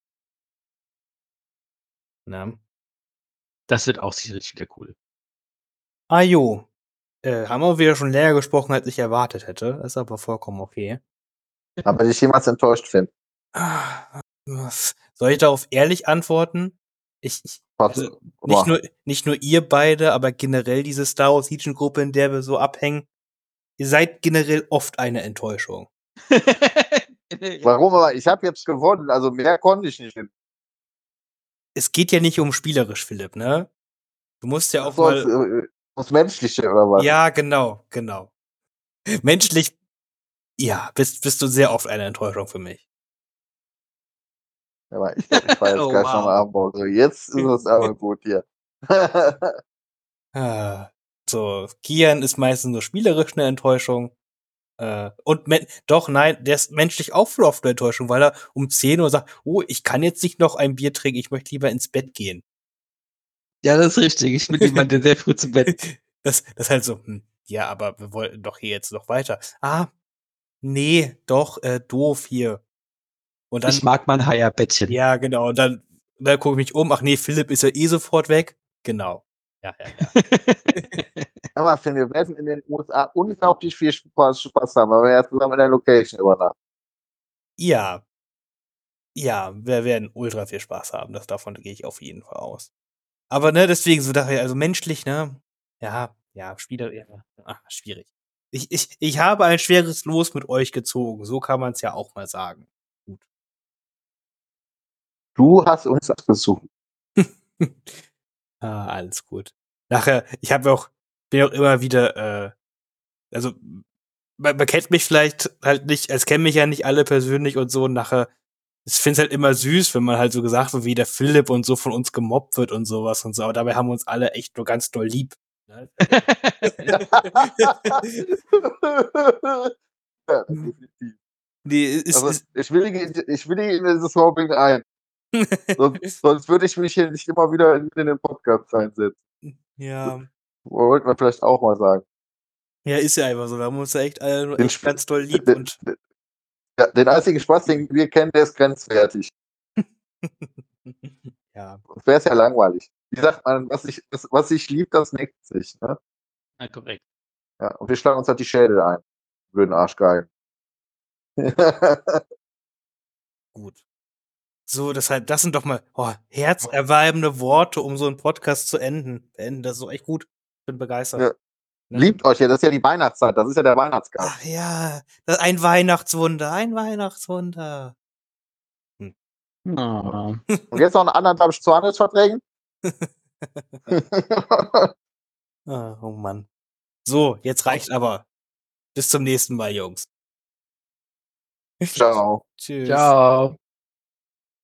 [SPEAKER 1] Na?
[SPEAKER 3] Das wird auch sicherlich wieder cool.
[SPEAKER 1] Ah jo. Haben wir wieder schon länger gesprochen, als ich erwartet hätte. Das ist aber vollkommen okay.
[SPEAKER 2] Aber dich jemals enttäuscht, Finn?
[SPEAKER 1] Soll ich darauf ehrlich antworten? Also, nicht nur ihr beide, aber generell diese Star Wars Legion Gruppe, in der wir so abhängen, ihr seid generell oft eine Enttäuschung.
[SPEAKER 2] Warum? Aber ich habe jetzt gewonnen, also mehr konnte ich nicht.
[SPEAKER 1] Es geht ja nicht um spielerisch, Philipp, ne? Du musst ja auch
[SPEAKER 2] so
[SPEAKER 1] mal...
[SPEAKER 2] Das Menschliche, oder was?
[SPEAKER 1] Ja, genau. Menschlich, ja, bist du sehr oft eine Enttäuschung für mich.
[SPEAKER 2] Aber ich fahre jetzt gleich noch mal Hamburg. So, jetzt ist es aber gut hier.
[SPEAKER 1] So, Kian ist meistens nur spielerisch eine Enttäuschung. Und doch, nein, der ist menschlich auch voll oft eine Enttäuschung, weil er um 10 Uhr sagt, oh, ich kann jetzt nicht noch ein Bier trinken, ich möchte lieber ins Bett gehen.
[SPEAKER 3] Ja, das ist richtig. Ich bin jemand, der sehr früh zu Bett.
[SPEAKER 1] Das ist halt so, ja, aber wir wollten doch hier jetzt noch weiter. Nee, doch, doof hier. Und dann,
[SPEAKER 3] Ich mag mein Haier-Bettchen.
[SPEAKER 1] ja, genau, und dann gucke ich mich um, ach nee, Philipp ist ja eh sofort weg. Genau. Ja.
[SPEAKER 2] Aber Finn, wir werden in den USA unglaublich viel Spaß haben, weil wir ja zusammen in der Location übernachten.
[SPEAKER 1] Ja. Ja, wir werden ultra viel Spaß haben. Davon gehe ich auf jeden Fall aus. Aber, ne, deswegen so daher, also menschlich, ne? Ja, Spieler, ja, schwierig. Ich habe ein schweres Los mit euch gezogen. So kann man es ja auch mal sagen. Gut.
[SPEAKER 2] Du hast uns ausgesucht.
[SPEAKER 1] Alles gut. Nachher, bin auch immer wieder, also, man kennt mich vielleicht halt nicht, es kennen mich ja nicht alle persönlich und so, und nachher, ich finde es halt immer süß, wenn man halt so gesagt wird, wie der Philipp und so von uns gemobbt wird und sowas und so, aber dabei haben wir uns alle echt nur ganz doll lieb. Ne?
[SPEAKER 2] Ja, definitiv.
[SPEAKER 1] Nee,
[SPEAKER 2] Also, ich willige in dieses Mobbing ein. Sonst würde ich mich hier nicht immer wieder in den Podcast reinsetzen.
[SPEAKER 1] ja.
[SPEAKER 2] Wollte man vielleicht auch mal sagen.
[SPEAKER 1] Ja, ist ja einfach so. Da haben wir uns ja echt alle nur
[SPEAKER 2] Den
[SPEAKER 1] echt ganz doll lieb. Und
[SPEAKER 2] Ja, den einzigen Spaß, den wir kennen, der ist grenzwertig.
[SPEAKER 1] ja.
[SPEAKER 2] Sonst wäre es ja langweilig. Wie sagt man, was sich liebt, das neckt sich. Ne?
[SPEAKER 3] Ja, korrekt.
[SPEAKER 2] Ja, und wir schlagen uns halt die Schädel ein. Würden Arschgeigen.
[SPEAKER 1] Gut. So, das sind doch mal herzerwärmende Worte, um so einen Podcast zu beenden. Das ist doch echt gut. Bin begeistert.
[SPEAKER 2] Ja.
[SPEAKER 1] Ne?
[SPEAKER 2] Liebt euch ja, das ist ja die Weihnachtszeit, das ist ja der Weihnachtsgast.
[SPEAKER 1] Ach ja, ein Weihnachtswunder, ein Weihnachtswunder.
[SPEAKER 3] Oh.
[SPEAKER 2] Und jetzt noch eine 1,5 zu Handelsverträgen?
[SPEAKER 1] Oh Mann. So, jetzt reicht aber. Bis zum nächsten Mal, Jungs.
[SPEAKER 2] Ciao.
[SPEAKER 1] Tschüss.
[SPEAKER 3] Ciao.